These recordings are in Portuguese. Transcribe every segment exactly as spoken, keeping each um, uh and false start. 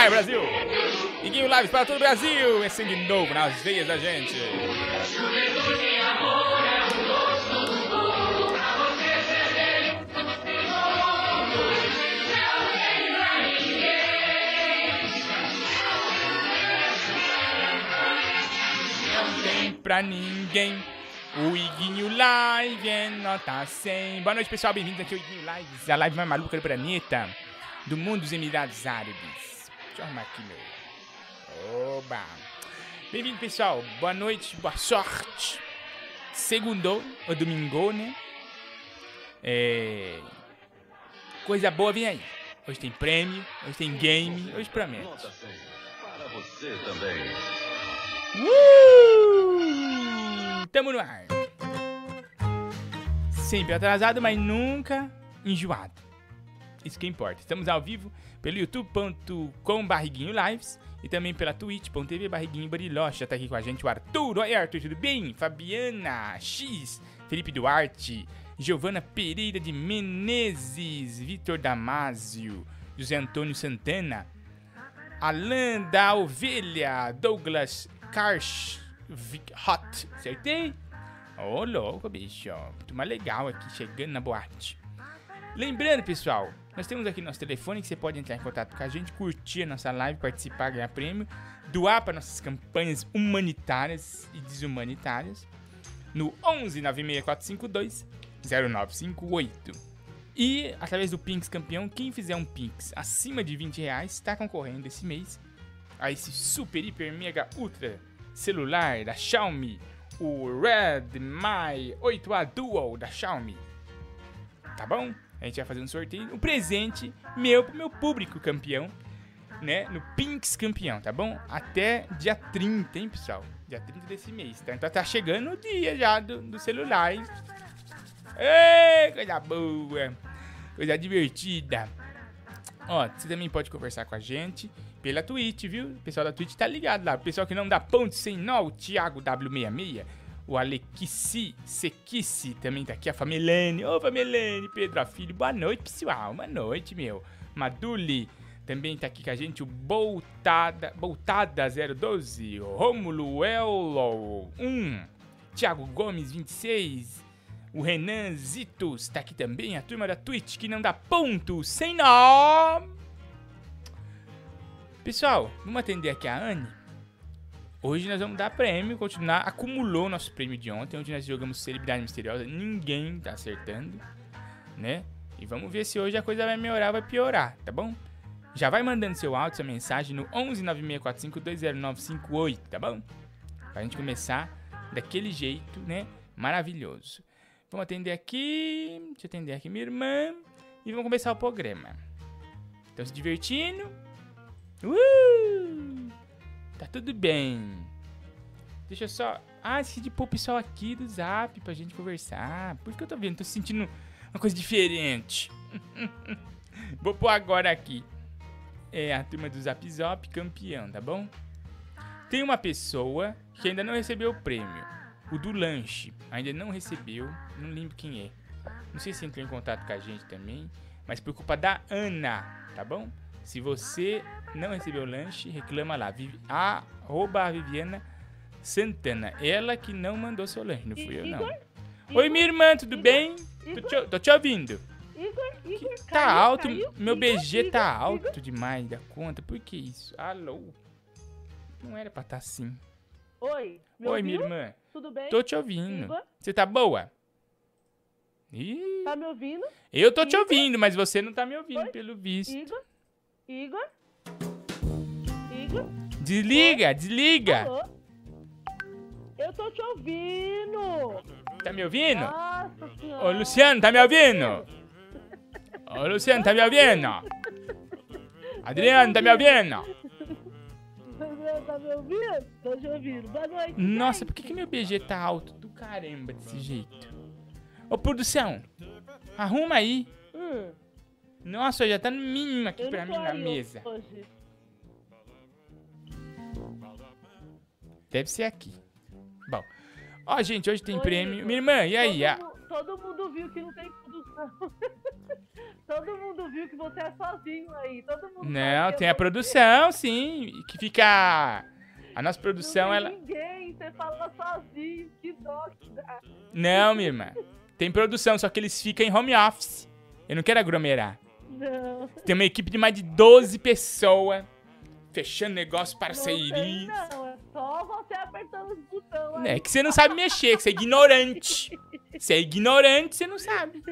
bairro, Brasil. Iguinho Lives para todo o Brasil. É sangue novo nas veias da gente. Não tem pra ninguém. O Iguinho Live é nota cem. Boa noite, pessoal. Bem-vindos aqui ao Iguinho Lives, a live mais maluca do planeta, do mundo dos Emirados Árabes. Deixa eu arrumar aqui, meu. Oba! Bem-vindo, pessoal. Boa noite, boa sorte. Segundou, ou domingo, né? É... Coisa boa vem aí. Hoje tem prêmio, hoje tem game, hoje promete. Nota cem. Para você também. Uh! Tamo no ar. Sempre atrasado, mas nunca enjoado. Isso que importa. Estamos ao vivo pelo youtube ponto com barriguinho lives e também pela twitch ponto tv barriguinho bariloche. Já tá aqui com a gente o Arthur. Oi, Arthur, tudo bem? Fabiana X, Felipe Duarte, Giovana Pereira de Menezes, Vitor Damásio, José Antônio Santana, Alan da Ovelha, Douglas Karsh, Vic Hot, acertei? Ô, oh, louco, bicho. Muito mais legal aqui, chegando na boate. Lembrando, pessoal, nós temos aqui nosso telefone que você pode entrar em contato com a gente, curtir a nossa live, participar, ganhar prêmio, doar para nossas campanhas humanitárias e desumanitárias no onze nove seis quatro cinco dois zero nove cinco oito. E, através do Pix Campeão, quem fizer um Pix acima de vinte reais está concorrendo esse mês a esse super, hiper, mega, ultra celular da Xiaomi, o Redmi oito A Dual da Xiaomi. Tá bom? A gente vai fazer um sorteio, um presente meu pro meu público campeão, né? No Pix Campeão, tá bom? Até dia trinta, hein, pessoal? Dia trinta desse mês, tá? Então tá chegando o dia já do, do celular, hein? Ei, coisa boa, coisa divertida. Ó, você também pode conversar com a gente pela Twitch, viu? O pessoal da Twitch tá ligado lá. O pessoal que não dá ponto sem nó, o Thiago W sessenta e seis, o Alequissi, Sequice também tá aqui, a Famelene. Ô, Famelene, Pedro Filho, boa noite, pessoal. Boa noite, meu. Maduli também tá aqui com a gente, o Boltada, Boltada zero doze, o Rômulo Elo um, Thiago Gomes vinte e seis, o Renan Zitos tá aqui também, a turma da Twitch que não dá ponto sem nó. Pessoal, vamos atender aqui a Anne. Hoje nós vamos dar prêmio, continuar. Acumulou nosso prêmio de ontem, onde nós jogamos Celebridade Misteriosa. Ninguém tá acertando, né? E vamos ver se hoje a coisa vai melhorar ou vai piorar, tá bom? Já vai mandando seu áudio, sua mensagem no onze nove seis quatro cinco dois zero nove cinco oito, tá bom? Pra gente começar daquele jeito, né? Maravilhoso. Vamos atender aqui. Deixa eu atender aqui minha irmã. E vamos começar o programa. Estão se divertindo? Uh! Tá tudo bem. Deixa eu só... Ah, esqueci de pôr o pessoal aqui do Zap pra gente conversar. Por que eu tô vendo? Tô sentindo uma coisa diferente. Vou pôr agora aqui. É a turma do Zap Zop campeão, tá bom? Tem uma pessoa que ainda não recebeu o prêmio. O do lanche. Ainda não recebeu. Não lembro quem é. Não sei se entrou em contato com a gente também. Mas por culpa da Ana, tá bom? Se você não recebeu o lanche, reclama lá. Arroba a Viviana Santana. Ela que não mandou seu lanche, não fui eu não. Oi, minha irmã, tudo bem? Tô te, tô te ouvindo. Tá alto, meu B G tá alto demais da conta. Por que isso? Alô? Não era pra estar assim. Oi, Oi, minha irmã. Tudo bem? Tô te ouvindo. Você tá boa? Ih, Tá me ouvindo? eu tô te ouvindo, mas você não tá me ouvindo, pelo visto. Igor? Igor? Igor? Desliga, desliga. Alô? Eu tô te ouvindo. Tá me ouvindo? Nossa senhora. Ô, Luciano, tá me ouvindo? Ô, Luciano, tá me ouvindo? Adriano, tá me ouvindo? Tá me ouvindo? Tô te ouvindo. Boa noite. Nossa, gente. por que, que meu B G tá alto do caramba desse jeito? Ô, produção, arruma aí. Hum, Nossa, já tá no mínimo aqui eu pra não mim tô na aí mesa. hoje. Deve ser aqui. Bom, ó, gente, hoje tem Oi, prêmio. Igor. Minha irmã, e aí? Todo, A... mu- todo mundo viu que não tem produção Todo mundo viu que você é sozinho aí. Todo mundo Não, sabe que tem é a você. produção, sim, que fica... A nossa produção, Não tem ela... ninguém, você fala sozinho. Que dó que dá. Não, minha irmã. Tem produção, só que eles ficam em home office. Eu não quero aglomerar. Não. Tem uma equipe de mais de doze pessoas, fechando negócio, Não tem, parcerias. não. É só você apertando os botões aí. É que você não sabe mexer, que você é ignorante. Você é ignorante, você não sabe.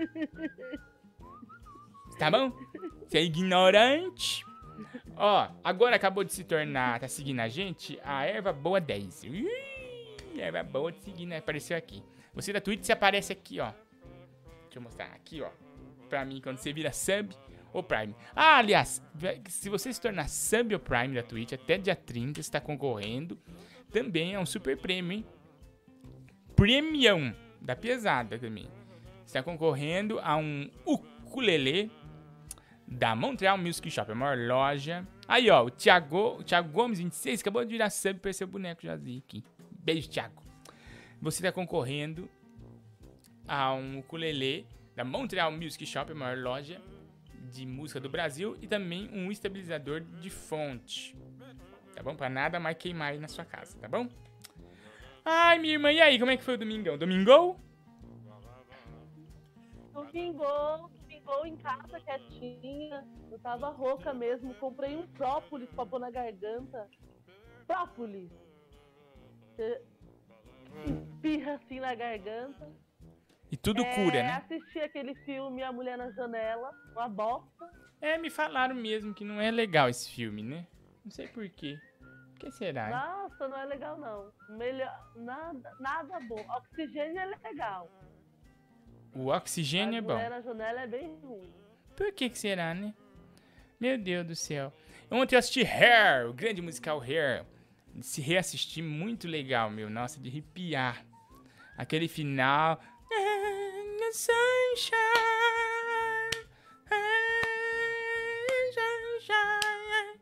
Tá bom? Você é ignorante. Ó, agora acabou de se tornar, tá seguindo a gente, a Erva Boa dez. Ui, Erva Boa te seguindo, apareceu aqui. Você da Twitch, você aparece aqui, ó. Deixa eu mostrar aqui, ó. Pra mim, quando você vira sub ou Prime. Ah, aliás, se você se tornar sub ou Prime da Twitch, até dia trinta, você tá concorrendo. Também é um super prêmio, hein? Premium, da pesada também. Você tá concorrendo a um ukulele da Montreal Music Shop, a maior loja. Aí, ó, o Thiago, o Thiago Gomes, vinte e seis, acabou de virar sub pra esse boneco jazinho aqui. Beijo, Thiago. Você tá concorrendo a um ukulele da Montreal Music Shop, a maior loja de música do Brasil, e também um estabilizador de fonte. Tá bom? Pra nada mais queimar aí na sua casa, tá bom? Ai, minha irmã, e aí, como é que foi o domingão? Domingou? Domingou, domingou em casa, quietinha. Eu tava rouca mesmo. Comprei um própolis pra pôr na garganta. Própolis. Você espirra assim na garganta. E tudo É, cura, né? Assisti aquele filme A Mulher na Janela, uma bosta. É, me falaram mesmo que não é legal esse filme, né? Não sei por quê. Por que será? Hein? Nossa, não é legal não. Melhor, nada, nada bom. Oxigênio é legal. O oxigênio é A bom. Mulher na Janela é bem ruim. Por que que será, né? Meu Deus do céu. Ontem eu assisti Hair, o grande musical Hair. Se reassistir, muito legal, meu. Nossa, de arrepiar. Aquele final... Sunshine, sunshine,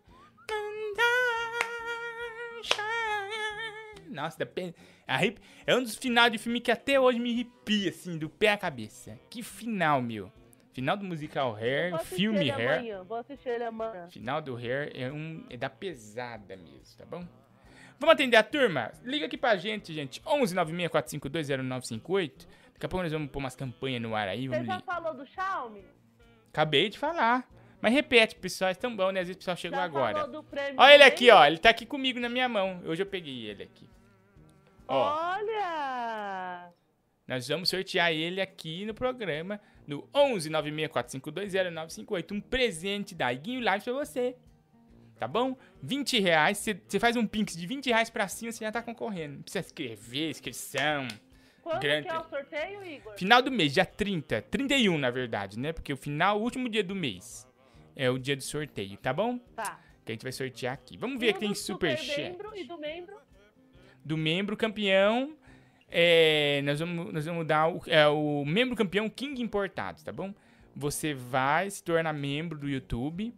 sunshine. Nossa, da pe... Arrepi... é um dos finais de filme que até hoje me arrepia, assim, do pé à cabeça. Que final, meu. Final do musical Hair, Vou o assistir filme ele Hair. amanhã, vou assistir ele amanhã. Final do Hair é, um, é da pesada mesmo, tá bom? Vamos atender a turma? Liga aqui pra gente, gente. onze nove seis quatro cinco dois zero nove cinco oito. Daqui a pouco nós vamos pôr umas campanhas no ar aí. Você Vamos já li... falou do Xiaomi? Acabei de falar. Mas repete, pessoal. É tão bom, né? Às vezes o pessoal chegou Já agora. falou do prêmio Olha ele também? aqui, ó. Ele tá aqui comigo na minha mão. Hoje eu peguei ele aqui. Ó, Olha! nós vamos sortear ele aqui no programa. No onze nove seis quatro cinco dois zero nove cinco oito. Um presente da Iguinho Live pra você. Tá bom? vinte reais. Você faz um pix de vinte reais pra cima, você já tá concorrendo. Não precisa escrever, inscrição. Quando Grande. que é o sorteio, Igor? Final do mês, dia trinta. trinta e um, na verdade, né? Porque o final, o último dia do mês é o dia do sorteio, tá bom? Tá. Que a gente vai sortear aqui. Vamos ver E aqui o tem do superchat. membro e do membro? Do membro campeão, é, nós, vamos, nós vamos dar o, é, o membro campeão King Importados, tá bom? Você vai se tornar membro do YouTube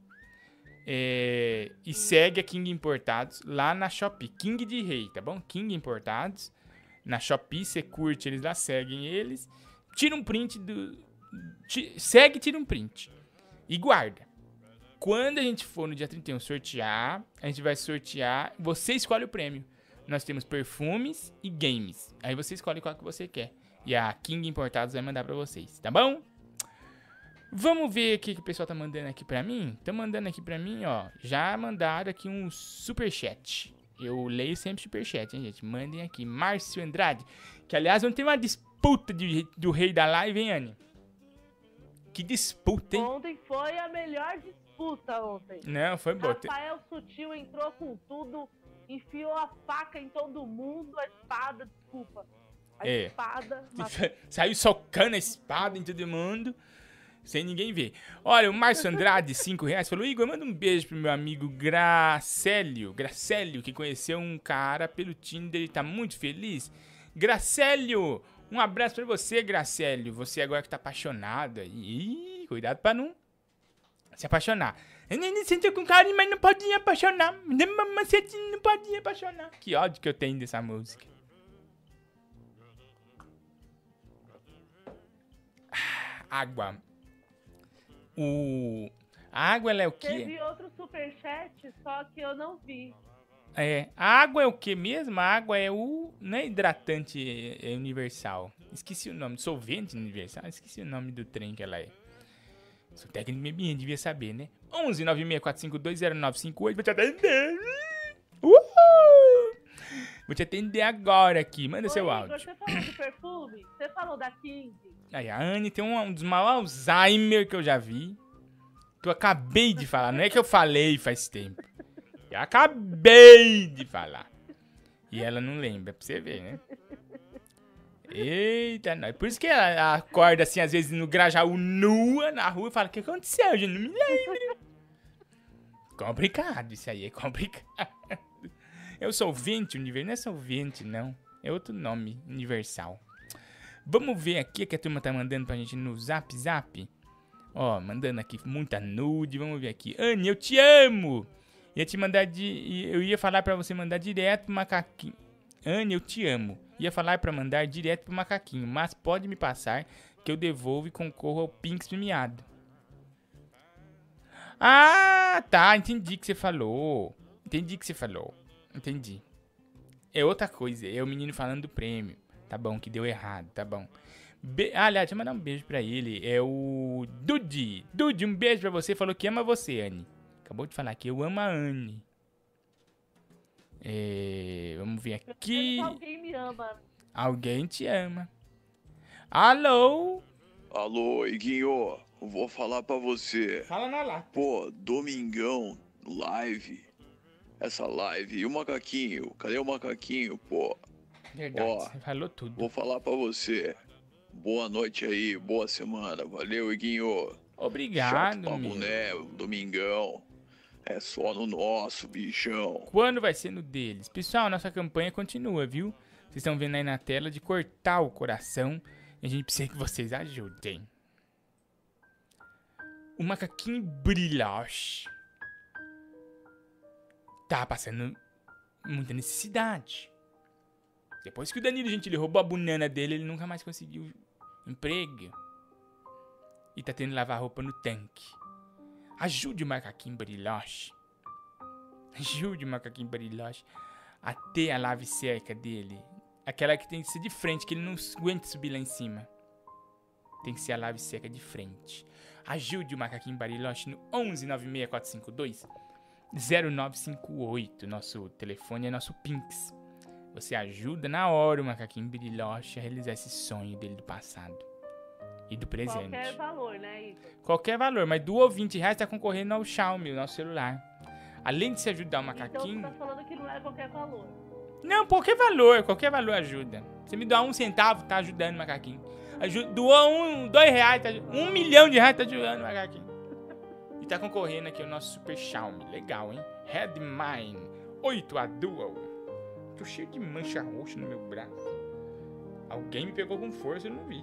é, e segue a King Importados lá na Shopee. King de Rei, tá bom? King Importados. Na Shopee, você curte eles lá, seguem eles. Tira um print do... Ti, segue e tira um print. E guarda. Quando a gente for no dia trinta e um sortear, a gente vai sortear... Você escolhe o prêmio. Nós temos perfumes e games. Aí você escolhe qual que você quer. E a King Importados vai mandar pra vocês, tá bom? Vamos ver o que o pessoal tá mandando aqui pra mim. Tá mandando aqui pra mim, ó. Já mandaram aqui um superchat. Eu leio sempre superchat, hein, gente? Mandem aqui. Márcio Andrade. Que, aliás, não tem uma disputa de, do rei da live, hein, Anny? Que disputa, hein? Ontem foi a melhor disputa ontem. Não, foi boa. Rafael Sutil entrou com tudo, enfiou a faca em todo mundo, a espada, desculpa. A É. espada. matou. Saiu socando a espada em todo mundo. Sem ninguém ver. Olha, o Márcio Andrade, cinco reais, falou: Igor, manda um beijo pro meu amigo Gracélio. Gracélio, que conheceu um cara pelo Tinder e tá muito feliz. Gracélio, um abraço pra você, Gracélio. Você agora que tá apaixonado aí. Ih, cuidado pra não se apaixonar. Eu nem sinto com carinho, mas não pode apaixonar. Você não pode apaixonar. Que ódio que eu tenho dessa música. água. O... A água, ela é o quê? Teve outro superchat, só que eu não vi. É, a água é o que mesmo? A água é o... Não é hidratante é universal. Esqueci o nome. Solvente universal? Esqueci o nome do trem que ela é. Sou técnico de meio devia saber, né? onze nove seis quatro cinco dois zero nove cinco oito. Vou te atender. Uhul! Vou te atender agora aqui. Manda Oi, seu Igor, áudio. você falou do perfume? Você falou da King? Aí, a Anne tem um, um dos maiores Alzheimer que eu já vi. Que eu acabei de falar. Não é que eu falei faz tempo. Eu acabei de falar. E ela não lembra, pra você ver, né? Eita, não. Por isso que ela acorda assim, às vezes, no Grajaú, nua, na rua, e fala, o que aconteceu? Eu não me lembro. Complicado, isso aí é complicado. É o solvente universal, não é solvente, não. É outro nome, universal. Vamos ver aqui que a turma tá mandando pra gente no Zap Zap. Ó, mandando aqui muita nude, vamos ver aqui. Anne, eu te amo! Ia te mandar de... Eu ia falar pra você mandar direto pro macaquinho. Anne, eu te amo. Ia falar pra mandar direto pro macaquinho, mas pode me passar que eu devolvo e concorro ao Pinks premiado. Ah, tá. Entendi o que você falou. Entendi o que você falou. Entendi. É outra coisa. É o menino falando do prêmio. Tá bom, que deu errado. Tá bom. Be ah, aliás, deixa eu mandar um beijo pra ele. É o Dude. Dude, um beijo pra você. Falou que ama você, Anne. Acabou de falar que eu amo a Anne. É, vamos ver aqui. Alguém me ama. Alguém te ama. Alô? Alô, Iguinho. Vou falar pra você. Fala na lata. Pô, domingão, live. Essa live. E o macaquinho? Cadê o macaquinho, pô? Verdade, Ó, você falou tudo. Vou falar pra você. Boa noite aí, boa semana. Valeu, Iguinho. Obrigado, Chato pra meu. boné, domingão. É só no nosso, bichão. Quando vai ser no deles? Pessoal, nossa campanha continua, viu? Vocês estão vendo aí na tela de cortar o coração. E a gente precisa que vocês ajudem. O macaquinho brilhoche tá passando muita necessidade. Depois que o Danilo Gentili roubou a banana dele, ele nunca mais conseguiu emprego. E tá tendo que lavar roupa no tanque. Ajude o macaquinho brilhoche. Ajude o macaquinho brilhoche a ter a lave seca dele. Aquela que tem que ser de frente, que ele não aguenta subir lá em cima. Tem que ser a lave seca de frente. Ajude o macaquinho brilhoche no onze nove seis quatro cinco dois zero nove cinco oito. Nosso telefone é nosso Pinks. Você ajuda na hora o macaquinho brilhoche a realizar esse sonho dele do passado. E do presente. Qualquer valor, né, Igor? Qualquer valor, mas do ou vinte reais tá concorrendo ao Xiaomi, o nosso celular. Além de se ajudar o macaquinho... Então você tá falando que não é qualquer valor. Não, qualquer valor, qualquer valor ajuda. Você me doar um centavo, tá ajudando o macaquinho. Ajuda, doou um, dois reais, tá, um milhão de reais, tá ajudando o macaquinho. E tá concorrendo aqui o nosso Super Xiaomi. Legal, hein? Redmine oito A Dual. Tô cheio de mancha roxa no meu braço. Alguém me pegou com força, eu não vi.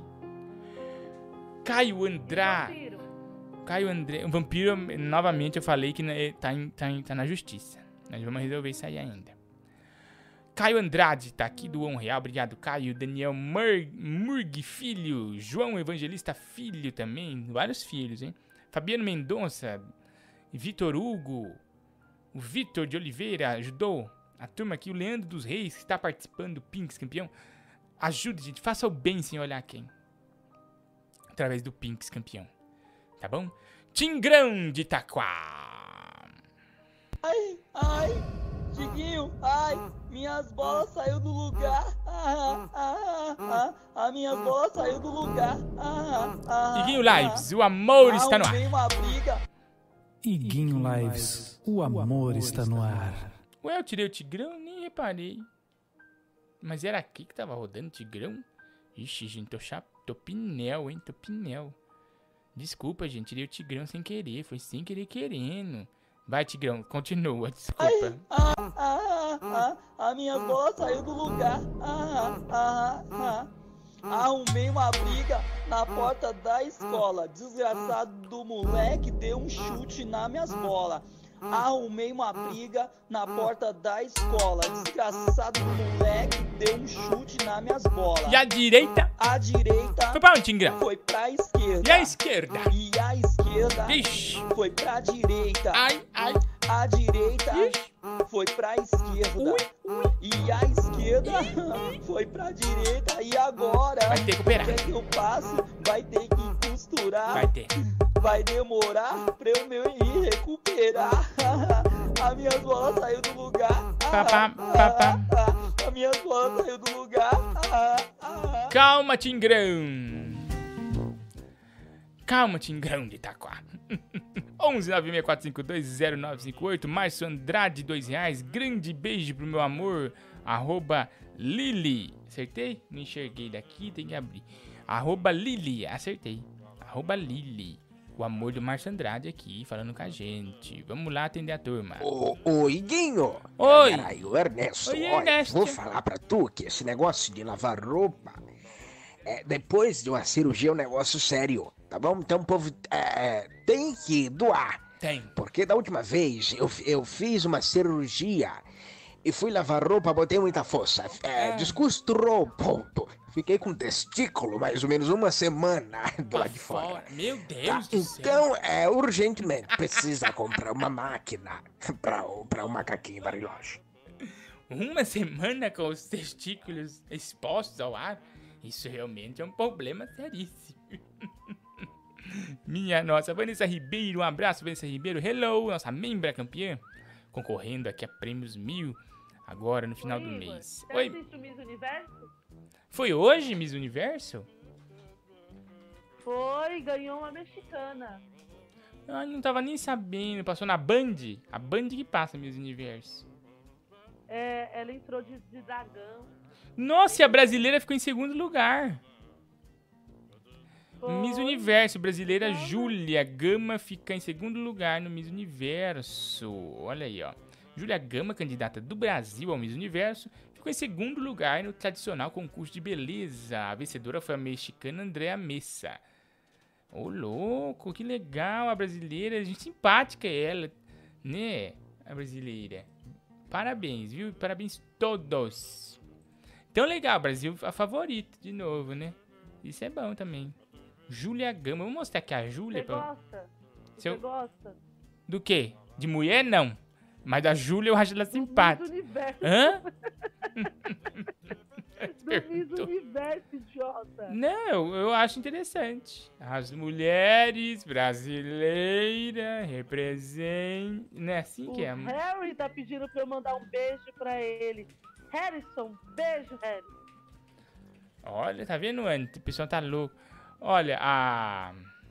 Caio Andrade. Caio André. O vampiro, novamente, eu falei que tá, em, tá, em, tá na justiça. Nós vamos resolver isso aí ainda. Caio Andrade tá aqui do um real. Obrigado, Caio. Daniel Mur Murg Filho. João Evangelista Filho também. Vários filhos, hein? Fabiano Mendonça. Vitor Hugo. O Vitor de Oliveira ajudou. A turma aqui, o Leandro dos Reis, que está participando do Pinks campeão. Ajude, gente. Faça o bem sem olhar quem. Através do Pinks campeão. Tá bom? Tingrão de Itaquá. Ai, ai, Diguinho, ai, minhas bolas saiu do lugar. Ah, ah, ah, ah, minhas bolas saiu do lugar. Ah, ah, Iguinho Lives, o amor ah, está no ar. Vem uma briga. Iguinho Lives, o amor está no ar. Ué, eu tirei o Tigrão? Nem reparei. Mas era aqui que tava rodando o Tigrão? Ixi, gente, tô, chap... tô pinel, hein? Tô pinel. Desculpa, gente, tirei o Tigrão sem querer. Foi sem querer querendo. Vai, Tigrão, continua, desculpa. Ai, ah, ah, ah, a minha bola saiu do lugar. Ah, ah, ah. Arrumei uma briga na porta da escola. Desgraçado do moleque deu um chute nas minhas bolas. arrumei uma briga na porta da escola. Desgraçado do moleque deu um chute nas minhas bolas. E a direita? A direita Foi pra onde, Tigrão? foi pra esquerda. E a esquerda? E a esquerda Vixe. foi pra direita. Ai, ai. A direita Ixi. foi pra esquerda. E a esquerda foi pra direita. E agora? Vai ter que operar. Quer que eu passe? Vai ter que costurar. Vai ter. Vai demorar pra eu me recuperar. A minha bola saiu do lugar. Papá, papá. A minha bola saiu do lugar. Calma, Tigrão. Calma, Tigrão de Itaquá. onze nove seis quatro cinco dois zero nove cinco oito. Márcio Andrade, dois reais. Grande beijo pro meu amor. Arroba Lili. Acertei? Não enxerguei daqui, tem que abrir. Arroba Lili. Acertei. Arroba Lili. O amor do Márcio Andrade aqui, falando com a gente. Vamos lá atender a turma. Ô, ô, Iguinho. Oi. Peraí, o Ernesto. Oi, Olha, Ernesto. vou falar pra tu que esse negócio de lavar roupa, é, depois de uma cirurgia é um negócio sério, tá bom? Então o povo é, tem que doar. Tem. Porque da última vez eu, eu fiz uma cirurgia e fui lavar roupa, botei muita força. É, Ah. Descosturou, ponto. Fiquei com testículo mais ou menos uma semana do lado de fora. Meu Tá, Deus do céu. então, é, urgentemente, precisa comprar uma máquina para o, para o macaquinho Bariloche. Uma semana com os testículos expostos ao ar? Isso realmente é um problema seríssimo. Minha nossa, Vanessa Ribeiro, um abraço, Vanessa Ribeiro. Hello, nossa membra campeã. Concorrendo aqui a prêmios mil, agora no final Oi, do Igor. mês. Você Oi, assiste o Miss Universo? foi hoje, Miss Universo? Foi, ganhou uma mexicana. Ai, não tava nem sabendo, passou na Band? A Band que passa Miss Universo. É, ela entrou de, de dragão. Nossa, e a brasileira ficou em segundo lugar. Foi. Miss Universo, brasileira Gama. Júlia Gama fica em segundo lugar no Miss Universo. Olha aí, ó. Júlia Gama, candidata do Brasil ao Miss Universo, ficou em segundo lugar no tradicional concurso de beleza. A vencedora foi a mexicana Andréa Messa. Ô, louco, que legal a brasileira. Gente simpática ela, né? A brasileira. Parabéns, viu? Parabéns todos. Então, legal, Brasil a favorita de novo, né? Isso é bom também. Júlia Gama. Vou mostrar aqui a Júlia. Você Pra... gosta? Se eu- Você gosta? Do quê? De mulher, não. Mas da Júlia eu acho ela Do simpática. Miss Universo. Hã? Do Miss Perguntou. Universo, idiota. Não, eu, eu acho interessante. As mulheres brasileiras representam... Não é assim O que é? Harry tá pedindo pra eu mandar um beijo pra ele. Harrison, beijo, Harry. Olha, tá vendo, Ana? O pessoal tá louco. Olha, a...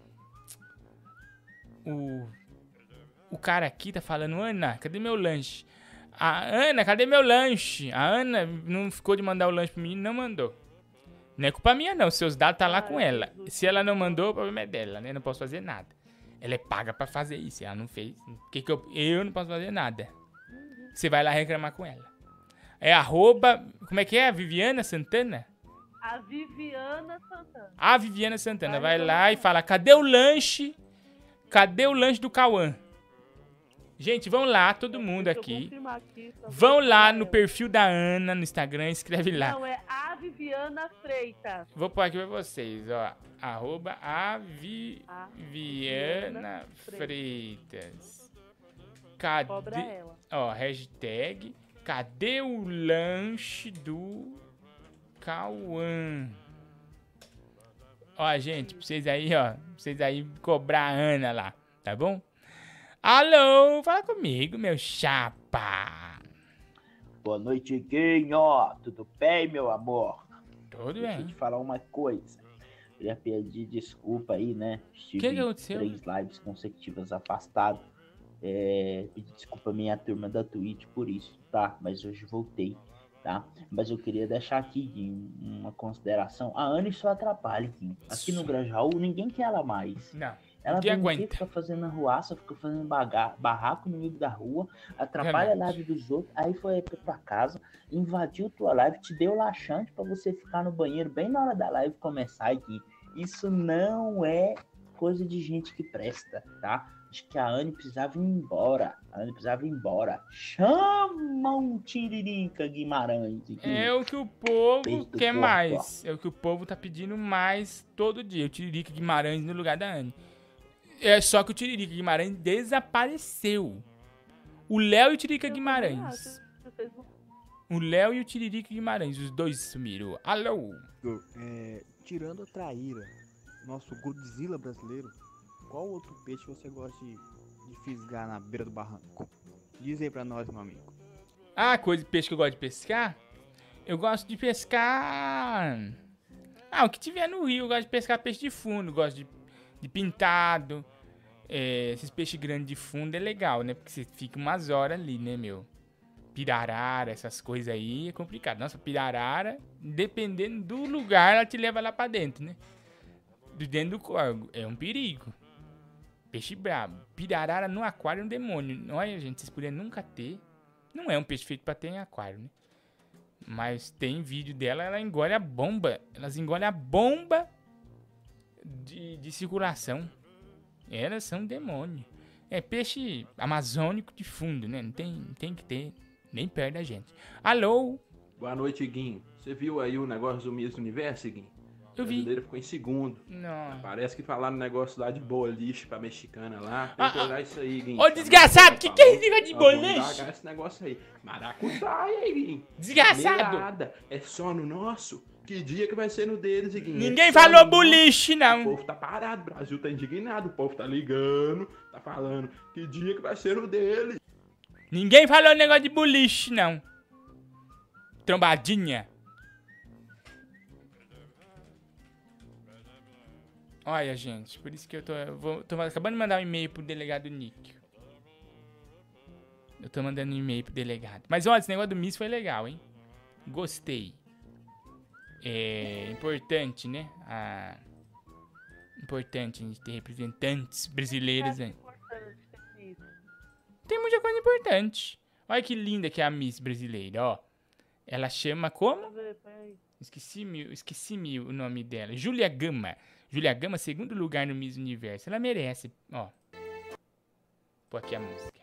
O... O cara aqui tá falando, Ana, cadê meu lanche? A Ana, cadê meu lanche? A Ana não ficou de mandar o lanche pro menino, não mandou. Não é culpa minha, não. Seus dados tá lá com Ai, ela. Jesus. Se ela não mandou, o problema é dela, né? Não posso fazer nada. Ela é paga pra fazer isso. Ela não fez. Que que eu... eu não posso fazer nada. Você vai lá reclamar com ela. É arroba... Como é que é? A Viviana Santana? A Viviana Santana. A Viviana Santana. Vai Vai reclamar lá e com fala, cadê o lanche? Cadê o lanche do Cauã? Gente, vão lá, todo mundo Deixa eu aqui. confirmar aqui, só Vão vou lá confirmar no ela. perfil da Ana, no Instagram, escreve lá. Não, é a Viviana Freitas. Vou pôr aqui pra vocês, ó. Arroba A Aviviana Viviana Freitas. Cadê? Cobra ela. Ó, hashtag. Cadê o lanche do Cauã? Ó, gente, pra vocês aí, ó. Pra vocês aí cobrar a Ana lá, tá bom? Alô, fala comigo, meu chapa. Boa noite, Guinho. Tudo bem, meu amor? Tudo Deixa eu bem. te falar uma coisa. Queria pedir desculpa aí, né? Estive Que que aconteceu? três lives consecutivas afastado. É, pedi desculpa à minha turma da Twitch por isso, tá? Mas hoje voltei, tá? Mas eu queria deixar aqui, Guinho, uma consideração. A Anne só atrapalha, Guinho. Aqui no Grajaú, ninguém quer ela mais. Não. Ela Ninguém vem aqui, aguenta. fica fazendo arruaça, fica fazendo baga- barraco no meio da rua, atrapalha Verdade. a live dos outros, aí foi pra tua casa, invadiu tua live, te deu laxante pra você ficar no banheiro bem na hora da live começar aqui. Isso não é coisa de gente que presta, tá? Acho que a Anne precisava ir embora. A Anne precisava ir embora. Chama um Tiririca Guimarães. Aqui. É o que o povo Peito do quer corpo, mais. É o que o povo tá pedindo mais todo dia. O Tiririca Guimarães no lugar da Anne. É só que o Tiririca Guimarães desapareceu. O Léo e o Tiririca Guimarães. O Léo e o Tiririca Guimarães, os dois sumiram. Alô? É, tirando a traíra, nosso Godzilla brasileiro, qual outro peixe você gosta de, de fisgar na beira do barranco? Diz aí pra nós, meu amigo. Ah, coisa de peixe que eu gosto de pescar? Eu gosto de pescar... Ah, o que tiver no rio. Eu gosto de pescar peixe de fundo. Eu gosto de, de pintado. É, esses peixes grandes de fundo é legal, né? Porque você fica umas horas ali, né, meu? Pirarara, essas coisas aí é complicado. Nossa, pirarara, dependendo do lugar, ela te leva lá pra dentro, né? De dentro do corgo. É um perigo. Peixe brabo. Pirarara no aquário é um demônio. Olha, gente, vocês poderiam nunca ter. Não é um peixe feito pra ter em aquário, né? Mas tem vídeo dela, ela engole a bomba. Elas engolem a bomba de, de circulação. Elas são demônio. É peixe amazônico de fundo, né? Não tem, não tem que ter nem perto da gente. Alô? Boa noite, Guinho. Você viu aí o negócio do Miss Universo, Guinho? Eu vi. A brasileira ficou em segundo. Não. Parece que falaram um negócio lá de boliche pra mexicana lá. Tem Ah, que olhar isso aí, Guinho. Ô, desgraçado, que que é esse negócio de boliche? Vamos largar esse negócio aí. Maracutaia aí, Guinho. Desgraçado. Nada. É só no nosso. Que dia que vai ser no deles, Guinho? Ninguém É só falou no boliche, nosso. não. O povo tá parado, o Brasil tá indignado. O povo tá ligando, tá falando. Que dia que vai ser no deles? Ninguém falou negócio de boliche, não. Trombadinha. Olha, gente, por isso que eu tô, eu vou, tô acabando de mandar um e-mail pro delegado Nick. Eu tô mandando um e-mail pro delegado. Mas olha, esse negócio do Miss foi legal, hein? Gostei. É importante, né? Ah, importante a gente ter representantes brasileiros aí. Tem muita coisa importante. Olha que linda que é a Miss brasileira, ó. Ela chama como? Esqueci-me, esqueci-me o nome dela. Júlia Gama. Júlia Gama, segundo lugar no Miss Universo. Ela merece, ó. Pô, aqui a música.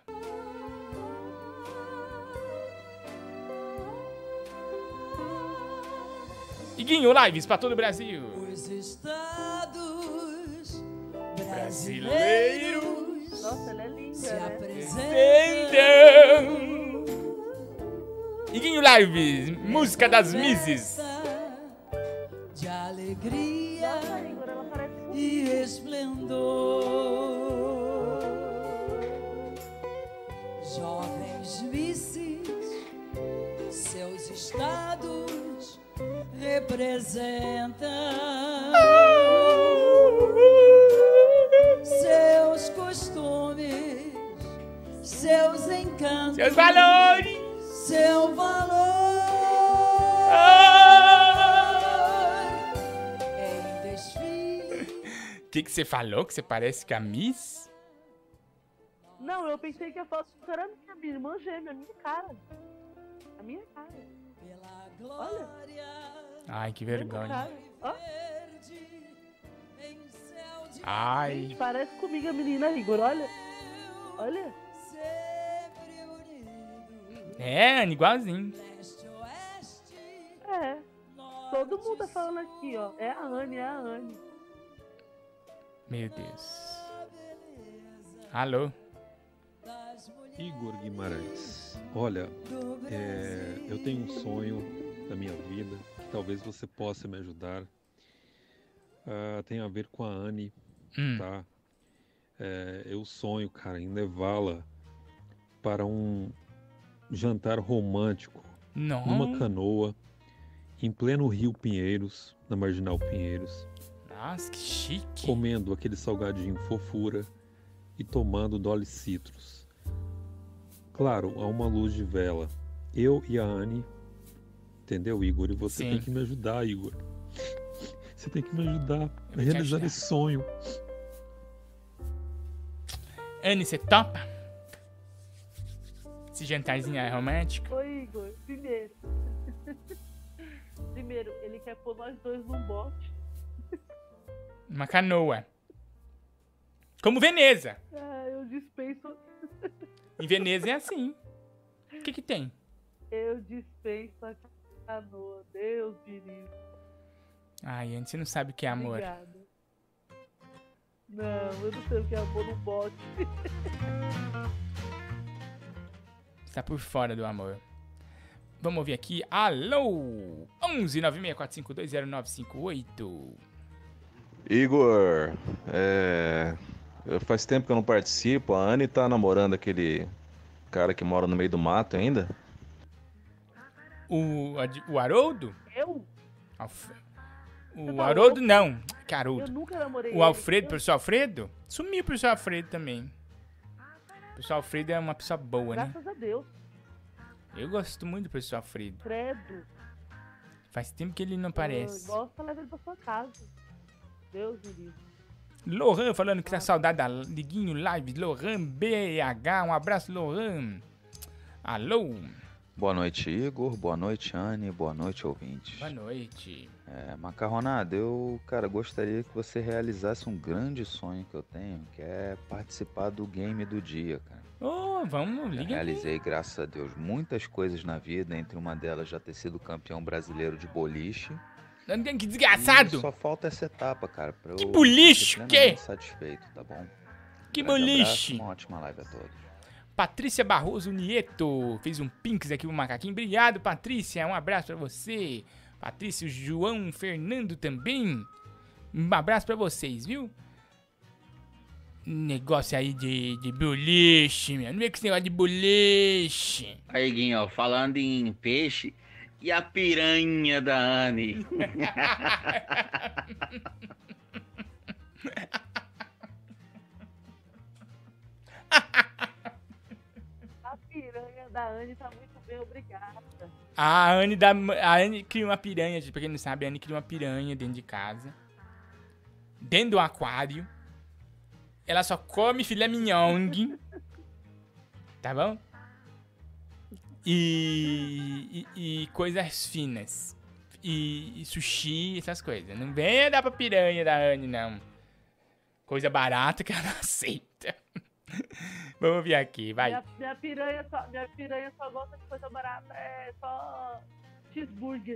Iguinho Lives pra todo o Brasil. Os estados brasileiros. Nossa, ela é linda, se né? apresentam. Iguinho Lives, música das Misses. De alegria Nossa, Igor, ela parece com e esplendor. Jovens misses, seus estados representam. Seus costumes, seus encantos, seus valores, seu valor. Em desfile. O que que você falou? Que você parece com a Miss? Não, eu pensei que a foto era minha, minha irmã gêmea, a minha cara. A minha cara. Olha. Ai, que vergonha. Cara. Ó. Ai. Gente, parece comigo a menina, Igor, olha. Olha. É, Anne, igualzinho. É. Todo mundo tá falando aqui, ó. É a Anne, é a Anne. Meu Deus. Alô? Igor Guimarães. Olha, é, eu tenho um sonho da minha vida que talvez você possa me ajudar. Uh, tem a ver com a Anne, hum. tá? É, eu sonho, cara, em levá-la para um jantar romântico Não. numa canoa em pleno Rio Pinheiros, na Marginal Pinheiros. Nossa, que chique. Comendo aquele salgadinho fofura e tomando Dolly Citrus. Claro, a uma luz de vela. Eu e a Anne, entendeu, Igor? E você Sim. tem que me ajudar, Igor. Você tem que me ajudar a te realizar ajudar. esse sonho. Anne, você topa? Esse jantarzinho é romântico? Ô, Igor, primeiro. Primeiro, ele quer pôr nós dois num bote. Uma canoa. Como Veneza. Ah, eu dispenso. Em Veneza é assim. O que que tem? Eu dispenso a canoa. Deus me livre. Ai, Anne, você não sabe o que é amor. Obrigada. Não, eu não sei o que é amor no bote. Você tá por fora do amor. Vamos ouvir aqui. Alô! onze nove seis quatro cinco dois zero nove cinco oito. Igor, é... faz tempo que eu não participo. A Anne tá namorando aquele cara que mora no meio do mato ainda? O, o Haroldo? Eu? Alf... O Você tá Haroldo louco? não. Que Haroldo? Eu nunca namorei O Alfredo, ele. professor Alfredo? Sumiu o professor Alfredo também. O professor Alfredo é uma pessoa boa, né? Graças a Deus. Eu gosto muito do professor Alfredo. Credo. Faz tempo que ele não aparece. Eu gosto de levar ele pra sua casa. Deus me livre. Lohan falando que tá saudade da Liguinho Live. Lohan B H. Um abraço, Lohan. Alô? Boa noite, Igor. Boa noite, Anne. Boa noite, ouvintes. Boa noite. É, Macarronada, eu, cara, gostaria que você realizasse um grande sonho que eu tenho, que é participar do game do dia, cara. Oh, vamos, liga. Já realizei, graças a Deus, muitas coisas na vida, entre uma delas já ter sido campeão brasileiro de boliche. Que desgraçado! E só falta essa etapa, cara, pra que eu boliche, ser que? plenamente satisfeito, tá bom? Que Um grande boliche! abraço, uma ótima live a todos. Patrícia Barroso Nieto fez um pinks aqui pro Macaquinho. Obrigado, Patrícia. Um abraço pra você. Patrícia, o João Fernando também. Um abraço pra vocês, viu? Negócio aí de, de boliche, meu. Não vê que esse negócio de boliche. Aí, Guinho, falando em peixe, e a piranha da Anne? A piranha da Anne tá muito bem, obrigada. A Anne, da, a Anne cria uma piranha, gente. Pra quem não sabe, a Anne cria uma piranha dentro de casa. Dentro do aquário. Ela só come filé mignon. Tá bom? E, e, e coisas finas. E, e sushi, essas coisas. Não venha dar pra piranha da Anne, não. Coisa barata que ela não aceita. Vamos ver aqui, vai. Minha, minha, piranha só, minha piranha só gosta de coisa barata. É só cheeseburger.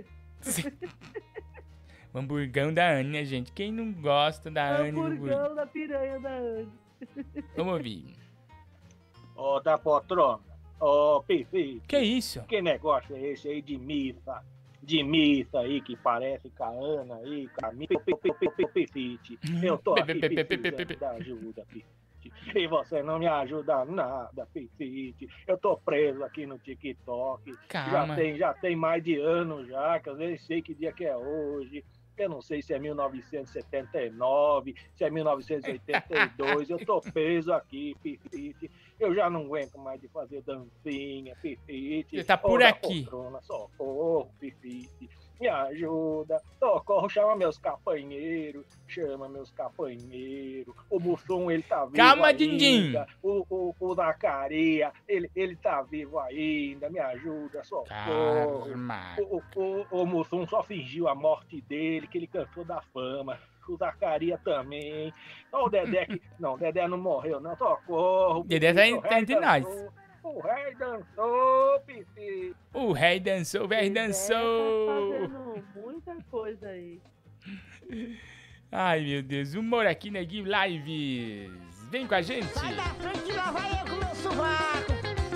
O hamburgão da Anne, né, gente? Quem não gosta da Anne? Hamburgão da piranha da Anne. Vamos ouvir. Ô, da poltrona. Ô, Pifi. Que isso? Que negócio é esse aí de missa? De missa aí que parece com a Ana aí, com a Pifite. Eu tô aqui precisando da ajuda, Pifite. E você não me ajuda nada, Pifite. Eu tô preso aqui no TikTok. Calma. Já tem, já tem mais de ano já, que eu nem sei que dia que é hoje. Eu não sei se é mil novecentos e setenta e nove, se é mil novecentos e oitenta e dois. Eu tô preso aqui, Pifite. Eu já não aguento mais de fazer dancinha, Pifite. Você tá por Ô, aqui. Poltrona, socorro, Pifite. Me ajuda. Socorro, chama meus companheiros. Chama meus companheiros. O Mussum, ele tá vivo Calma, ainda. Dindim. O, o, o Zacaria, ele, ele tá vivo ainda. Me ajuda, socorro. Calma. O, o, o, o Mussum só fingiu a morte dele, que ele cansou da fama. O Zacaria também. Ó, o Dedé que... Não, o Dedé não morreu, não. Socorro. Dedé tá, O tá rei entre nós. dançou. O rei dançou, Pipi. O rei dançou, o velho dançou. Tá fazendo muita coisa aí. Ai, meu Deus. Humor aqui na Gui Lives. Vem com a gente. Sai da frente, lá vai eu com meu sovaco.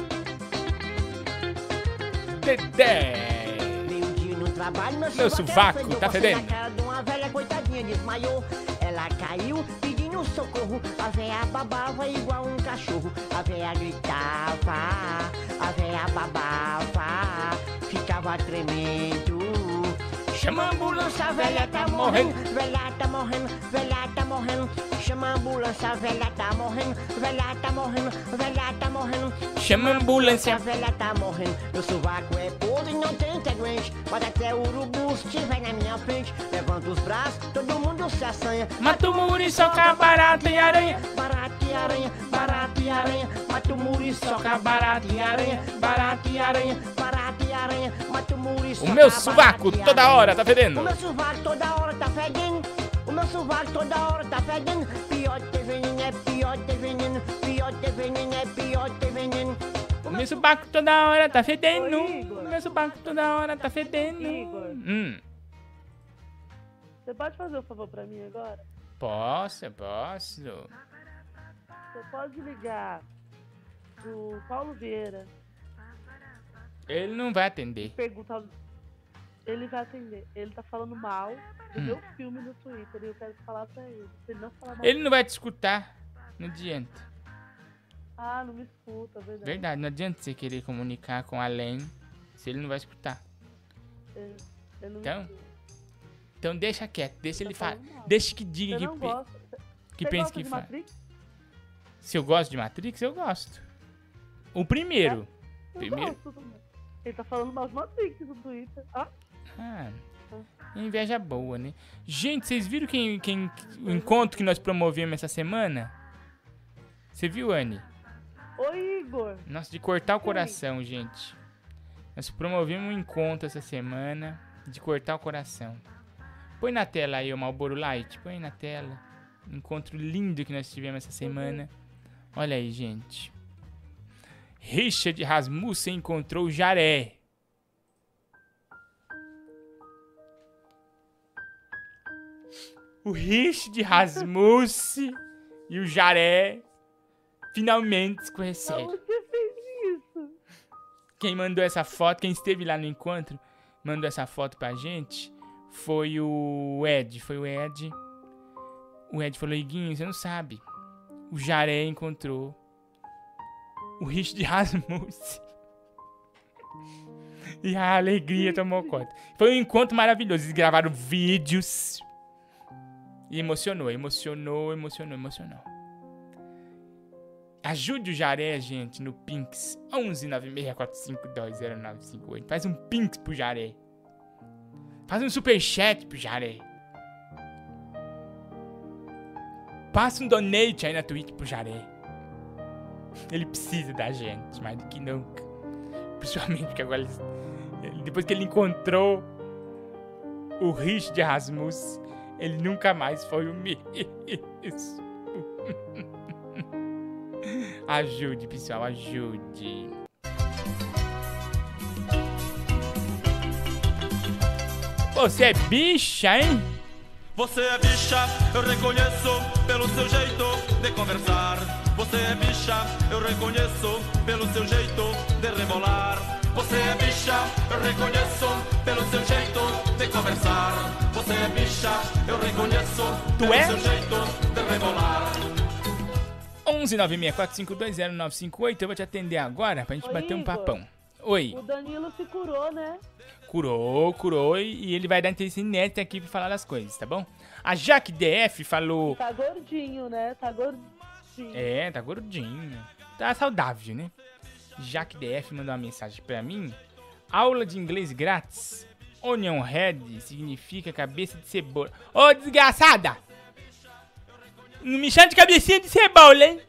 Dedé. Meio-dia no trabalho, meu, Meu sovaco, fedeu. tá Passei fedendo? na cara de uma velha, coitadinha, desmaiou. Ela caiu pedindo socorro. A véia babava igual um cachorro. A véia gritava, a véia babava, ficava tremendo. Chama a ambulância, a velha tá morrendo, velha tá morrendo, velha tá morrendo. Chama a ambulância, a velha tá morrendo, velha tá morrendo, velha tá morrendo. Chama a ambulância. A velha tá morrendo, meu sovaco é podre, não tem integrante. Pode até urubu se tiver na minha frente. Levanta os braços, todo mundo se assanha. Mata o muriçoca, barata e aranha. Barata e aranha, barata e aranha. Mata o muriçoca, barata e aranha, barata e aranha, barata e aranha. Mata o muriçoca. O meu sovaco toda hora tá fedendo. O meu sovaco toda hora tá fedendo. O meu sovaco toda hora tá fedendo. Pior que ter veneno é pior Meu subaco toda hora tá fedendo. Ô, Igor. Meu subaco toda hora tá fedendo. Igor. Hum. Você pode fazer um favor pra mim agora? Posso, posso. Você pode ligar pro Paulo Vieira Ele não vai atender. e perguntar. Ele vai atender. Ele tá falando mal do Hum. meu filme no Twitter e eu quero falar pra ele. Se ele não falar mal. Ele não vai te escutar. Não adianta. Ah, não me escuta, verdade. Verdade, não adianta você querer comunicar com além se ele não vai escutar. Ele, ele não Então, me escuta. então deixa quieto, deixa ele falar. falando mal. Deixa que diga Você que, não pe- gosta. que Você pensa gosta que de faz. Matrix? Se eu gosto de Matrix, eu gosto. O primeiro. Eu Primeiro. gosto também. Ele tá falando mal de Matrix no Twitter. Ah, Ah, inveja boa, né? Gente, vocês viram quem, quem, o encontro que nós promovemos essa semana? Você viu, Anne? oi, Igor. Nossa, de cortar o coração, gente. Nós promovemos um encontro essa semana de cortar o coração. Põe na tela aí o Marlboro Light, põe na tela. Encontro lindo que nós tivemos essa semana. Olha aí, gente. Richard Rasmussen encontrou o Jaré. O Richard Rasmussen e o Jaré finalmente se conheceram. Você fez isso. Quem mandou essa foto, quem esteve lá no encontro, mandou essa foto pra gente, foi o Ed. Foi o Ed. O Ed falou, Iguinho, você não sabe. O Jaré encontrou o Richard Rasmussen. E a alegria tomou conta. Foi um encontro maravilhoso. Eles gravaram vídeos. E emocionou, emocionou, emocionou, emocionou. Ajude o Jaré, gente, no Pinks. onze nove seis quatro cinco dois zero nove cinco oito. Faz um Pinks pro Jaré. Faz um superchat pro Jaré. Passa um donate aí na Twitch pro Jaré. Ele precisa da gente, mais do que nunca. Principalmente porque agora ele, depois que ele encontrou o Richard Rasmussen, ele nunca mais foi o mesmo. Ajude, pessoal, ajude. Você é bicha, hein? Você é bicha, eu reconheço pelo seu jeito de conversar. Você é bicha, eu reconheço pelo seu jeito de rebolar. Você é bicha, eu reconheço pelo seu jeito de conversar. Você é bicha, eu reconheço pelo é? seu jeito de rebolar. onze nove seis quatro cinco dois zero nove cinco oito. Eu vou te atender agora pra gente Oi, bater um Igor. papão. Oi. O Danilo se curou, né? Curou, curou e ele vai dar entrevista inédita aqui pra falar das coisas, tá bom? A Jaque D F falou... Tá gordinho, né? Tá gordinho. É, tá gordinho. Tá saudável, né? Jaque D F mandou uma mensagem pra mim. Aula de inglês grátis. Onion head significa cabeça de cebola. Ô, desgraçada! Não me chama de cabecinha de cebola, hein?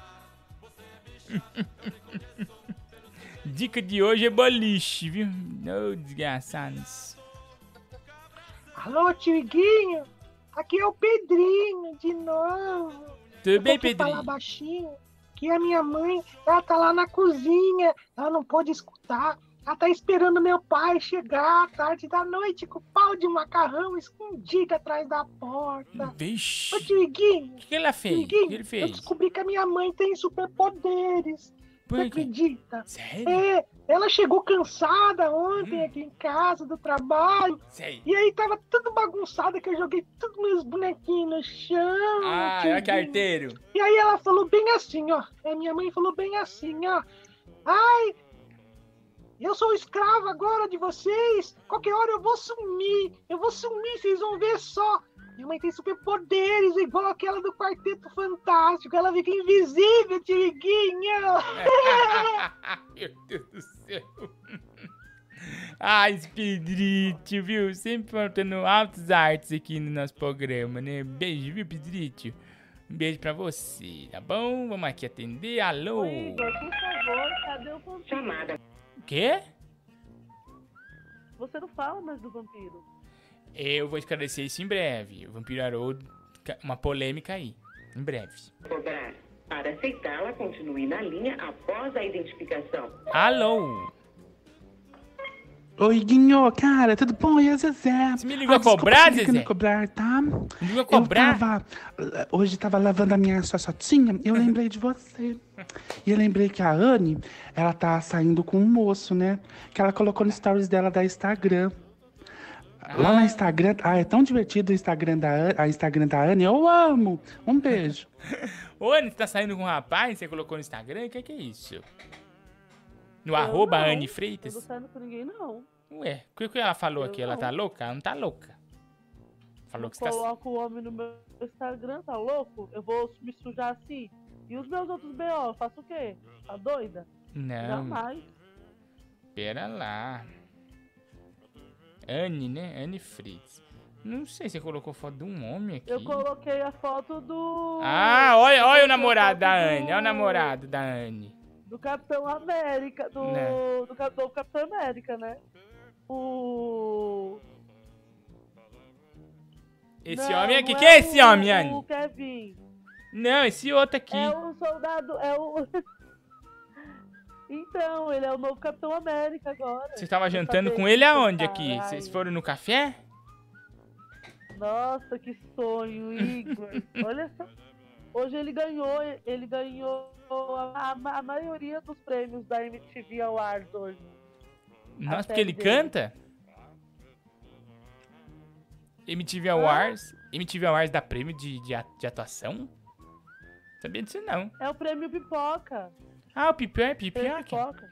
Dica de hoje é boliche, viu? Ô, desgraçados. Alô, tio Iguinho? Aqui é o Pedrinho, de novo. Tudo bem, Eu vou falar Pedrinho? baixinho, que a minha mãe, ela tá lá na cozinha, ela não pode escutar. Ela tá esperando meu pai chegar à tarde da noite com pau de macarrão escondido atrás da porta. Vixe. Ô, tio Iguinho. O que ela fez? Tio Iguinho, O que ele eu fez? descobri que a minha mãe tem superpoderes. Por Você quê? acredita? Sério? É, ela chegou cansada ontem aqui em casa do trabalho. Sei. E aí tava tudo bagunçado que eu joguei todos meus bonequinhos no chão. Ah, tio é carteiro. E aí ela falou bem assim, ó. A minha mãe falou bem assim, ó. Ai, eu sou escrava agora de vocês. Qualquer hora eu vou sumir. Eu vou sumir, vocês vão ver só. Minha mãe tem superpoderes, igual aquela do Quarteto Fantástico. Ela fica invisível, Tiriguinho. Meu Deus do céu. Ai, Pedrito, viu? Sempre faltando altas artes aqui no nosso programa, né? Beijo, viu, Pedrito? Um beijo pra você, tá bom? Vamos aqui atender. Alô? Ô, Igor, por favor, cadê o vampiro? Chamada. O quê? Você não fala mais do vampiro. Eu vou esclarecer isso em breve. O Vampiro Haroldo, uma polêmica aí. Em breve. Para aceitá-la, continue na linha após a identificação. Alô? Oi, Guinho, cara, tudo bom? E a Zezé? Você me ligou a cobrar, Zezé? Me cobrar, tá? Me ligou a cobrar? Eu tava, hoje tava lavando a minha xoxotinha, eu lembrei de você. E eu lembrei que a Anne, ela tá saindo com um moço, né? Que ela colocou no stories dela da Instagram. Lá Ah. no Instagram, ah, é tão divertido o Instagram da Anne, a Instagram da Anne, eu amo. Um beijo. Ô, Anne, você tá saindo com um rapaz? Você colocou no Instagram? O que, que é isso? No Eu arroba não, Anne Eu Freitas? não tô saindo com ninguém, não. Ué, o que, que ela falou Eu aqui? Ela não. tá louca? Ela não tá louca. Falou que você tá... Coloco o homem no meu Instagram, tá louco? Eu vou me sujar assim. E os meus outros B O, faço o quê? Tá doida? Não. Jamais. Pera lá. Anne, né? Anne Freitas. Não sei se você colocou foto de um homem aqui. Eu coloquei a foto do... Ah, olha, olha o Coloquei a namorado foto da do- Anne. Olha o namorado da Anne. Do Capitão América, do, Né. do, Cap- do Capitão América, né? O... Esse Não, homem aqui. não Quem é esse o- homem, Anne? O Kevin. Não, esse outro aqui. É o soldado, é o... Então, ele é o novo Capitão América agora. Você tava Você jantando sabia com ele disso, aonde aqui? caralho? Vocês foram no café? Nossa, que sonho, Igor. Olha só. Hoje ele ganhou, ele ganhou a, a- a maioria dos prêmios da M T V Awards hoje. Nossa, A porque ele série dele. canta? M T V Awards? M T V Awards dá prêmio de, de, a- de atuação? Sabia disso não. É o prêmio Pipoca. Ah, o Pipião é Prêmio Pipião? Pipoca.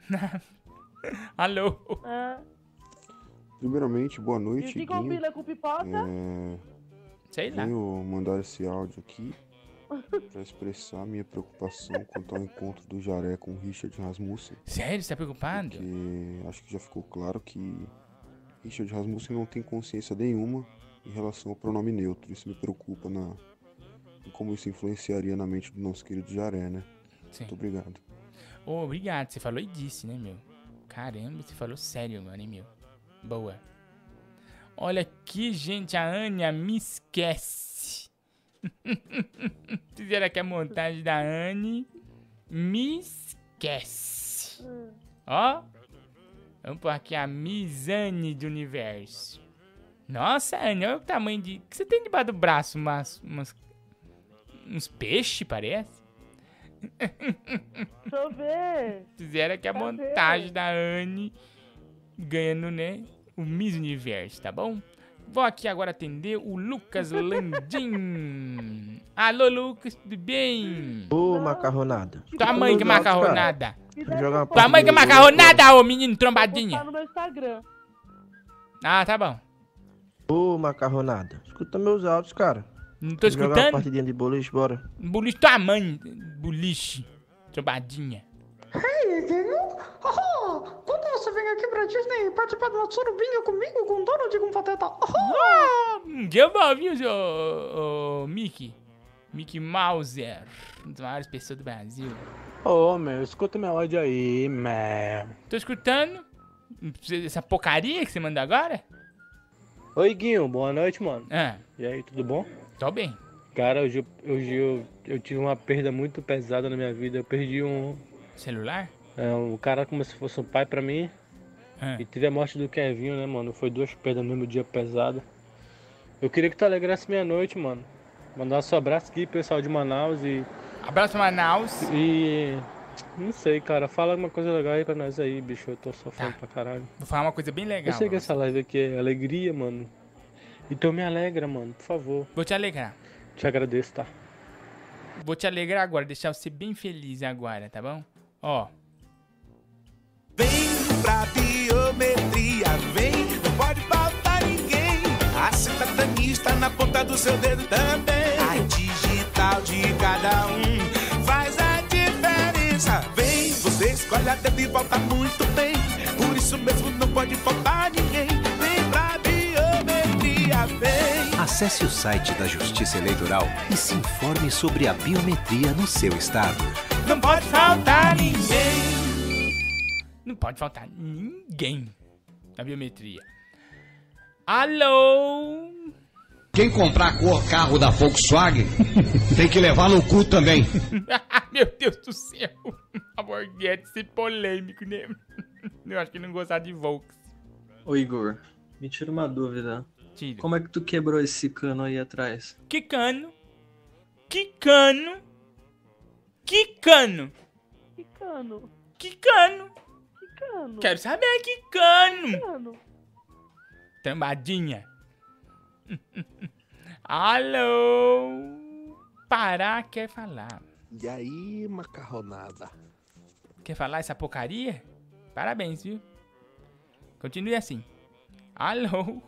Alô? É. Primeiramente, boa E o noite, que Guinho. combina com pipoca? É... Sei lá. Venho mandar esse áudio aqui para expressar minha preocupação quanto ao encontro do Jaré com o Richard Rasmussen. Sério? Você tá preocupado? Porque acho que já ficou claro que Richard Rasmussen não tem consciência nenhuma em relação ao pronome neutro. Isso me preocupa na... em como isso influenciaria na mente do nosso querido Jaré, né? Sim. Muito obrigado. Ô, obrigado. Você falou e disse, né, meu? Caramba, você falou sério, mano, hein, meu? Boa. Olha aqui, gente, a Ania me esquece. Fizeram aqui a montagem da Anne. Me esquece. Ó. Vamos pôr aqui a Mizane do universo. Nossa, Anne, olha o tamanho de... O que você tem debaixo do braço? Umas... umas... Uns peixes, parece? Deixa eu ver. Fizeram aqui a Cadê? montagem da Anne ganhando, né? O Miss Universo, tá bom? Vou aqui agora atender o Lucas Landim. Alô, Lucas, tudo bem? Ô, macarronada. Tua mãe que é macarronada. Deixa eu jogar uma Tua mãe que é partida. macarronada, ô menino Tá trombadinha. no meu Instagram. Ah, tá bom. Ô, macarronada. Escuta meus áudios, cara. Não tô Vamos jogar uma escutando? partidinha de boliche, bora. Boliche tua mãe, boliche. Trombadinha. Ei, Guinho! Oh, quando você vem aqui pra Disney participar de uma surubinha comigo, com Donald e com Pateta? Ah, um dia eu vou, viu, seu ô, ô, Mickey? Mickey Mauser. Um dos maiores pessoas do Brasil. Ô, meu, escuta meu áudio aí, meu. Tô escutando. Essa porcaria que você mandou agora? Oi, Guinho, boa noite, mano. Ah. E aí, tudo bom? Tô bem. Cara, hoje, eu- hoje eu, eu tive uma perda muito pesada na minha vida. Eu perdi um... Celular? É, um cara como se fosse um pai pra mim. Ah. E teve a morte do Kevinho, né, mano? Foi duas perdas no mesmo dia pesada. Eu queria que tu alegrasse minha noite, mano. Mandar um abraço aqui, pessoal de Manaus e... Abraço, Manaus. E... Não sei, cara. Fala alguma coisa legal aí pra nós aí, bicho. Eu tô sofrendo pra caralho. Vou falar uma coisa bem legal. Eu sei que mano. essa live aqui é alegria, mano. Então me alegra, mano, por favor. Vou te alegrar. Te agradeço, tá? Vou te alegrar agora, deixar você bem feliz agora, tá bom? Ó. Vem pra biometria, vem, não pode faltar ninguém. A cidadania está na ponta do seu dedo também. A digital de cada um faz a diferença. Vem, você escolhe a dedo e volta muito bem. Por isso mesmo não pode faltar ninguém. Vem pra biometria, vem. Acesse o site da Justiça Eleitoral e se informe sobre a biometria no seu estado. Não pode faltar ninguém. Não pode faltar ninguém na biometria. Alô? quem comprar cor carro da Volkswagen tem que levar no cu também. Meu Deus do céu. A Borghetti ser polêmico, né? Eu acho que ele não gostava de Volks. Ô Igor, me tira uma dúvida. Tira. Como é que tu quebrou esse cano aí atrás? Que cano? Que cano? Que cano? Que cano? Que cano? Que cano? Quero saber que cano. Que cano? Tambadinha. Alô? Pará quer falar. E aí, macarronada? Quer falar essa porcaria? Parabéns, viu? Continue assim. Alô?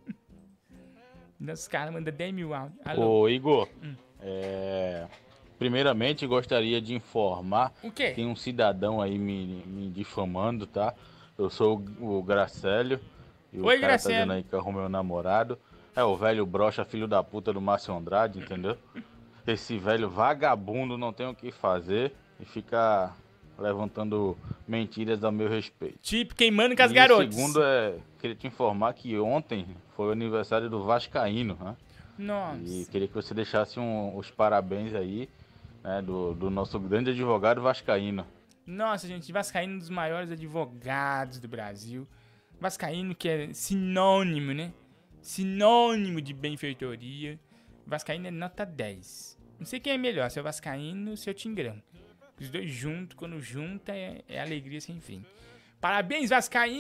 Nossos caras mandam dez mil áudios. Alô? Ô, Igor, Hum. é, primeiramente gostaria de informar O quê? que tem um cidadão aí me, me difamando, tá? Eu sou o, o Gracélio e o Oi, cara Gracélio. tá dizendo aí que arrumou meu namorado. É o velho brocha, filho da puta do Márcio Andrade, entendeu? Esse velho vagabundo não tem o que fazer e fica levantando mentiras a meu respeito. Tipo, queimando com as E garotas. O segundo é, queria te informar que ontem foi o aniversário do Vascaíno, né? Nossa. E queria que você deixasse um- os parabéns aí, né, do, do nosso grande advogado Vascaíno. Nossa, gente, Vascaíno é um dos maiores advogados do Brasil. Vascaíno que é sinônimo, né? Sinônimo de benfeitoria. Vascaíno é nota dez. Não sei quem é melhor, se é o Vascaíno ou se é o Tingrão. Os dois juntos, quando junta, é, é alegria sem fim. Parabéns,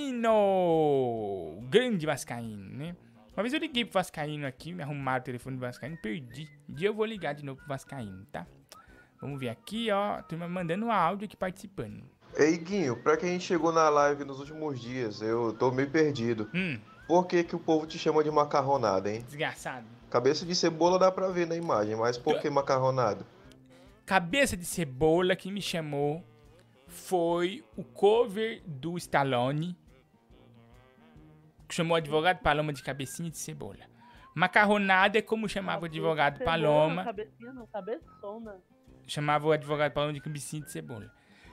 Vascaíno! Grande Vascaíno, né? Uma vez eu liguei pro Vascaíno aqui, me arrumaram o telefone do Vascaíno, perdi. Um dia eu vou ligar de novo pro Vascaíno, tá? Vamos ver aqui, ó. Turma mandando um áudio aqui participando. Ei, Guinho, pra quem chegou na live nos últimos dias, eu tô meio perdido. Hum. Por que que o povo te chama de macarronada, hein? Desgraçado. Cabeça de cebola dá pra ver na imagem, mas por que macarronada? Cabeça de cebola que me chamou foi o cover do Stallone, que chamou o advogado Paloma de cabecinha de cebola. Macarronada é como chamava o advogado Cebola, Paloma. Cabecinha não, cabeçona. Chamava o advogado Paloma de cabecinha de cebola.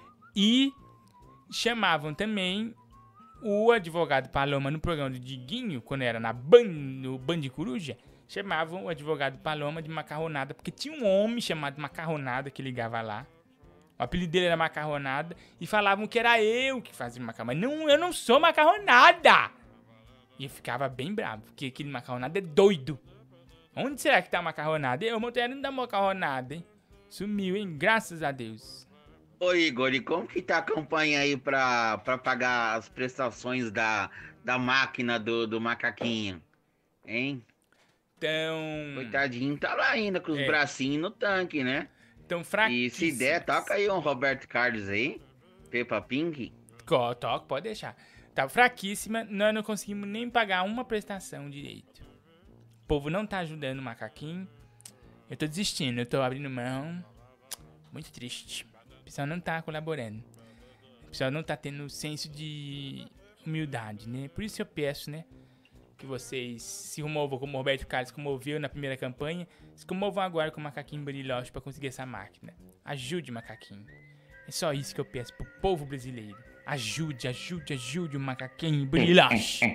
E chamavam também o advogado Paloma no programa do Diguinho, quando era na Band, no Band Coruja, chamavam o advogado Paloma de macarronada, porque tinha um homem chamado Macarronada que ligava lá. O apelido dele era Macarronada e falavam que era eu que fazia macarronada. Mas não, eu não sou macarronada! E eu ficava bem bravo, porque aquele macarronada é doido. Onde será que tá a macarronada? Eu, Monteiro, não dá macarronada, hein? Sumiu, hein? Graças a Deus. Ô Igor, e como que tá a campanha aí pra, pra pagar as prestações da, da máquina do, do macaquinho? Hein? Então... Coitadinho, tá lá ainda com os É. bracinhos no tanque, né? Tão E fraquíssimos. se der, toca aí um Roberto Carlos aí. Peppa Pink. Co- Toca, pode deixar. Tá fraquíssima, nós não conseguimos nem pagar uma prestação direito. O povo não tá ajudando o macaquinho. Eu tô desistindo, eu tô abrindo mão. Muito triste. O pessoal não tá colaborando. O pessoal não tá tendo senso de humildade, né? Por isso eu peço, né? Que vocês se comovam como o Roberto Carlos comoveu na primeira campanha. Se comovam agora com o Macaquinho Bariloche pra conseguir essa máquina. Ajude o Macaquinho. É só isso que eu peço pro povo brasileiro. Ajude, ajude, ajude o Macaquinho Bariloche.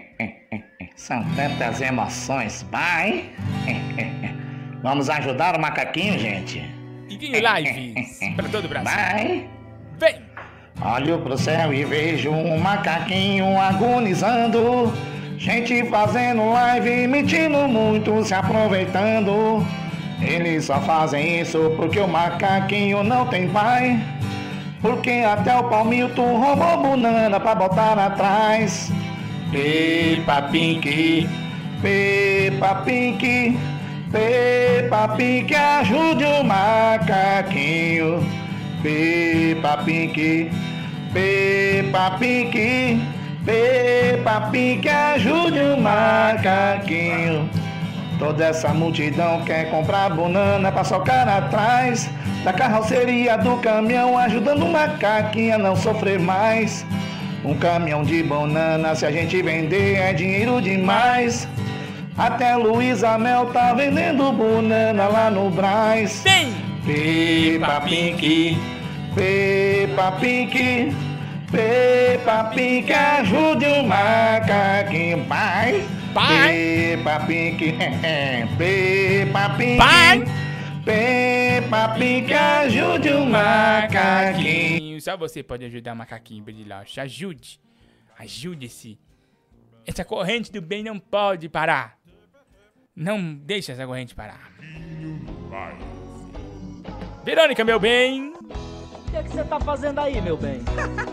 São tantas emoções, vai! Vamos ajudar o macaquinho, gente? Iguinho Lives pra todo o Brasil. Vai! Vem! Olho pro céu e vejo um macaquinho agonizando. Gente fazendo live, mentindo muito, se aproveitando. Eles só fazem isso porque o macaquinho não tem pai. Porque até o Palmilton roubou banana pra botar atrás. Peppa Pink, Peppa Pink, Peppa Pink, ajude o macaquinho. Peppa Pink, Peppa Pink, Peppa Pink, ajude o macaquinho. Toda essa multidão quer comprar banana pra socar atrás da carroceria do caminhão, ajudando o macaquinho a não sofrer mais. Um caminhão de banana, se a gente vender, é dinheiro demais. Até Luísa Mel tá vendendo banana lá no Brás. Peppa Pink, Peppa Pink, Peppa Pink, ajude o macaquinho, vai. Pai! Peppa Pig, Peppa Pig. Pai! Peppa Pig, ajude o macaquinho. Só você pode ajudar o macaquinho Bariloche. Ajude. Ajude-se. Essa corrente do bem não pode parar. Não deixa essa corrente parar. Verônica, meu bem. O que é que você tá fazendo aí, meu bem?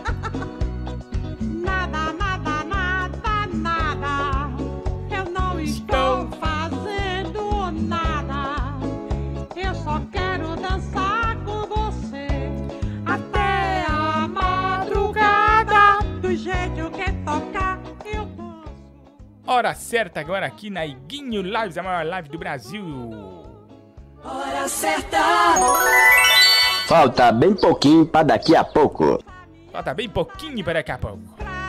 Nada, nada, nada, nada. Eu não estou fazendo nada. Eu só quero dançar com você até a madrugada. Do jeito que tocar, eu danço. Hora certa agora aqui na Iguinho Lives, a maior live do Brasil. Hora certa. Falta bem pouquinho pra daqui a pouco. Falta bem pouquinho para daqui a pouco.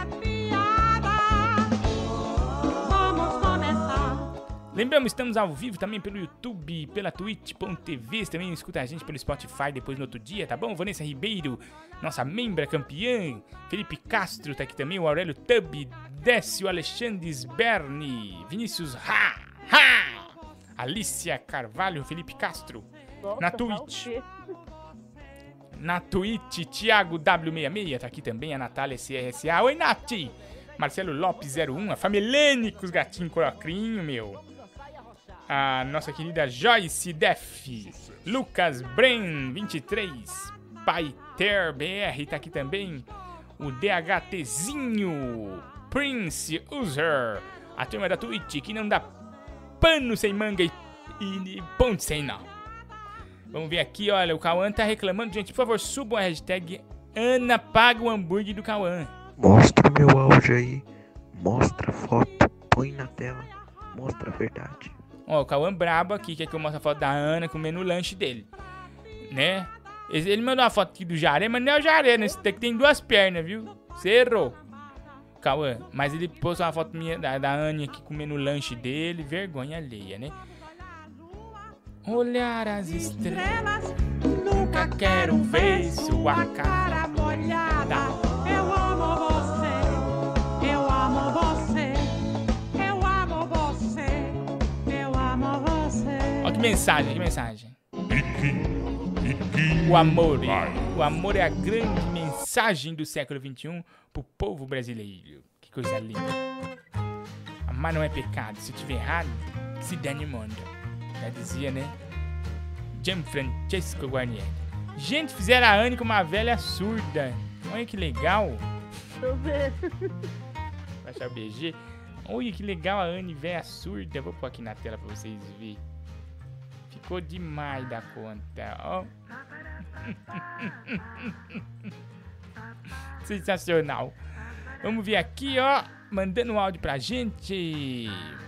Vamos começar. Lembramos, estamos ao vivo também pelo YouTube, pela twitch ponto tv. Você também escuta a gente pelo Spotify depois no outro dia, tá bom? Vanessa Ribeiro, nossa membra campeã. Felipe Castro tá aqui também. O Aurélio Tub, Décio Alexandre Berni, Vinícius Ha, Ha, Alicia Carvalho, Felipe Castro. Nossa, na tá Twitch. o quê? Na Twitch, Thiago W sessenta e seis tá aqui também, a Natália C R S A. Oi, Nath! Marcelo Lopes zero um, a Familene com os gatinhos colocrinho, meu. A nossa querida Joyce Def, Lucas Bren vinte e três, Paiter B R tá aqui também. O DHTzinho, Prince User, a turma da Twitch que não dá pano sem manga e, e, e ponto sem nó. Vamos ver aqui, olha, o Cauã tá reclamando. Gente, por favor, subam a hashtag Ana paga o hambúrguer do Cauã. Mostra o meu áudio aí. Mostra a foto. Põe na tela. Mostra a verdade. Ó, o Cauã brabo aqui, quer que eu mostre a foto da Ana comendo o lanche dele. Né? Ele mandou uma foto aqui do Jaré, mas não é o Jaré, né? Esse daqui tem duas pernas, viu? Você errou, Cauã. Mas ele postou uma foto minha da, da Ana aqui comendo o lanche dele. Vergonha alheia, né? Olhar as estrelas, nunca quero ver sua cara molhada. Eu amo você, eu amo você, eu amo você, eu amo você. Olha que mensagem, que mensagem. O amor, o amor é a grande mensagem do século vinte e um pro povo brasileiro. Que coisa linda. Amar não é pecado, se eu tiver errado, se dane o mundo. Já dizia, né? Gianfrancesco Guarnieri. Gente, fizeram a Anne com uma velha surda. Olha que legal. Deixa eu ver. Vai achar o B G. Olha que legal a Anne velha surda. Vou pôr aqui na tela pra vocês verem. Ficou demais da conta, ó. Sensacional. Vamos ver aqui, ó. Mandando um áudio pra gente.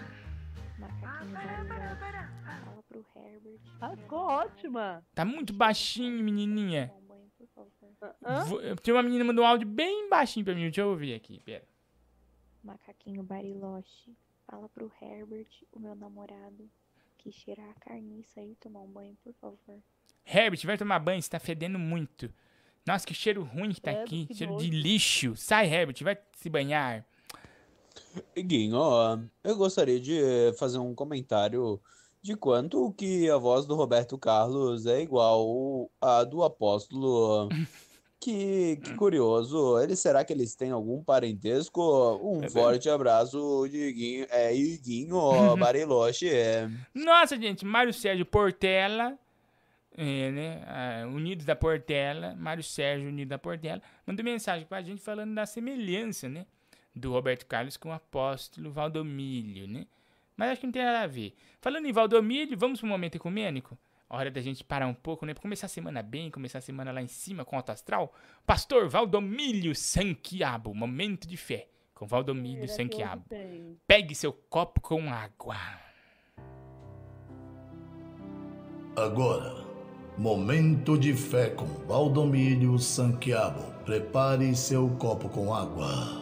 Ah, ficou ótima. Tá muito baixinho, menininha. Hã? Vou- Tinha uma menina que mandou um áudio bem baixinho pra mim. Deixa eu ouvir aqui, pera. Macaquinho Bariloche, fala pro Herbert, o meu namorado, que cheirar a carniça aí, tomar um banho, por favor. Herbert, vai tomar banho, você tá fedendo muito. Nossa, que cheiro ruim que tá Credo, aqui. que Cheiro nojo. de lixo. Sai, Herbert, vai se banhar. Guinho, ó, eu gostaria de fazer um comentário de quanto que a voz do Roberto Carlos é igual à do apóstolo. Que, que curioso. Ele, será que eles têm algum parentesco? Um forte abraço de Guinho, é, Guinho Bariloche. É. Nossa, gente, Mário Sérgio Portela, é, né? ah, Unidos da Portela, Mário Sérgio Unidos da Portela, mandou mensagem pra gente falando da semelhança, né? Do Roberto Carlos com o apóstolo Valdomílio, né? Mas acho que não tem nada a ver. Falando em Valdomílio, vamos pro momento ecumênico? Hora da gente parar um pouco, né? Pra começar a semana bem, começar a semana lá em cima com alto astral. Pastor Valdomílio Sanquiabo, momento de fé com Valdomílio Sanquiabo. Pegue seu copo com água. Agora, momento de fé com Valdomílio Sanquiabo. Prepare seu copo com água.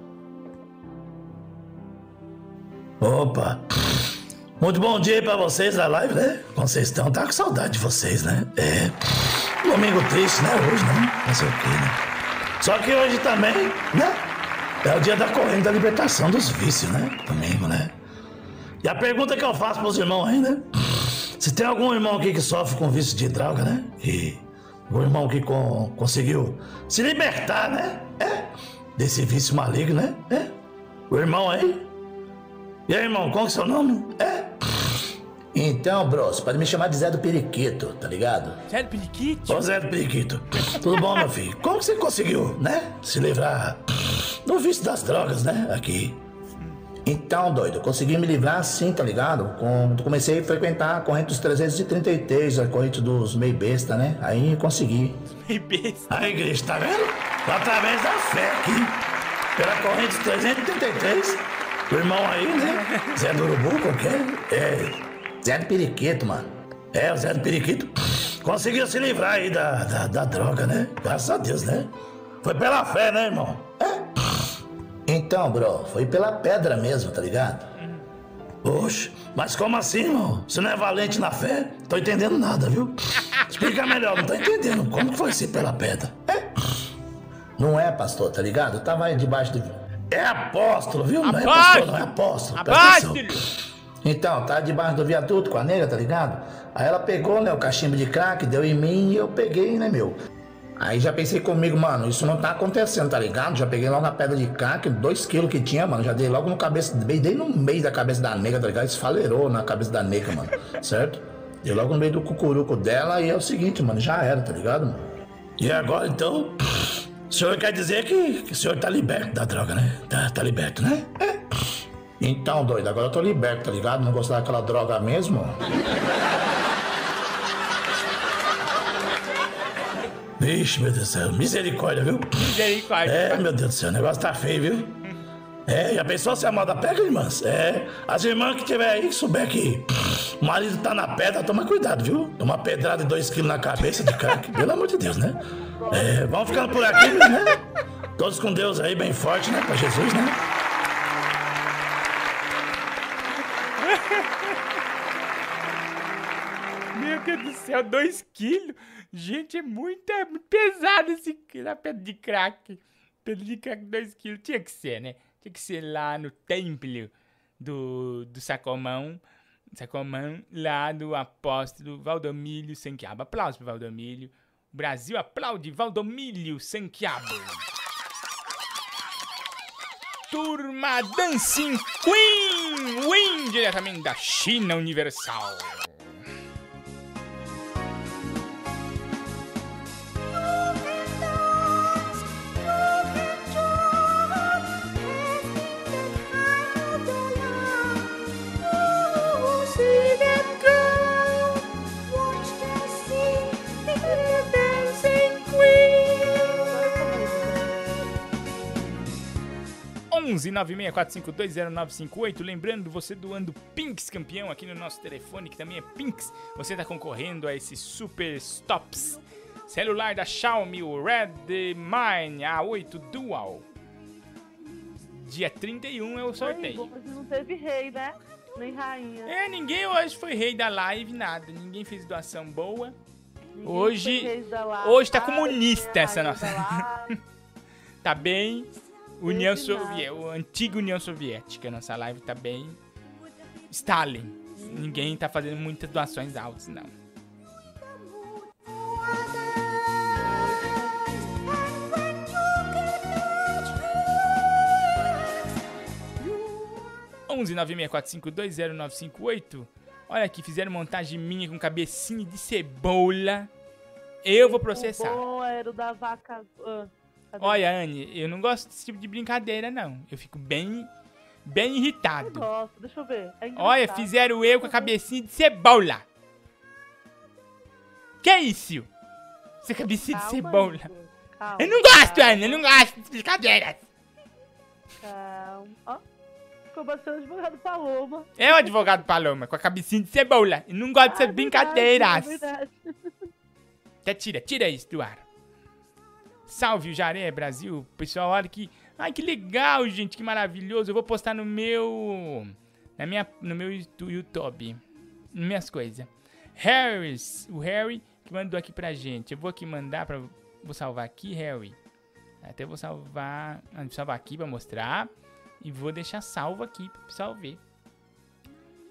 Opa! Muito bom dia aí pra vocês da live, né? Como vocês estão, tá com saudade de vocês, né? É. Domingo triste, né? Hoje, né? Fazer o quê, né? Só que hoje também, né? É o dia da corrente da libertação dos vícios, né? Domingo, né? E a pergunta que eu faço pros irmãos aí, né? Se tem algum irmão aqui que sofre com vício de droga, né? E o irmão que con- conseguiu se libertar, né? É, desse vício maligno, né? É. O irmão aí. E aí, irmão, qual que é o seu nome? É. Então, bros, pode me chamar de Zé do Periquito, tá ligado? Zé do Periquito? Ô, Zé do Periquito. Tudo bom, meu filho? Como que você conseguiu, né? Se livrar do vício das drogas, né? Aqui. Então, doido, eu consegui me livrar assim, tá ligado? Quando comecei a frequentar a corrente dos trezentos e trinta e três, a corrente dos meio besta, né? Aí eu consegui. Meio besta. Aí, igreja, tá vendo? Através da fé aqui. Pela corrente dos trezentos e trinta e três. O irmão aí, né? Zé do Urubu, qualquer. É. Zé do Periquito, mano. É, o Zé do Periquito conseguiu se livrar aí da, da, da droga, né? Graças a Deus, né? Foi pela fé, né, irmão? É. Então, bro, foi pela pedra mesmo, tá ligado? Oxe, mas como assim, irmão? Você não é valente na fé? Tô entendendo nada, viu? Explica melhor, não tô entendendo. Como que foi ser pela pedra? É. Não é, pastor, tá ligado? Eu tava aí debaixo do... É apóstolo, viu? Não é pastor, não é apóstolo. Apóstolo! Então, tá debaixo do viaduto com a nega, tá ligado? Aí ela pegou, né, o cachimbo de crack, deu em mim e eu peguei, né, meu? Aí já pensei comigo, mano, isso não tá acontecendo, tá ligado? Já peguei logo na pedra de crack, dois quilos que tinha, mano, já dei logo no cabeça, dei no meio da cabeça da nega, tá ligado? Esfalerou na cabeça da nega, mano, certo? Dei logo no meio do cucuruco dela e é o seguinte, mano, já era, tá ligado, mano? E agora, então, o senhor quer dizer que, que o senhor tá liberto da droga, né? Tá, tá liberto, né? É. Então, doido, agora eu tô liberto, tá ligado? Não gostar daquela droga mesmo? Vixe, meu Deus do céu, misericórdia, viu? Misericórdia. É, meu Deus do céu, o negócio tá feio, viu? É, já pensou se a moda pega, irmãs? É, as irmãs que tiver aí, que souber que o marido tá na pedra, toma cuidado, viu? Toma uma pedrada de dois quilos na cabeça de crack, pelo amor de Deus, né? É, vamos ficando por aqui, né? Todos com Deus aí, bem forte, né? Pra Jesus, né? Meu Deus do céu, dois quilos? Gente, é muito, é muito pesado esse a pedra de crack. Pedra de crack, dois quilos. Tinha que ser, né? Tinha que ser lá no templo do, do Sacomão. Sacomão, lá do apóstolo Valdomílio Sanquiabo. Aplausos pro Valdomílio. O Brasil aplaude Valdomílio Sanquiabo. Turma Dancing Queen! Win, diretamente da China Universal. onze nove seis quatro cinco dois zero nove cinco oito. Lembrando, você doando Pinks campeão aqui no nosso telefone, que também é Pinks, você está concorrendo a esses Super Stops. Celular da Xiaomi, o Redmi A oito Dual. Dia trinta e um é o sorteio. Hoje não teve rei, né? Nem rainha. É, ninguém hoje foi rei da live, nada. Ninguém fez doação boa. Ninguém Hoje, foi rei da live. hoje tá Ai, comunista essa rainha nossa. da live. Tá bem. União Teve nada. Soviética, o antigo União Soviética, nossa live tá bem Stalin. Ninguém tá fazendo muitas doações altas, não. onze nove seis quatro cinco dois zero nove cinco oito. Olha aqui, fizeram montagem minha com cabecinha de cebola. Eu vou processar. O bom era o da vaca... ah, cadê? Olha, Anne, eu não gosto desse tipo de brincadeira, não. Eu fico bem, bem Eu irritado. gosto, deixa eu ver. É Olha, engraçado. fizeram eu com a cabecinha de cebola. Que isso? Essa cabecinha de Calma, cebola. Igor, calma, Eu não gosto, calma. Anne, eu não gosto de brincadeiras. Calma. Ó, ficou bastante advogado Paloma. É o advogado Paloma, com a cabecinha de cebola. Eu não gosto dessas Ah, brincadeiras. verdade, é verdade. Até tira, tira isso do ar. Salve o Jaré, Brasil. Pessoal, olha que... Ai, que legal, gente, que maravilhoso. Eu vou postar no meu... Na minha, no meu YouTube. Nas minhas coisas. Harris, o Harry que mandou aqui pra gente. Eu vou aqui mandar pra... Vou salvar aqui, Harry. Até vou salvar... Vou salvar aqui pra mostrar. E vou deixar salvo aqui pro pessoal ver.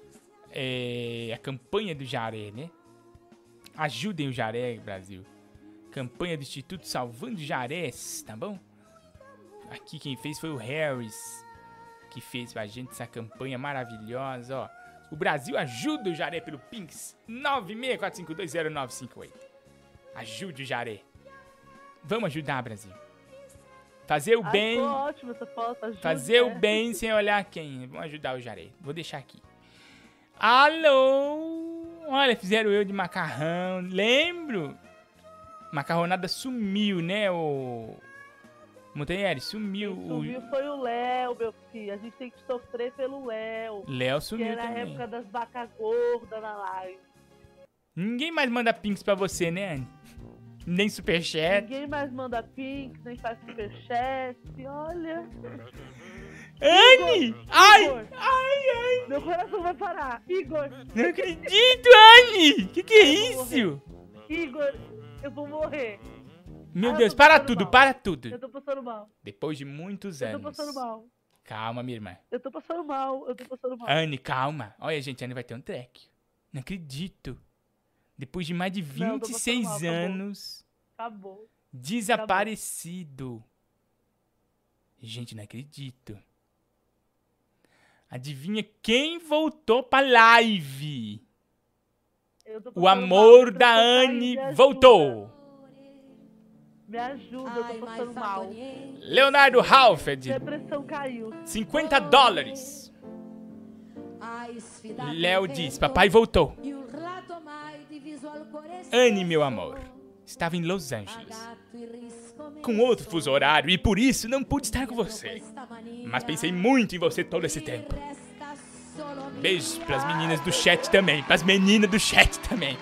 é, a campanha do Jaré, né? Ajudem o Jaré, Brasil. Campanha do Instituto Salvando Jarés, tá bom? Aqui quem fez foi o Harris, que fez pra gente essa campanha maravilhosa, ó. O Brasil ajuda o Jaré pelo Pix nove seis quatro cinco dois zero nove cinco oito. Ajude o Jaré. Vamos ajudar, Brasil. Fazer o Ai, bem. ficou ótimo essa foto, ajuda, Fazer o né? bem sem olhar quem. Vamos ajudar o Jaré. Vou deixar aqui. Alô? Olha, fizeram eu de macarrão. Lembro? Macarronada sumiu, né, o Montanheri? Sumiu. Quem sumiu o... foi o Léo, meu filho. A gente tem que sofrer pelo Léo. Léo sumiu que era também. a época das vacas gordas na live. Ninguém mais manda pinks pra você, né, Anne? Nem superchat. Ninguém mais manda pix, nem faz superchat. Olha. Anne! Igor, Ai! Igor, Ai, ai! Meu coração vai parar. Igor! Não acredito, Anne! Que que é isso? Igor, eu vou morrer. Meu Ah, Deus, eu tô para passando tudo, mal. para tudo. Eu tô passando mal. Depois de muitos Eu tô anos. passando mal. Calma, minha irmã. Eu tô passando mal. Eu tô passando mal. Anne, calma. Olha, gente, a Anne vai ter um track. Não acredito. Depois de mais de Não, eu tô vinte e passando seis mal, acabou. anos. Acabou. Desaparecido. Gente, não acredito. Adivinha quem voltou pra live? Eu tô O passando amor mal, da eu tô caindo, Anne me ajuda. voltou. Me ajuda, eu tô passando mal. Leonardo Halford, Depressão caiu. cinquenta dólares. Léo diz, papai voltou. Anne, meu amor, estava em Los Angeles, com outro fuso horário, e por isso não pude estar com você. Mas pensei muito em você todo esse tempo. Beijos pras meninas do chat também, pras meninas do chat também.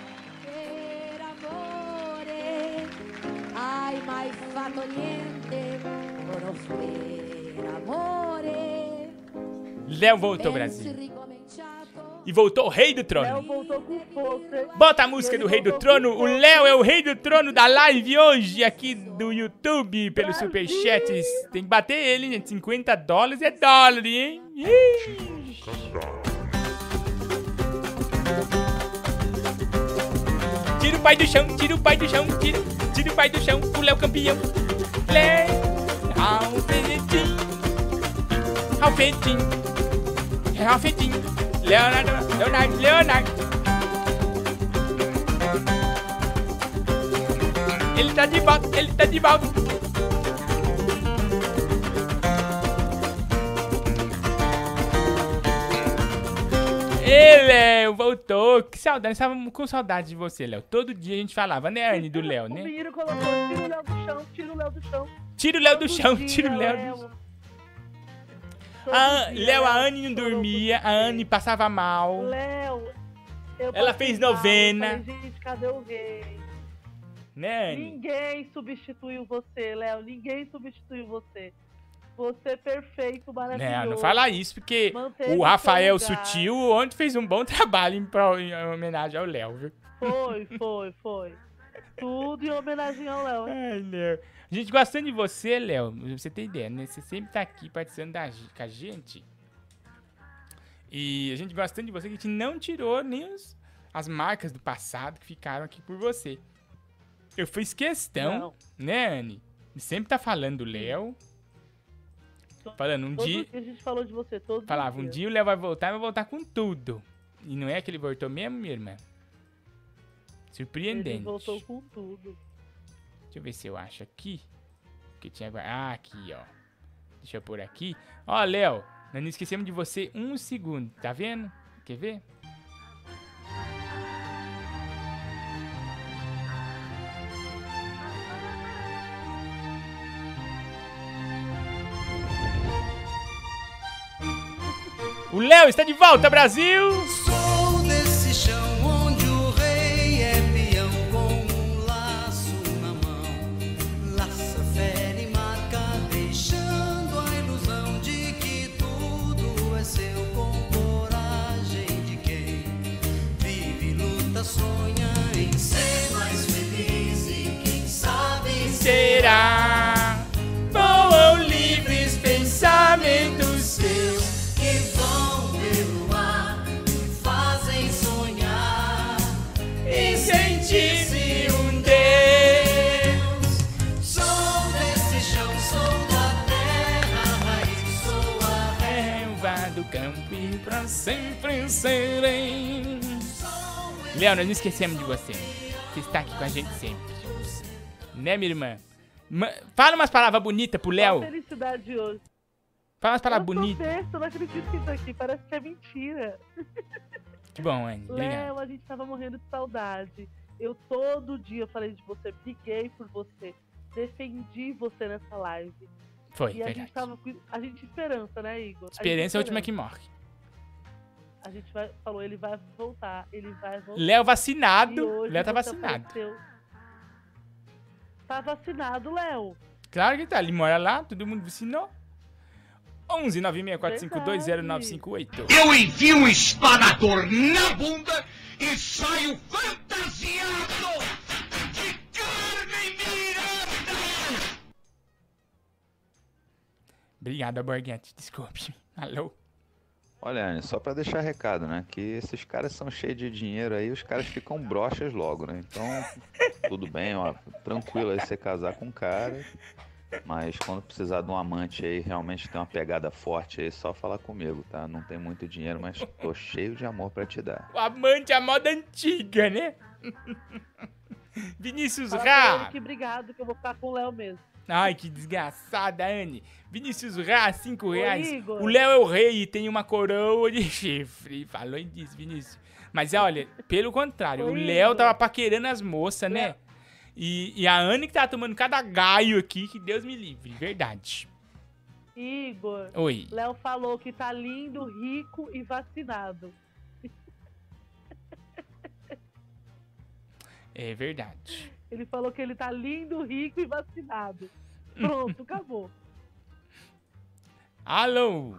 Hai mai fatto niente, per amore. Léo voltou, Brasil. E voltou o Rei do Léo Trono. voltou com força. Bota a música do Rei do Trono. O Léo é o Rei do Trono da live hoje aqui do YouTube pelo Superchat. Tem que bater ele, gente. cinquenta dólares é dólar, hein? Ih. Tira o pai do chão, tira o pai do chão, tira, tira o pai do chão. O Léo campeão. Léo, Alfredinho, Alfredinho, Alfredinho. Leonardo, Leonardo, Leonardo. Ele tá de volta, ele tá de volta. Ei, Léo, voltou. Que saudade, estava com saudade de você, Léo. Todo dia a gente falava, né, Anne, do Léo, O né? menino colocou, tira o Léo do chão, tira o Léo do chão. Tira o Léo do Todo chão, dia, tira o Léo do Léo. chão. Todo A dia, Léo, a Léo. Anne não dormia, a Anne passava mal. Léo, eu Ela passei fez mal, eu novena. falei, gente, cadê o rei? Né, Anne? Ninguém substituiu você, Léo. Ninguém substituiu você. Você é perfeito, maravilhoso. Não, não fala isso, porque Manteve o Rafael seu lugar. Sutil ontem fez um bom trabalho em, pro- em homenagem ao Léo, viu? Foi, foi, foi. Tudo em homenagem ao Léo. Ai, Léo. A gente gostando de você, Léo, pra você ter ideia, né? Você sempre tá aqui participando da, com a gente. E a gente gostando de você, que a gente não tirou nem os, as marcas do passado que ficaram aqui por você. Eu fiz questão, Não. né, Anne? De sempre tá falando do Léo. Falando, um Todo dia... dia a gente falou de você, todo Falava, um dia o Léo vai voltar, vai voltar com tudo. E não é que ele voltou mesmo, minha irmã? Surpreendente. Ele voltou com tudo. Deixa eu ver se eu acho aqui. Que tinha... Ah, aqui, ó. Deixa eu pôr aqui. Ó, Léo, nós não esquecemos de você um segundo, tá vendo? Quer ver? O Léo está de volta, Brasil! Sou desse chão onde o rei é peão com um laço na mão. Laça, fere e marca, deixando a ilusão de que tudo é seu, com coragem de quem vive, luta, sonha em ser mais feliz e quem sabe Será voam livres pensamentos seus. que vão pelo ar, pra sempre serei. Léo, nós não esquecemos de você. Você está aqui com a gente sempre. Né, minha irmã? Ma- Fala umas palavras bonitas pro Léo. Qual a felicidade de hoje. Fala umas palavras Eu tô bonitas. besta, eu não acredito que isso aqui parece que é mentira. Que bom, Anne. Obrigado. Léo, a gente tava morrendo de saudade. Eu todo dia falei de você, briguei por você, defendi você nessa live. Foi, e a verdade. gente tava com a gente esperança, né, Igor? A Experiência é a gente última que morre. A gente vai, falou, ele vai voltar, ele vai voltar. Léo vacinado. E hoje Léo tá você vacinado. apareceu. Tá vacinado, Léo. Claro que tá. Ele mora lá, todo mundo vacinou. onze nove seis quatro cinco dois zero nove cinco oito. Eu enfio um espadador na bunda e saio fantasiado de Carmen Miranda! Obrigado, Borghetti. Desculpe. Alô? Olha, Anne, só pra deixar recado, né? Que esses caras são cheios de dinheiro aí, os caras ficam broxas logo, né? Então, tudo bem, ó, tranquilo aí você casar com um cara, mas quando precisar de um amante aí, realmente tem uma pegada forte aí, só falar comigo, tá? Não tem muito dinheiro, mas tô cheio de amor pra te dar. O amante, a moda antiga, né? Vinícius Fala pra Rá. ele que obrigado, que eu vou ficar com o Léo mesmo. Ai, que desgraçada, Anne. Vinícius Rá, cinco Ô, reais. Igor. O Léo é o rei e tem uma coroa de chifre. Falou disso, Vinícius. Mas olha, pelo contrário, Ô, o Léo Igor. tava paquerando as moças, né? E, e a Anne que tava tomando cada gaio aqui, que Deus me livre. Verdade. Igor. Oi. Léo falou que tá lindo, rico e vacinado. É verdade. Ele falou que ele tá lindo, rico e vacinado. Pronto, acabou. Alô?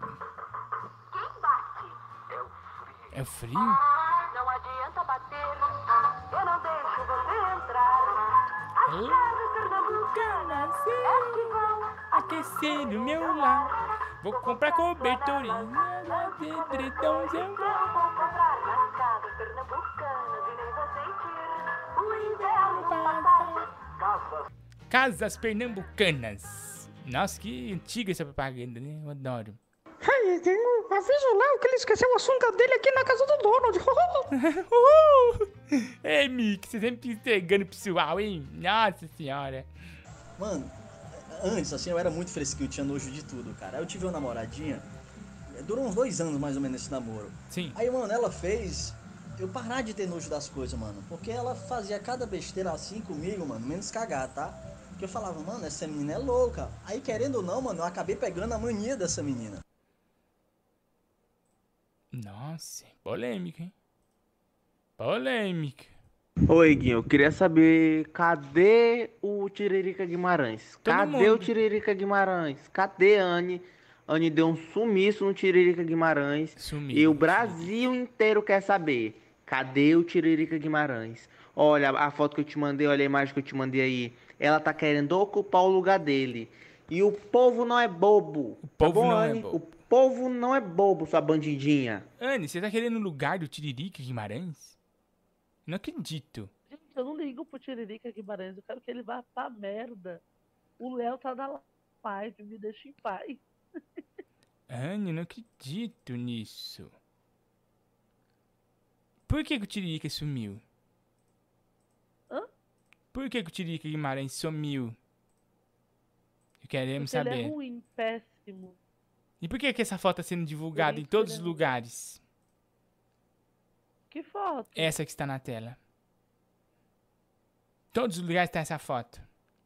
É o frio? Não adianta bater, eu não deixo você entrar. As Hã? casas pernambucanas é que vão Aquecer o meu lar. Vou comprar cobertorinha de edredons. Eu Eu vou comprar nas casas pernambucanas e nem vou sentir o inverno passar. Casas Pernambucanas. Nossa, que antiga essa propaganda, né? Eu adoro. Ai, tem um aviso lá que ele esqueceu a sunga dele aqui na casa do Donald. Uhul! Ei, Mick, você sempre entregando pro pessoal, hein? Nossa senhora. Mano, antes, assim, eu era muito fresquinho, tinha nojo de tudo, cara. Aí eu tive uma namoradinha, durou uns dois anos mais ou menos esse namoro. Sim. Aí, mano, ela fez eu parar de ter nojo das coisas, mano. Porque ela fazia cada besteira assim comigo, mano, menos cagar, tá? Porque eu falava, mano, essa menina é louca. Aí, querendo ou não, mano, eu acabei pegando a mania dessa menina. Nossa, polêmica, hein? Polêmica. Oi, Guinho, eu queria saber, cadê o Tiririca Guimarães? Todo Cadê mundo. o Tiririca Guimarães? Cadê a Anne? Anne deu um sumiço no Tiririca Guimarães. Sumiu, E o Brasil inteiro quer saber, cadê o Tiririca Guimarães? Olha, a foto que eu te mandei, olha a imagem que eu te mandei aí. Ela tá querendo ocupar o lugar dele. E o povo não é bobo. O povo tá bom, não é Anne? bobo. O povo não é bobo, sua bandidinha. Anne, você tá querendo o lugar do Tiririca Guimarães? Não acredito. Gente, eu não ligo pro Tiririca Guimarães, eu quero que ele vá pra merda. O Léo tá na live, me deixa em paz. Anne, não acredito nisso. Por que, que o Tiririca sumiu? Hã? Por que, que o Tiririca Guimarães sumiu? Queremos Porque saber. ele é ruim, péssimo. E por que, que essa foto tá sendo divulgada em todos os lugares? Que foto? Essa que está na tela. Todos os lugares tem essa foto.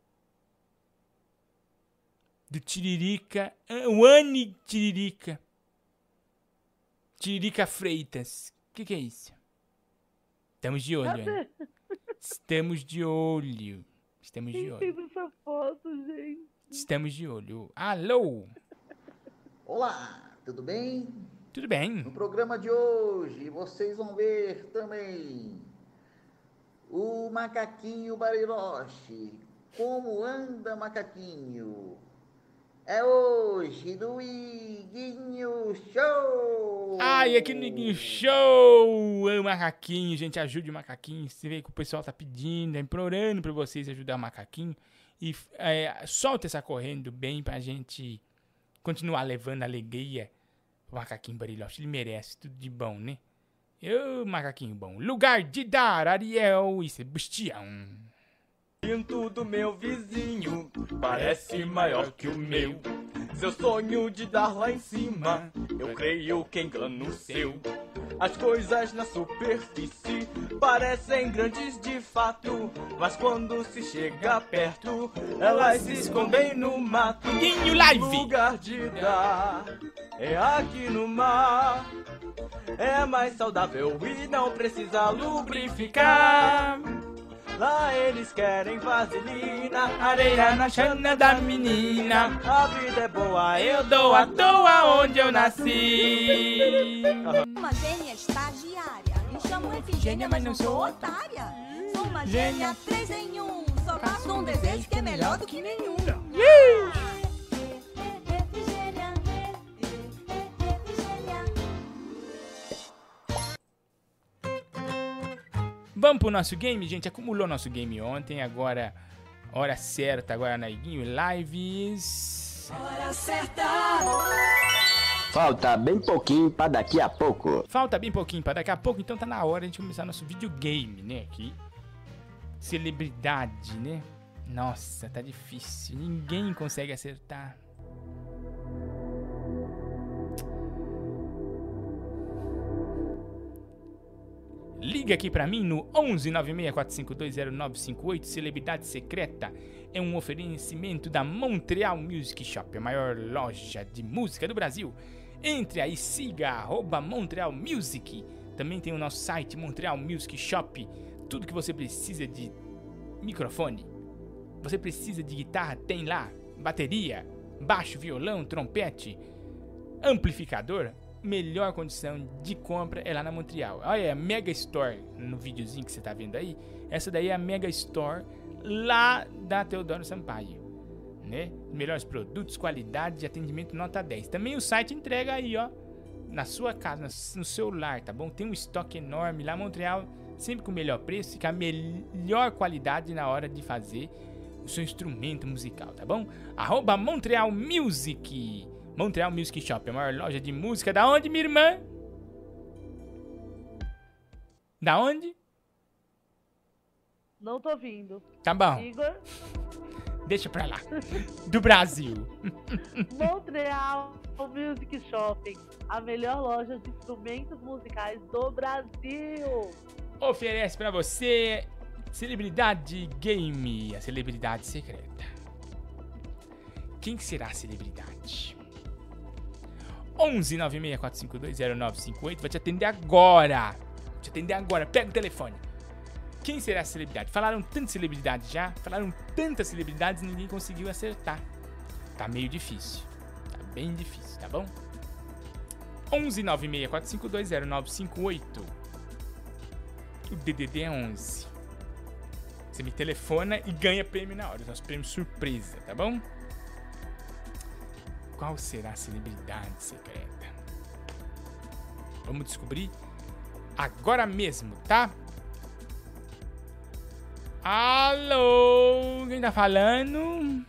Do Tiririca. O Anne Tiririca. Tiririca Freitas. O que, que é isso? Estamos de olho, Cadê? Anne. Estamos de olho. Estamos de Quem olho. fez essa foto, gente? Estamos de olho. Alô? Olá, tudo bem? Tudo bem. No programa de hoje, vocês vão ver também o Macaquinho Bariloche. Como anda, Macaquinho? É hoje no Iguinho Show! Ai, aqui no Iguinho Show! O Macaquinho, gente, ajude o Macaquinho. Você vê que o pessoal tá pedindo, tá implorando pra vocês ajudar o Macaquinho. E é, solta essa correndo bem pra gente continuar levando alegria O macaquinho Bariloche, ele merece tudo de bom, né? Ô, macaquinho bom. Lugar de dar, Ariel e Sebastião. Pinto do meu vizinho parece maior que o meu. Seu sonho de dar lá em cima, eu creio que engano o seu. As coisas na superfície parecem grandes de fato, mas quando se chega perto, elas se escondem no mato. Guinho Live! O lugar de dar é aqui no mar. É mais saudável e não precisa lubrificar. Lá eles querem vaselina, areia na chana da menina. A vida é boa, eu Eu dou à toa onde eu nasci. Uma gênia estagiária. Me chamo Efigênia, mas não sou otária. Sou uma gênia três em um. Só faço um desejo que é melhor do que nenhum. Vamos pro nosso game, gente. Acumulou nosso game ontem. Agora, hora certa. Agora na Iguinho Lives. Hora certa. Falta bem pouquinho pra daqui a pouco. Falta bem pouquinho pra daqui a pouco. Então tá na hora de a gente começar nosso videogame, né? Aqui. Celebridade, né? Nossa, tá difícil. Ninguém consegue acertar. Liga aqui pra mim no onze nove seis quatro cinco dois zero nove cinco oito. Celebridade Secreta é um oferecimento da Montreal Music Shop, a maior loja de música do Brasil. Entre aí, siga arroba Montreal Music. Também tem o nosso site Montreal Music Shop. Tudo que você precisa de microfone, você precisa de guitarra, tem lá. Bateria, baixo, violão, trompete, amplificador. Melhor condição de compra é lá na Montreal. Olha, a Mega Store no videozinho que você tá vendo aí. Essa daí é a Mega Store lá da Teodoro Sampaio, né? Melhores produtos, qualidade de atendimento nota dez. Também o site entrega aí, ó, na sua casa, no celular, tá bom? Tem um estoque enorme lá. Montreal, sempre com o melhor preço e com a melhor qualidade na hora de fazer o seu instrumento musical, tá bom? Arroba Montreal Music. Montreal Music Shop, a maior loja de música. Da onde, minha irmã? Da onde? Não tô vindo. Tá bom. Igor? Deixa pra lá. Do Brasil. Montreal Music Shopping, a melhor loja de instrumentos musicais do Brasil. Oferece pra você Celebridade Game, a celebridade secreta. Quem será a celebridade? onze nove seis quatro cinco dois zero nove cinco oito. Vai te atender agora. Vai te atender agora. Pega o telefone. Quem será a celebridade? Falaram tantas celebridades já. Falaram tantas celebridades e ninguém conseguiu acertar. Tá meio difícil. Tá bem difícil, tá bom? onze nove seis quatro cinco dois zero nove cinco oito. O D D D é onze. Você me telefona e ganha prêmio na hora. Nosso prêmio surpresa, tá bom? Qual será a celebridade secreta? Vamos descobrir agora mesmo, tá? Alô? Quem tá falando?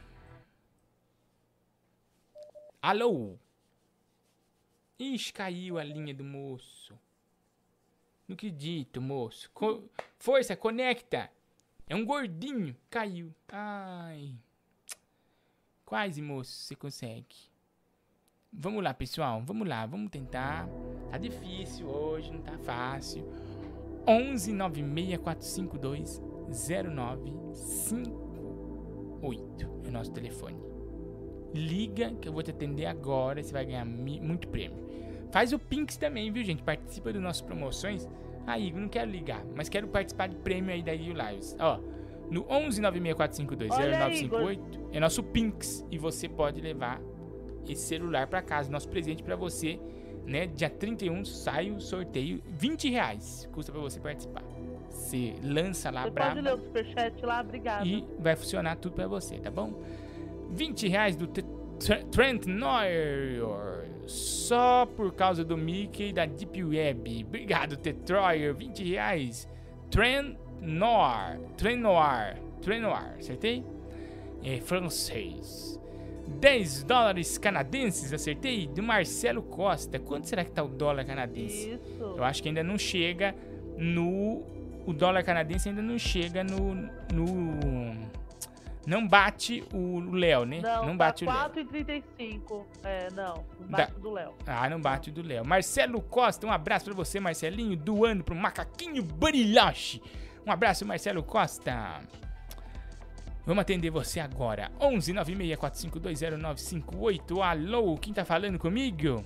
Alô? Ixi, caiu a linha do moço. Não acredito, moço. Co- Força, conecta. É um gordinho. Caiu. Ai. Quase, moço, você consegue. Vamos lá, pessoal. Vamos lá, vamos tentar. Tá difícil hoje, não tá fácil. onze nove seis quatro cinco dois zero nove cinco oito é o nosso telefone. Liga que eu vou te atender agora. Você vai ganhar mi- muito prêmio. Faz o Pinks também, viu, gente? Participa das nossas promoções. Ah, Igor, não quero ligar, mas quero participar de prêmio aí da Rio Lives. Ó, no onze nove seis quatro cinco dois zero nove cinco oito é nosso Pinks e você pode levar esse celular pra casa. Nosso presente pra você, né? Dia trinta e um sai o sorteio. vinte reais custa pra você participar. Você lança lá, Você braba, pode ler o superchat lá, obrigado. e vai funcionar tudo pra você, tá bom? vinte reais do T- Tr- Trent Noir. Só por causa do Mickey da Deep Web. Obrigado, Tetroyer. vinte reais. Trent Noir. Trent Noir. Trent Noir, acertei? É francês. dez dólares canadenses, acertei, do Marcelo Costa. Quanto será que tá o dólar canadense? Isso. Eu acho que ainda não chega no... O dólar canadense ainda não chega no... no não bate o Léo, né? Não, não tá bate o Léo. quatro e trinta e cinco. É, não. Não Da- bate do Léo. Ah, não bate o do Léo. Marcelo Costa, um abraço pra você, Marcelinho, doando pro Macaquinho Bariloche. Um abraço, Marcelo Costa. Vamos atender você agora. onze nove seis quatro cinco dois zero nove cinco oito. Alô, quem tá falando comigo?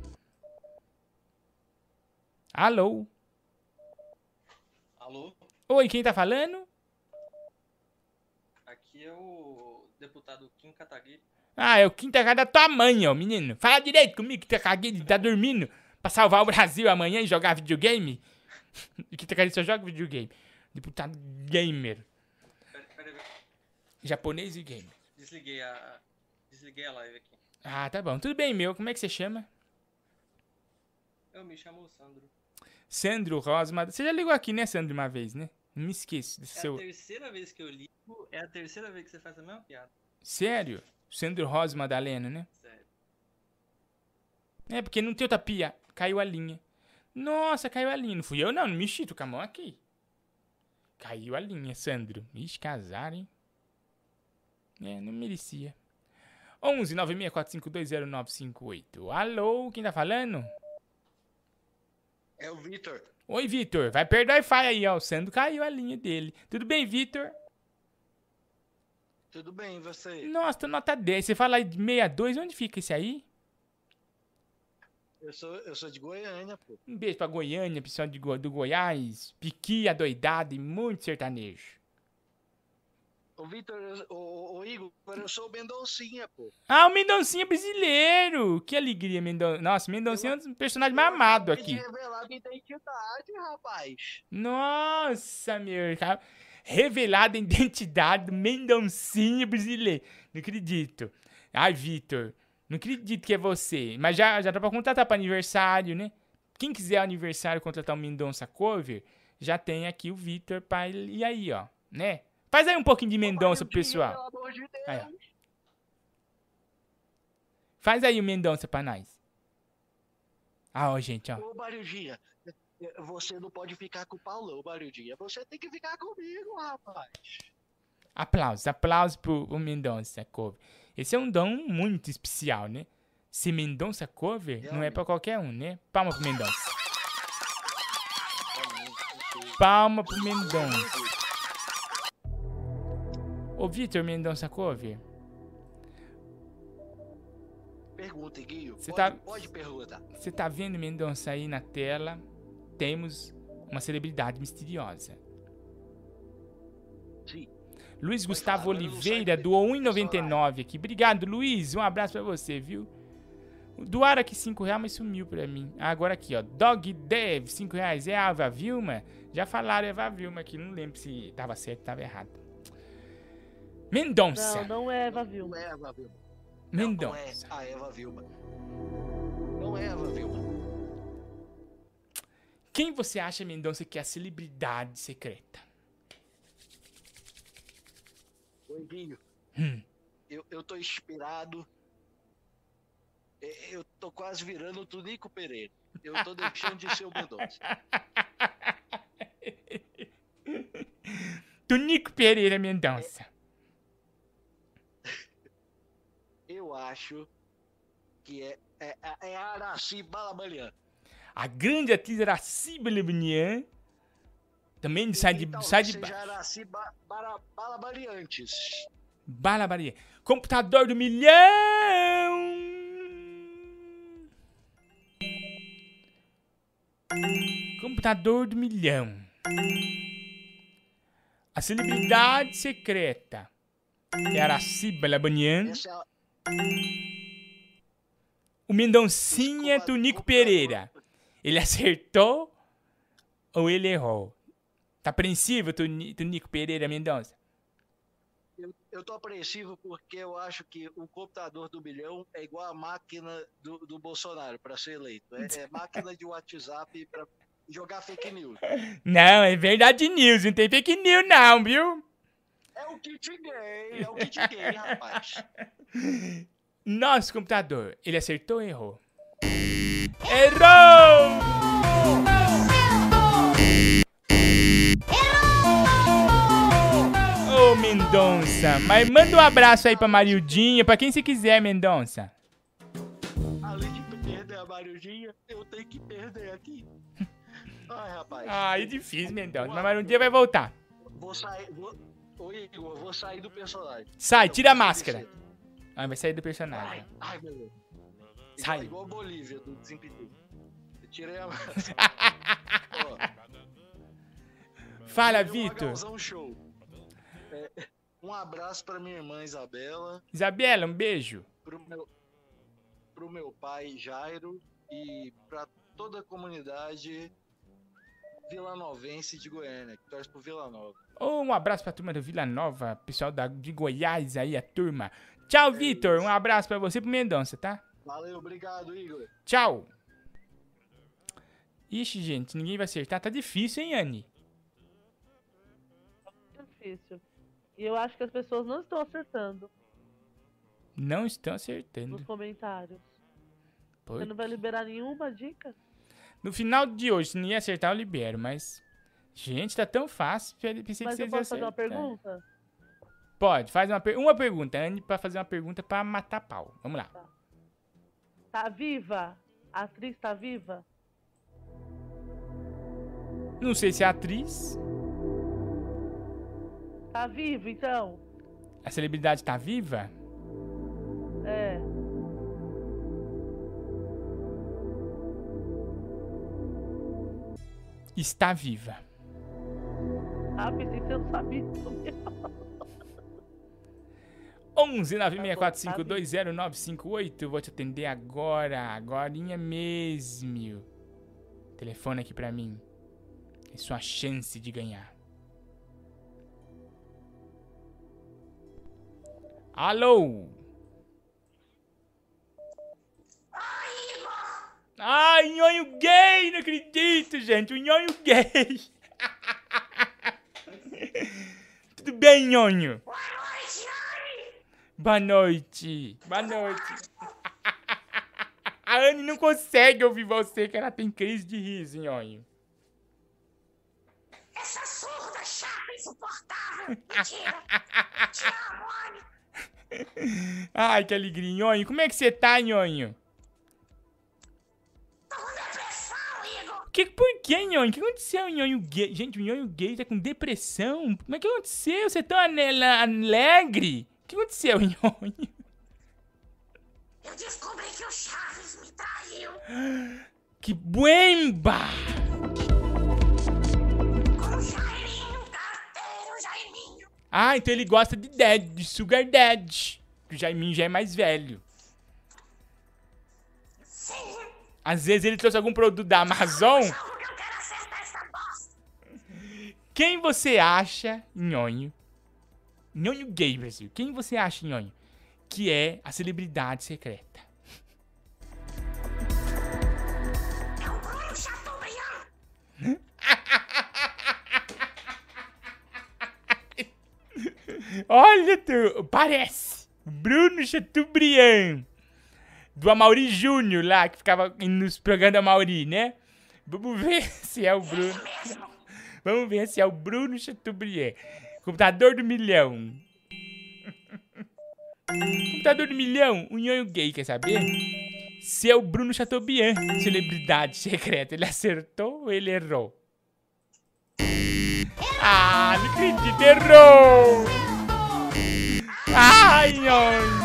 Alô? Alô? Oi, quem tá falando? Aqui é o deputado Kim Kataguiri. Ah, é o Kim Kataguiri da tua mãe, ó, menino. Fala direito comigo, Kim Kataguiri, tá dormindo pra salvar o Brasil amanhã e jogar videogame? E Kim Kataguiri só joga videogame. Deputado gamer. Pera, pera, pera. Japonês e gamer. Desliguei a. Desliguei a live aqui. Ah, tá bom. Tudo bem, meu. Como é que você chama? Eu me chamo Sandro. Sandro Rosma. Você já ligou aqui, né, Sandro, uma vez, né? Não me esqueço desse É seu... a terceira vez que eu ligo, é a terceira vez que você faz a mesma piada. Sério? Sandro Rosa Madalena, né? Sério. É, porque não tem outra pia. Caiu a linha. Nossa, caiu a linha. Não fui eu, não. Não mexi, tô com a mão aqui. Caiu a linha, Sandro. Ixi, casar, hein? É, não merecia. onze nove seis quatro cinco dois zero nove cinco oito. Alô, quem tá falando? É o Vitor. Oi, Vitor. Vai perder o Wi-Fi aí, ó. O Sandro caiu a linha dele. Tudo bem, Vitor? Tudo bem, e você? Nossa, tô nota dez. Você fala aí de sessenta e dois, onde fica esse aí? Eu sou, eu sou de Goiânia, pô. Um beijo pra Goiânia, pessoal de Go- do Goiás. Piqui, adoidado e muito sertanejo. Ô, Vitor, eu- ô, ô, Igor, eu sou o Mendoncinha, pô. Ah, o Mendoncinha brasileiro! Que alegria, Mendonça. Nossa, Mendoncinha é um dos personagens mais amados aqui. Acabei de revelar minha identidade, rapaz. Nossa, meu. cara. Revelada a identidade do Mendoncinha brasileiro. Não acredito. Ai, Vitor. Não acredito que é você. Mas já, já dá pra contratar pra aniversário, né? Quem quiser aniversário contratar o Mendonça Cover, já tem aqui o Vitor pra ele. E aí, ó, né? Faz aí um pouquinho de Mendonça pro pessoal. Pelo amor de Deus. Aí, ó. Faz aí o Mendonça pra nós. Ah, ó, gente, ó. Ô, Barildinha, você não pode ficar com o Paulão, Barildinha. Você tem que ficar comigo, rapaz. Aplausos, aplausos pro, pro Mendonça Cover. Esse é um dom muito especial, né? Se Mendonça Cover não é pra qualquer um, né? Palma pro Mendonça. Palma pro Mendonça. Ô, Vitor Mendonça Cover. Pergunta, Guinho. Você Pode, tá- pode perguntar. Você tá vendo Mendonça aí na tela? Temos uma celebridade misteriosa. Sim. Luiz Gustavo Oliveira doou um real e noventa e nove aqui. Obrigado, Luiz. Um abraço pra você, viu? Doaram aqui cinco reais, mas sumiu pra mim. Ah, agora aqui, ó. Dog Dev, cinco reais. É a Eva Vilma? Já falaram Eva Vilma aqui. Não lembro se tava certo ou tava errado. Mendonça. Não, não é Eva Vilma. Não é Eva Vilma. Não é Mendonça. a Eva Vilma. Não é Eva Vilma. Quem você acha, Mendonça, que é a celebridade secreta? Oi, Guinho. Hum. Eu, eu tô inspirado. É, Eu tô quase virando o Tunico Pereira. Eu tô deixando de ser o Mendonça. Tunico Pereira Mendonça. Eu acho que é, é, é a Araci Balabanian. A grande atriz Araci Balabanian. Também sai de, Então, sai de seja baixo. Araci ba, bara, Balabaniantes. Balabaria. Computador do milhão. Computador do milhão. A celebridade secreta é Araci Balabanian. Essa é a, O Mendoncinha Tunico Pereira. Ele acertou ou ele errou? Tá apreensivo, Tuni- Tunico Pereira Mendonça? eu, eu tô apreensivo porque eu acho que o computador do milhão é igual a máquina do, do Bolsonaro para ser eleito. É, é máquina de WhatsApp para jogar fake news. Não, é verdade news. Não tem fake news não, viu? É o kit gay, é o kit gay, rapaz. Nosso computador, ele acertou ou errou? Errou! Ô, Mendonça, mas manda um abraço aí pra Marildinha, pra quem você quiser, Mendonça. Além de perder a Marildinha, eu tenho que perder aqui. Ai, rapaz. Ai, é difícil, Mendonça, mas Marildinha vai voltar. Vou sair, vou... Ô, Igor, vou sair do personagem. Sai, tira a máscara. Ah, vai sair do personagem. Ai, meu Deus. Sai. Igual a Bolívia, do Desimpedido. Eu tirei a máscara. Fala, Um Vitor. Magalzão show. É, um abraço pra minha irmã Isabela. Isabela, um beijo. Pro meu, pro meu pai Jairo e pra toda a comunidade vilanovense de Goiânia, que torce pro Vila Nova. Oh, um abraço pra turma do Vila Nova, pessoal da, de Goiás aí, a turma. Tchau, Vitor. Um abraço pra você e pro Mendonça, tá? Valeu, obrigado, Igor. Tchau. Ixi, gente, ninguém vai acertar. Tá difícil, hein, Anny? Difícil. E eu acho que as pessoas não estão acertando Não estão acertando. nos comentários. Por Você não vai liberar nenhuma dica? No final de hoje, se ninguém acertar, eu libero, mas... Gente, tá tão fácil. Pensei que Mas eu vocês posso fazer iam uma acertar. pergunta? Pode, faz uma, per... uma pergunta, Anny, pra fazer uma pergunta pra matar pau. Vamos lá. Tá viva? A atriz tá viva? Não sei se é atriz. Tá viva, então? A celebridade tá viva? É. Está viva. Ah, pensei que você não sabia. onze nove seis quatro cinco dois zero nove cinco oito. Vou te atender agora. Agorinha mesmo. Telefone aqui pra mim. É sua chance de ganhar. Alô? Ai, nhonho gay! Não acredito, gente. O nhonho gay. Tudo bem, nhonho? Boa noite. Boa noite. A Anny não consegue ouvir você, que ela tem crise de riso, nhonho. Essa surda, chata, insuportável. Mentira. Te amo, Anny. Ai, que alegria, nhonho. Como é que você tá, nhonho? Tô com depressão, Igor. Que, por que, nhonho? O que aconteceu, nhonho gay? Gente, o nhonho gay tá com depressão. Como é que aconteceu? Você tá alegre? O que aconteceu, nhonho? Eu descobri que o Chaves me traiu. Que buemba! Com o Jairinho, carteiro Jaiminho. Ah, então ele gosta de dad, de sugar daddy. O Jaiminho já é mais velho. Sim. Às vezes ele trouxe algum produto da Amazon. Eu quero acertar essa bosta. Quem você acha, nhonho? Nhonho gay, Brasil. Quem você acha, nhonho, que é a celebridade secreta? É o Bruno Chateaubriand. Olha, tu, parece. Bruno Chateaubriand. Do Amaury Júnior lá, que ficava nos programas da Amaury, né? Vamos ver se é o Bruno. Vamos ver se é o Bruno Chateaubriand. Computador do milhão. Computador do milhão. O nhonho gay, quer saber? Se é o Bruno Chateaubriand, celebridade secreta. Ele acertou ou ele errou? Ah, não acredito. Errou! Ai, nhonho.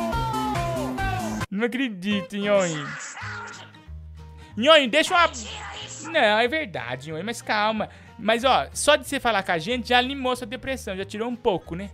Não acredito, nhonho. Nhonho, deixa uma... Não, é verdade, nhonho, mas calma. Mas, ó, só de você falar com a gente já animou sua depressão, já tirou um pouco, né?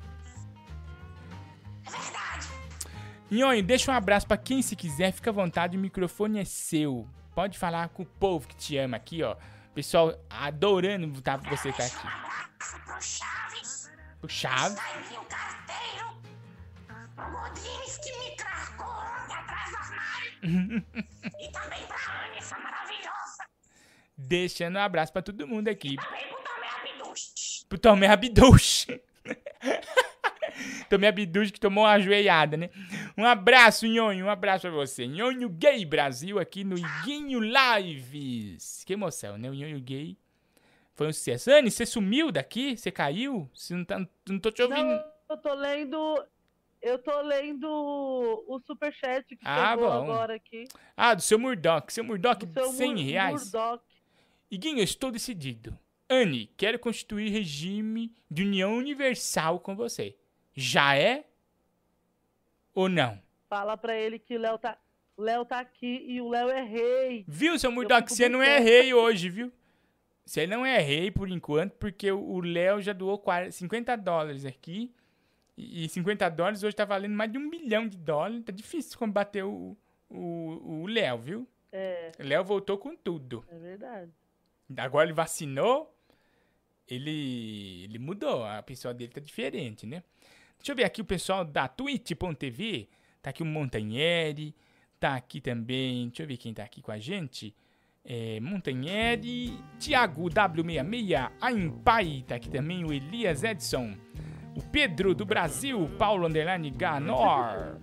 É verdade. Nhonho, deixa um abraço pra quem se quiser, fica à vontade, o microfone é seu. Pode falar com o povo que te ama aqui, ó. Pessoal adorando tá, você tá aqui. Um abraço pro Chaves. O Chaves? Jairinho, carteiro. Pro Godines que me cracou ontem atrás do armário. E também pra Anny, essa maravilhosa. Deixando um abraço pra todo mundo aqui. E também pro Tomé Abduch. Pro Tomé Abduch. Tomei a bidude que tomou uma joelhada, né? Um abraço, Nhonho. Um abraço pra você. Nhonho Gay Brasil aqui no Iguinho Lives. Que emoção, né? O Nhonho Gay foi um sucesso. Anne, você sumiu daqui? Você caiu? Você não, tá, não tô te ouvindo. Não, eu tô lendo... Eu tô lendo o superchat que Ah, chegou bom. agora aqui. Ah, do seu Murdoch. Seu Murdoch, Do seu cem Mur- reais. Murdoch. Iguinho, eu estou decidido. Anne, quero constituir regime de união universal com você. Já é? Ou não? Fala pra ele que o Léo tá, o Léo tá aqui e o Léo é rei. Viu, seu Eu Murdoch? fico Você não é brincando. rei hoje, viu? Você não é rei por enquanto, porque o Léo já doou quarenta, cinquenta dólares aqui. E cinquenta dólares hoje tá valendo mais de um milhão de dólares. Tá difícil combater o o o Léo, viu? É, O Léo voltou com tudo. é verdade. Agora ele vacinou. Ele, ele mudou. A pessoa dele tá diferente, né? Deixa eu ver aqui o pessoal da Twitch ponto T V. Tá aqui o Montanheri. Tá aqui também. Deixa eu ver quem tá aqui com a gente. É, Montanheri. Thiago W sessenta e seis. Aimpai. Tá aqui também o Elias Edson. O Pedro do Brasil. Paulo Underline Ganor.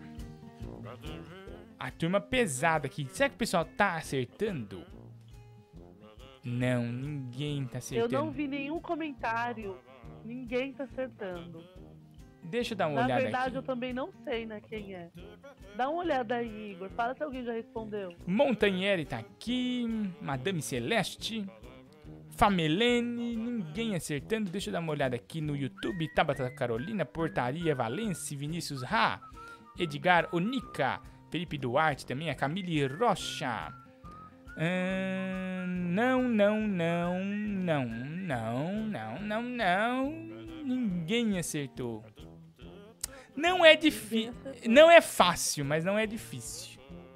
A turma pesada aqui. Será que o pessoal tá acertando? Não, ninguém tá Eu acertando. não vi nenhum comentário. Ninguém tá acertando. Deixa eu dar uma Na olhada verdade, aqui. eu também não sei, né, quem é. Dá uma olhada aí, Igor. Fala se alguém já respondeu. Montanheri tá aqui. Madame Celeste. Famelene. Ninguém acertando. Deixa eu dar uma olhada aqui no YouTube. Tabata Carolina. Portaria Valência. Vinícius Ra. Edgar Onica. Felipe Duarte também. A Camille Rocha. Hum, não, não, não, não, não, não, não, não. Ninguém acertou. Não é difícil. Não é fácil, mas não é difícil.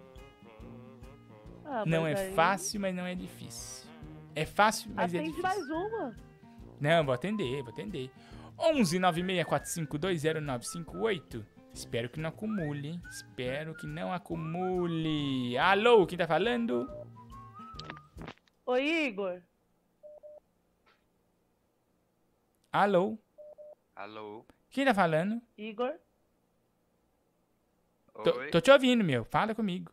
Ah, Não mas é aí- fácil, mas não é difícil. É fácil, mas é Atende difícil. mais uma. Não, vou atender, vou atender. onze nove seis quatro cinco dois zero nove cinco oito. Espero que não acumule, hein? Espero que não acumule. Alô, quem tá falando? Oi, Igor. Alô? Alô? Quem tá falando? Igor. Tô, Oi? tô te ouvindo, meu. Fala comigo.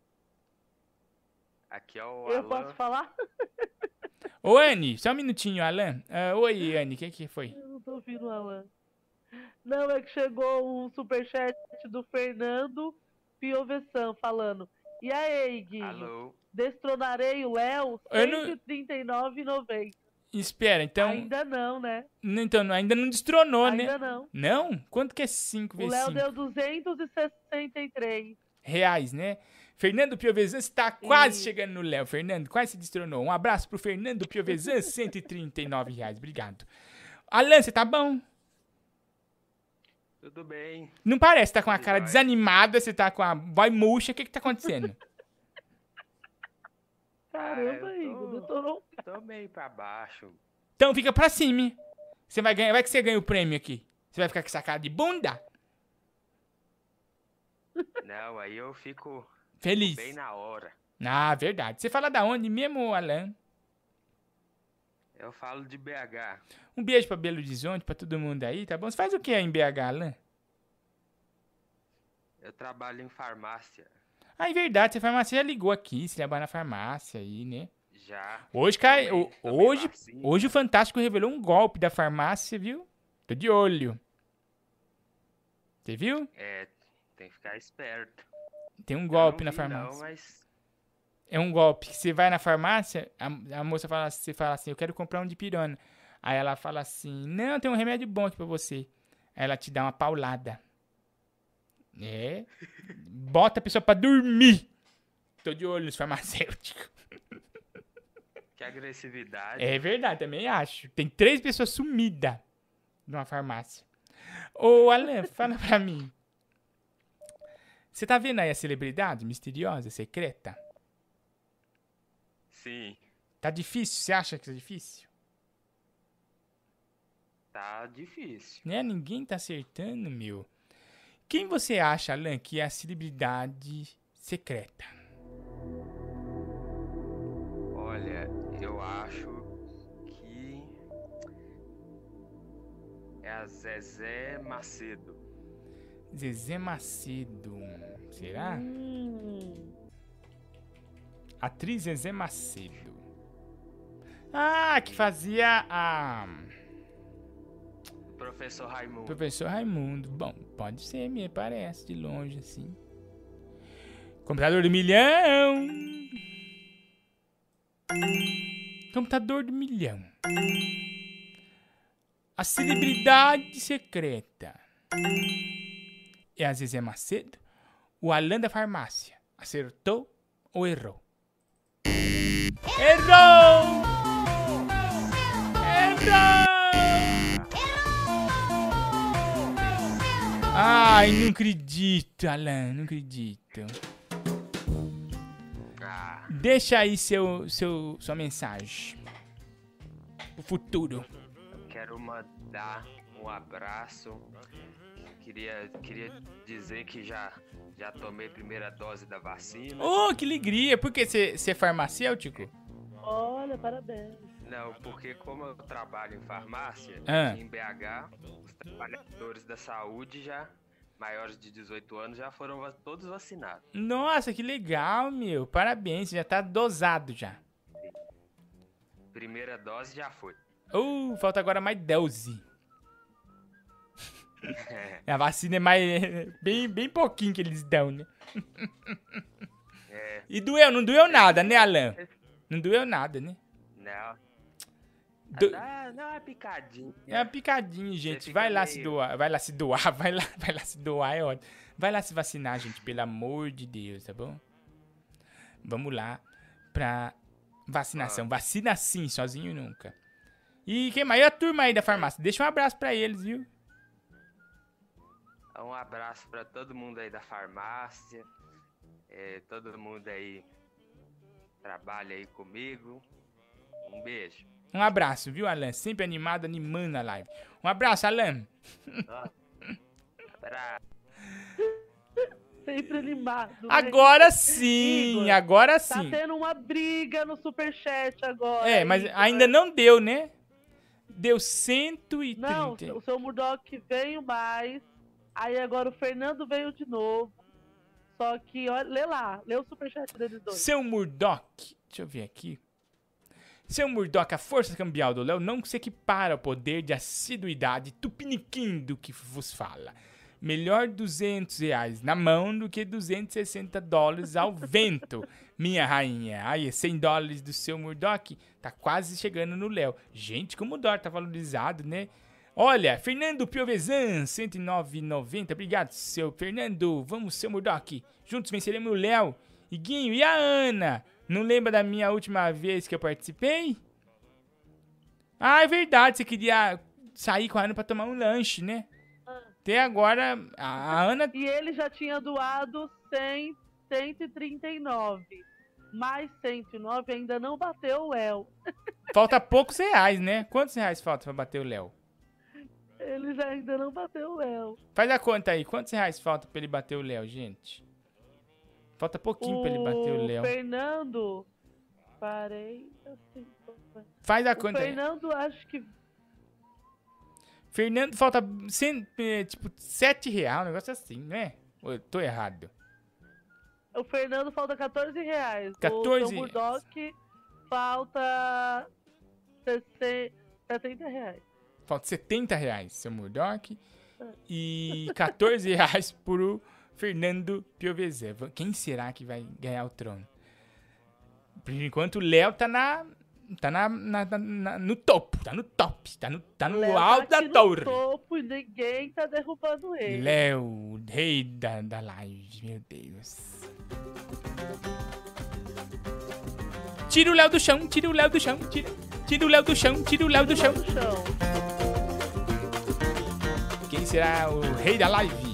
Aqui é o Eu Alan. posso falar? Ô, Anne, só um minutinho, Alan. Ah, oi, Anne, o que que foi? Eu não tô ouvindo o Alan. Não, é que chegou um superchat do Fernando Piovesan falando. E aí, Guinho? Alô? Destronarei o Léo? Eu não- cento e trinta e nove reais e noventa centavos. Espera, então... Ainda não, né? N- Então, ainda não destronou, né? Ainda não. Não? Quanto que é cinco O vezes Léo cinco? deu duzentos e sessenta e três. Reais, né? Fernando Piovesan está quase chegando no Léo. Fernando, quase se destronou. Um abraço pro Fernando Piovesan, cento e trinta e nove reais. Obrigado. Alan, você tá bom? Tudo bem? Não parece, tá com a cara desanimada, você tá com a voz murcha. O que que tá acontecendo? Caramba, Ah, eu Igor, tô- destonou. Tô meio pra baixo. Então fica pra cima. Você vai ganhar, vai que você ganha o prêmio aqui. Você vai ficar com essa cara de bunda? Não, aí eu fico Feliz. bem na hora. Ah, verdade. Você fala da onde mesmo, Alan? Eu falo de B H. Um beijo pra Belo Horizonte, pra todo mundo aí, tá bom? Você faz o que aí em B H, Alan? Eu trabalho em farmácia. Ah, é verdade, você farmácia já ligou aqui, você trabalha na farmácia aí, né? Já. Hoje, cai, Tomei- o- tomei hoje, vacina. hoje o Fantástico revelou um golpe da farmácia, viu? Tô de olho. Você viu? É, tem que ficar esperto. Tem um Eu golpe não na vi, farmácia. Não, mas É um golpe que você vai na farmácia, a, a moça fala, você fala assim, eu quero comprar um dipirona. Aí ela fala assim, não, tem um remédio bom aqui pra você. Aí ela te dá uma paulada. É. Bota a pessoa pra dormir. Tô de olho nos farmacêuticos. que agressividade. É verdade, também acho. Tem três pessoas sumidas numa farmácia. Ô, Alan, fala pra mim. Você tá vendo aí a celebridade misteriosa, secreta? Sim, Tá difícil? Você acha que tá difícil? tá difícil. Né? Ninguém tá acertando, meu. Quem você acha, Alan, que é a celebridade secreta? Olha, eu acho que é a Zezé Macedo. Zezé Macedo. Será? Hum. Atriz Zezé Macedo. Ah, que fazia a... Professor Raimundo. Professor Raimundo. Bom, pode ser, me parece, de longe, assim. Computador do milhão. Computador do milhão. A celebridade secreta. É a Zezé Macedo? O Alan da farmácia. Acertou ou errou? Errou! Errou! Ai, não acredito, Alan, não acredito. Deixa aí seu, seu, sua mensagem. O futuro. Quero mandar um abraço. Queria, queria dizer que já, já tomei a primeira dose da vacina. Oh, que alegria! Por que você é farmacêutico? Olha, parabéns. Não, porque como eu trabalho em farmácia, Ah. aqui em B H, os trabalhadores da saúde já, maiores de dezoito anos, já foram va- todos vacinados. Nossa, que legal, meu. Parabéns, você já tá dosado já. Primeira dose já foi. Uh, falta agora mais dose. A vacina é mais... Bem, bem pouquinho que eles dão, né? É. E doeu, não doeu nada, né, Alan? Não doeu nada, né? Não. Do- Ah, não, é picadinho. É uma picadinha, gente. fica Vai lá se meio- doar, vai lá se doar, vai lá, vai lá se doar, é ótimo. Vai lá se vacinar, gente, pelo amor de Deus, tá bom? Vamos lá pra vacinação. Vacina sim, sozinho nunca. E quem mais? E a turma aí da farmácia? Deixa um abraço pra eles, viu? Um abraço pra todo mundo aí da farmácia. É, todo mundo aí trabalha aí comigo. Um beijo. Um abraço, viu, Alan? Sempre animado, animando a live. Um abraço, Alan. Ó, abraço. Sempre animado. Agora né? sim, Igor, agora Tá sim. tendo uma briga no superchat agora. É, mas Igor. ainda não deu, né? Deu cento e trinta. Não, o seu Murdock veio mais. Aí agora o Fernando veio de novo. Só que, olha, lê lá, lê o superchat deles dois. Seu Murdock, deixa eu ver aqui. Seu Murdock, a força cambial do Léo não se equipara ao poder de assiduidade tupiniquim do que vos fala. Melhor duzentos reais na mão do que duzentos e sessenta dólares ao vento, minha rainha. Aí, cem dólares do seu Murdock tá quase chegando no Léo. Gente, como o dólar tá valorizado, né? Olha, Fernando Piovesan, cento e nove reais e noventa centavos. Obrigado, seu Fernando. Vamos, seu Murdock. Juntos venceremos o Léo. Iguinho, e a Ana? Não lembra da minha última vez que eu participei? Ah, é verdade. Você queria sair com a Ana pra tomar um lanche, né? Até agora, a a Ana... E ele já tinha doado cem, cento e trinta e nove. Mais cento e nove ainda não bateu o Léo. Falta poucos reais, né? Quantos reais falta pra bater o Léo? Ele já ainda não bateu o Léo. Faz a conta aí. Quantos reais falta pra ele bater o Léo, gente? Falta pouquinho pra ele bater o Léo. Fernando... quarenta, cinquenta... Faz a O conta aí. Fernando, acho que... Fernando, falta cem, eh, tipo sete reais, um negócio assim, né? Ou eu tô errado? O Fernando falta quatorze reais. quatorze O seu Murdock falta sessenta, setenta reais. Falta setenta reais, seu Murdock. E quatorze reais pro Fernando Piovesan. Quem será que vai ganhar o trono? Por enquanto, o Léo tá na... Tá na, na- na- na- no topo, tá no top, tá no, tá no Léo alto tá da aqui torre. no topo e ninguém tá derrubando ele. Léo, o rei da, da live, meu Deus. Tira o Léo do chão, tira o Léo do chão, tira, tira o Léo do chão, tira o Léo do chão. Quem será o rei da live?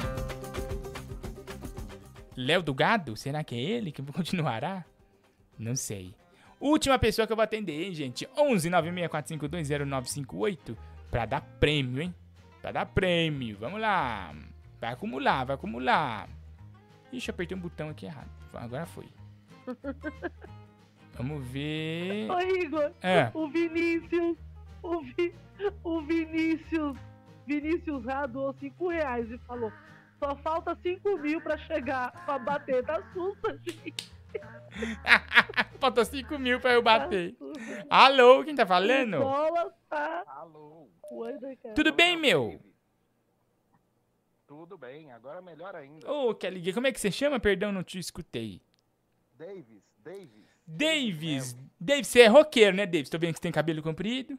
Léo do Gado? Será que é ele que continuará? Não sei. Última pessoa que eu vou atender, hein, gente? onze nove seis quatro cinco dois zero nove cinco oito pra dar prêmio, hein? Pra dar prêmio. Vamos lá. Vai acumular, vai acumular. Ixi, eu apertei um botão aqui errado. Agora foi. Vamos ver. Ô, Igor, É. o Vinícius, o, Vi, o Vinícius Vinícius Rá doou cinco reais e falou: só falta cinco mil pra chegar, pra bater. Tá sussa, gente. Falta cinco mil pra eu bater. Alô, quem tá falando? O dólar tá... Alô. Tudo bem, meu? Tudo bem, agora melhor ainda. Ô, oh, Kelly, como é que você chama? Perdão, não te escutei. Davis, Davis. Davis. Davis, você é roqueiro, né, Davis? Tô vendo que você tem cabelo comprido.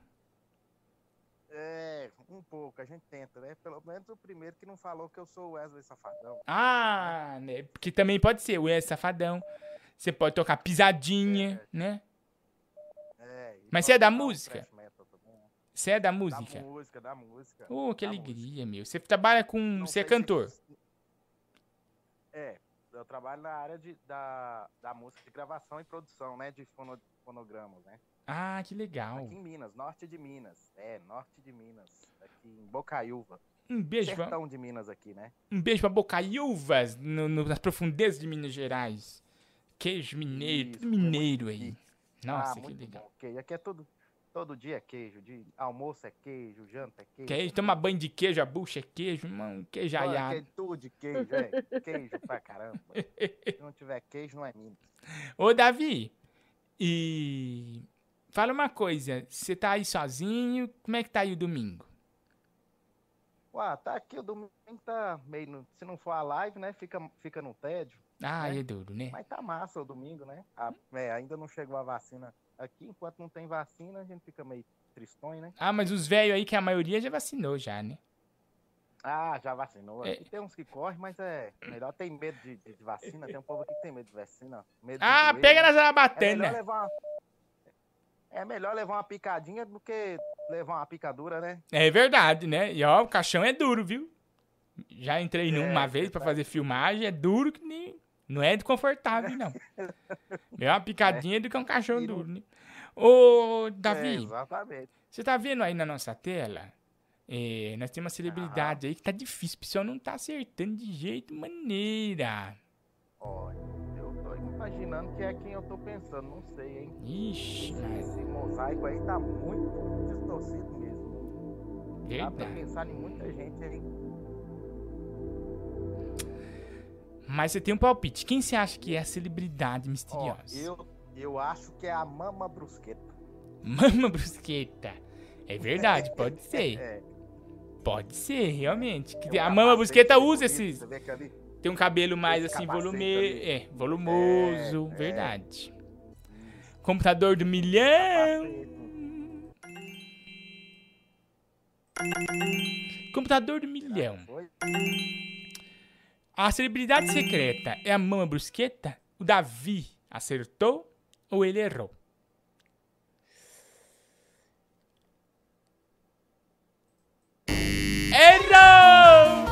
É, um pouco, a gente tenta, né? Pelo menos o primeiro que não falou que eu sou o Wesley Safadão. Ah, né? Porque também pode ser o Wesley Safadão. Você pode tocar pisadinha, é. né? É. Mas você é da música? Você é da música? Da música, da música. Oh, que da alegria, música. meu. Você trabalha com... Não você é cantor? Se... É, eu trabalho na área de, da, da música, de gravação e produção, né? De fono, fonogramas, né? Ah, que legal. Aqui em Minas, norte de Minas. É, norte de Minas. Aqui em Bocaiúva. Um beijo Sertão pra... de Minas aqui, né? Um beijo pra Bocaiúvas, no, no, nas profundezas de Minas Gerais. Queijo mineiro, Isso, tudo mineiro é aí. Nossa, ah, que muito legal. Bom. Okay. Aqui é tudo, todo dia é queijo. De almoço é queijo, janta é queijo. Queijo, toma banho de queijo, a bucha é queijo, mano, queijaiado. É tudo de queijo, é. Queijo pra caramba. Se não tiver queijo, não é Minas. Ô, Davi, e... fala uma coisa, você tá aí sozinho, como é que tá aí o domingo? Ué, tá aqui, o domingo tá meio, no, se não for a live, né, fica, fica no tédio. Ah, né? é duro, né? Mas tá massa o domingo, né? A, é, ainda não chegou a vacina aqui, enquanto não tem vacina, a gente fica meio tristonho, né? Ah, mas os velhos aí, que a maioria já vacinou já, né? Ah, já vacinou. É. Aqui tem uns que correm, mas é melhor, tem medo de, de, de vacina, tem um povo aqui que tem medo de vacina. Medo de Ah, doer, pega né? na zarabatana. É melhor levar uma... É melhor levar uma picadinha do que levar uma picadura, né? É verdade, né? E ó, o caixão é duro, viu? Já entrei É, numa vez pra fazer filmagem, é duro que nem... Não é confortável, não. É uma picadinha do que um cachorro duro, né? Ô, Davi, É, exatamente. você tá vendo aí na nossa tela? É, nós temos uma celebridade aí que tá difícil, o pessoal não tá acertando de jeito maneira. Olha, eu tô imaginando que é quem eu tô pensando, não sei, hein? Ixi, mas... Esse mosaico aí tá muito distorcido mesmo. Dá pra Verdade. pensar em muita gente aí. Mas você tem um palpite. Quem você acha que é a celebridade Ó, misteriosa? eu, eu acho que é a Mama Brusqueta. Mama Brusqueta. É verdade, pode ser. É. Pode ser, realmente. Que É um a Mama capacete Brusqueta bonito, usa esses... você vê que ali Tem um cabelo mais esse assim, capacete volume... ali. é, volumoso. É, é. Verdade. Computador do milhão. Computador do milhão. Foi? A celebridade secreta é a Mama Brusqueta? O Davi acertou ou ele errou? Errou!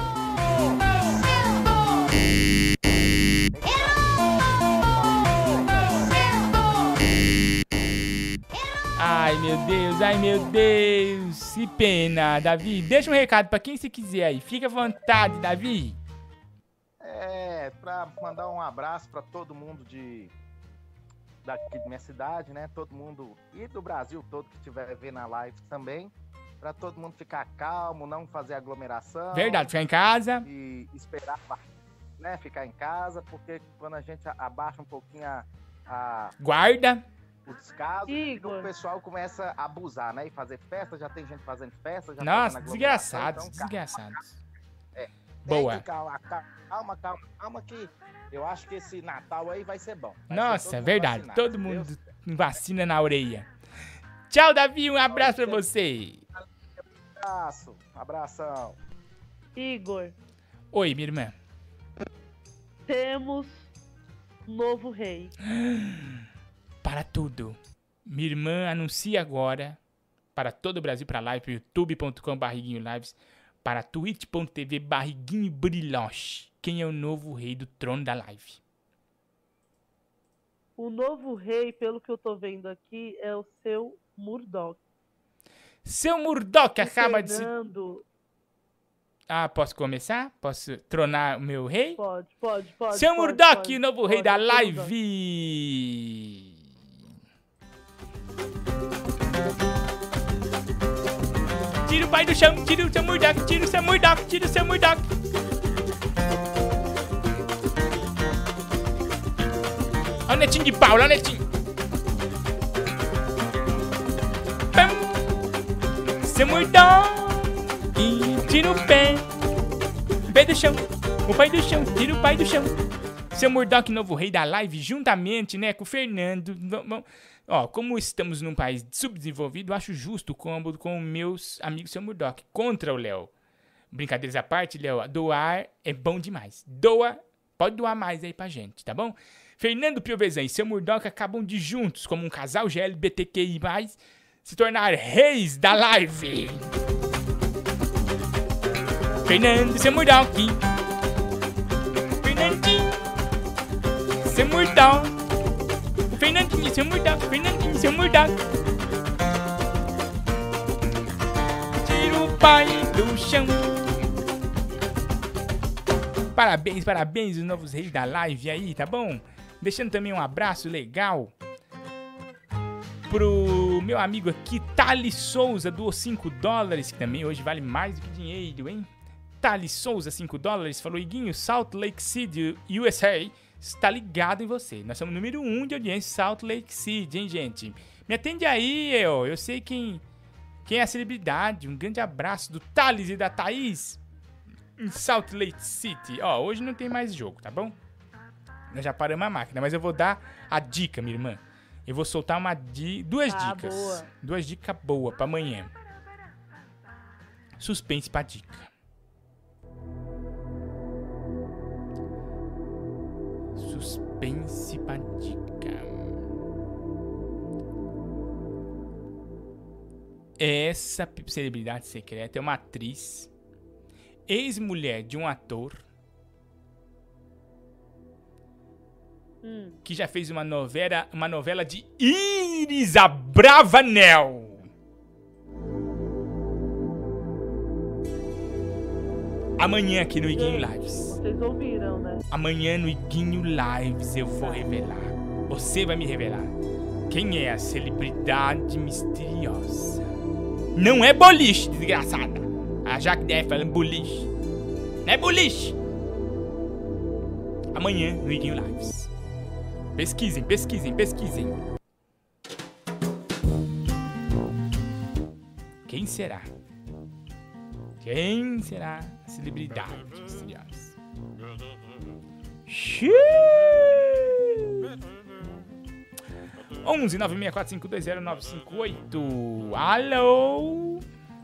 Ai, meu Deus, ai, meu Deus. Que pena, Davi. Deixa um recado pra quem você quiser aí. Fica à vontade, Davi. É, pra mandar um abraço pra todo mundo de daqui da minha cidade, né? Todo mundo e do Brasil todo que estiver vendo a live também. Pra todo mundo ficar calmo, não fazer aglomeração. Verdade, ficar em casa. E esperar, né? Ficar em casa, porque quando a gente abaixa um pouquinho a... a Guarda. o descaso, Igor. o pessoal começa a abusar, né? E fazer festa, já tem gente fazendo festa, já Nossa, fazendo aglomeração, desgraçados, então, desgraçados. É, Boa. tem que calma, calma, calma, calma, que eu acho que esse Natal aí vai ser bom. Vai Nossa, ser é todo mundo verdade. vacinado, Todo se mundo Deus com vacina na orelha. Tchau, Davi. Um abraço pra você. Abraço, abração. Igor, Oi, minha irmã. temos novo rei. Para tudo. Minha irmã anuncia agora para todo o Brasil, para live, para youtube ponto com barriguinho lives, para twitch ponto tv barriguinho brilhoche. Quem é o novo rei do trono da live? O novo rei, pelo que eu tô vendo aqui, é o seu Murdoch. Seu Murdoch O acaba de se... Fernando- Ah, posso começar? Posso tronar o meu rei? Pode, pode, pode. Seu pode, Murdoch, pode, novo rei pode, da seu live. Murdoch. Tira o pai do chão, tira o seu Murdoch, tira o seu Murdoch, tira o seu Murdoch. Olha o netinho de pau, olha o netinho. Pam. Seu Murdoch. E tira o pé. O pé do chão. O pai do chão, tira o pai do chão. Seu Murdoch, novo rei da live, juntamente, né, com o Fernando. Ó, como estamos num país subdesenvolvido, acho justo o combo com meus amigos seu Murdoch contra o Léo. Brincadeiras à parte, Léo, doar é bom demais. Doa, pode doar mais aí pra gente, tá bom? Fernando Piovesan e seu Murdoch acabam de juntos, como um casal G L B T Q I mais, se tornar reis da live. Fernando e seu Murdoch. Fernandinho, seu Murdoch. Fernandinho, seu Murdoch. Fernandinho, seu Murdoch. Tira o pai do chão. Parabéns, parabéns, os novos reis da live aí, tá bom? Deixando também um abraço legal pro meu amigo aqui, Thales Souza, doou cinco dólares, que também hoje vale mais do que dinheiro, hein? Thales Souza, cinco dólares, falou: Iguinho, Salt Lake City, U S A, está ligado em você. Nós somos o número um de audiência Salt Lake City, hein, gente? Me atende aí, eu. Eu sei quem, quem é a celebridade. Um grande abraço do Thales e da Thaís em Salt Lake City. Ó, hoje não tem mais jogo, tá bom? Nós já paramos a máquina, mas eu vou dar a dica, minha irmã. Eu vou soltar uma di... duas Ah, dicas. boa. Duas dicas boas pra amanhã. Suspense pra dica. Suspense pra dica. Essa celebridade secreta é uma atriz, ex-mulher de um ator, Hum. que já fez uma novela, uma novela de Iris Abravanel. Amanhã aqui no Iguinho Lives. Vocês ouviram, né? Amanhã no Iguinho Lives eu vou revelar. Você vai me revelar quem é a celebridade misteriosa. Não é boliche, desgraçada. A Jaque deve falando boliche. Não é boliche. Amanhã no Iguinho Lives. Pesquisem, pesquisem, pesquisem. Quem será? Quem será a celebridade misteriosa? Xiii! onze nove seis quatro cinco dois zero nove cinco oito. Alô?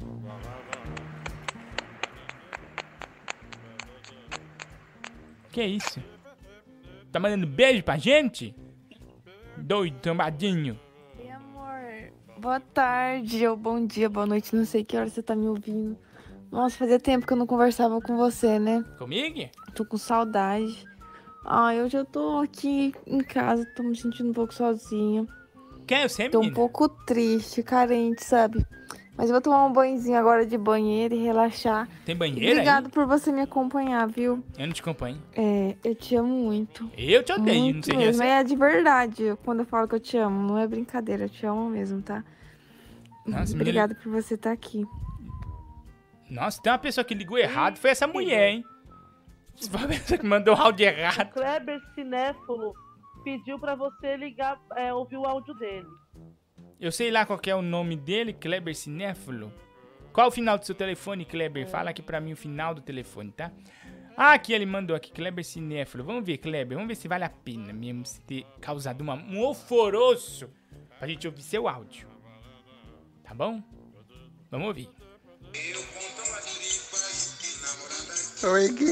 Que é isso? Tá mandando beijo pra gente? Doido, tombadinho. Oi, amor. Boa tarde, ou bom dia, boa noite, não sei que hora você tá me ouvindo. Nossa, fazia tempo que eu não conversava com você, né? Comigo? Tô com saudade. Ai, hoje eu tô aqui em casa, tô me sentindo um pouco sozinha. Quem é você, Tô um menina? pouco triste, carente, sabe? Mas eu vou tomar um banhozinho agora de banheiro e relaxar. Tem banheiro Obrigado aí? por você me acompanhar, viu? Eu não te acompanho. É, eu te amo muito. Eu te odeio, não Muito sei quem é mesmo. você. É de verdade, quando eu falo que eu te amo. Não é brincadeira, eu te amo mesmo, tá? Nossa, menina- Obrigada por você estar aqui. Nossa, tem uma pessoa que ligou errado, foi essa mulher, hein? Se foi a pessoa que mandou o áudio errado. Kleber Cinéfilo pediu pra você ligar, é, ouvir o áudio dele. Eu sei lá qual que é o nome dele, Kleber Cinéfilo. Qual o final do seu telefone, Kleber? Fala aqui pra mim o final do telefone, tá? Ah, aqui ele mandou aqui, Kleber Cinéfilo. Vamos ver, Kleber, vamos ver se vale a pena mesmo se ter causado uma, um alvoroço pra gente ouvir seu áudio. Tá bom? Vamos ouvir. Oi, Gui.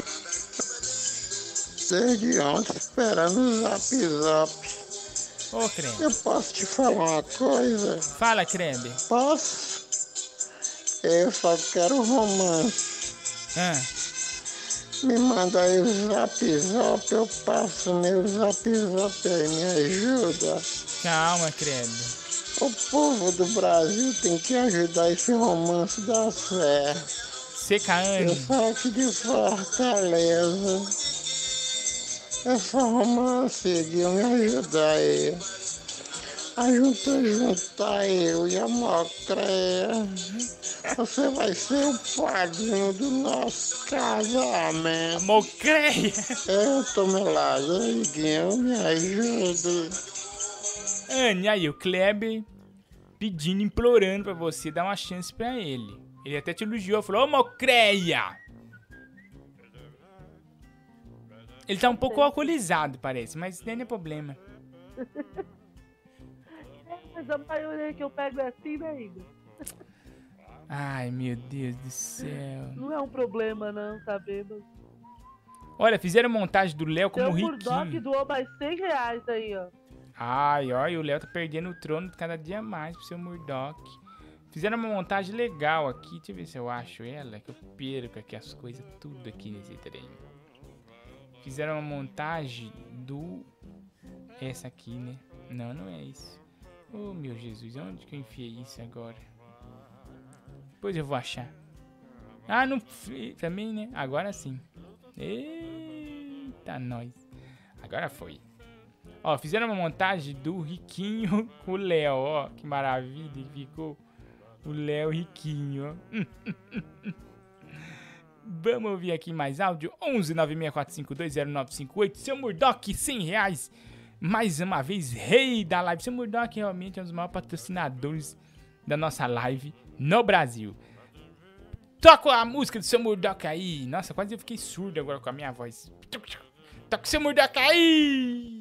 Desde ontem esperando o zap zap. Ô, Kleber. Eu posso te falar uma coisa? Fala, Kleber. Posso? Eu só quero romance. Ah. Me manda aí o zap zap, eu passo meu zap zap aí, me ajuda. Calma, Kleber. O povo do Brasil tem que ajudar esse romance da fé. Secaane. Eu sou aqui de Fortaleza. Essa romance, Gui, me ajuda aí. A junta juntar eu e a Mocreia. Você vai ser o padrinho do nosso casamento. Mocreia? Eu tô melado, amiguinho, me ajuda. Anne, aí o Kleber pedindo, implorando pra você dar uma chance pra ele. Ele até te elogiou, falou, ô Mocreia! Ele tá um pouco alcoolizado, parece, mas nem é problema. Mas a maioria que eu pego é assim, né, Igor? Ai, meu Deus do céu. Não é um problema, não, tá vendo? Olha, fizeram montagem do Léo como Seu riquinho. Murdock doou mais cem reais aí, ó. Ai, ó, e o Léo tá perdendo o trono cada dia mais pro seu Murdock. Fizeram uma montagem legal aqui. Deixa eu ver se eu acho ela, que eu perco aqui as coisas tudo aqui nesse trem. Fizeram uma montagem do... Essa aqui, né? Não, não é isso. Oh, meu Jesus, onde que eu enfiei isso agora? Depois eu vou achar. Ah, não... Também, né? Agora sim. Eita, nós. Agora foi. Ó, fizeram uma montagem do riquinho com o Léo, ó. Que maravilha que ficou. O Léo riquinho, ó. Vamos ouvir aqui mais áudio. onze nove seis quatro cinco dois zero nove cinco oito. Seu Murdock, cem reais. Mais uma vez, rei da live. Seu Murdock realmente é um dos maiores patrocinadores da nossa live no Brasil. Toca a música do seu Murdock aí. Nossa, quase eu fiquei surdo agora com a minha voz. Toca o seu Murdock aí.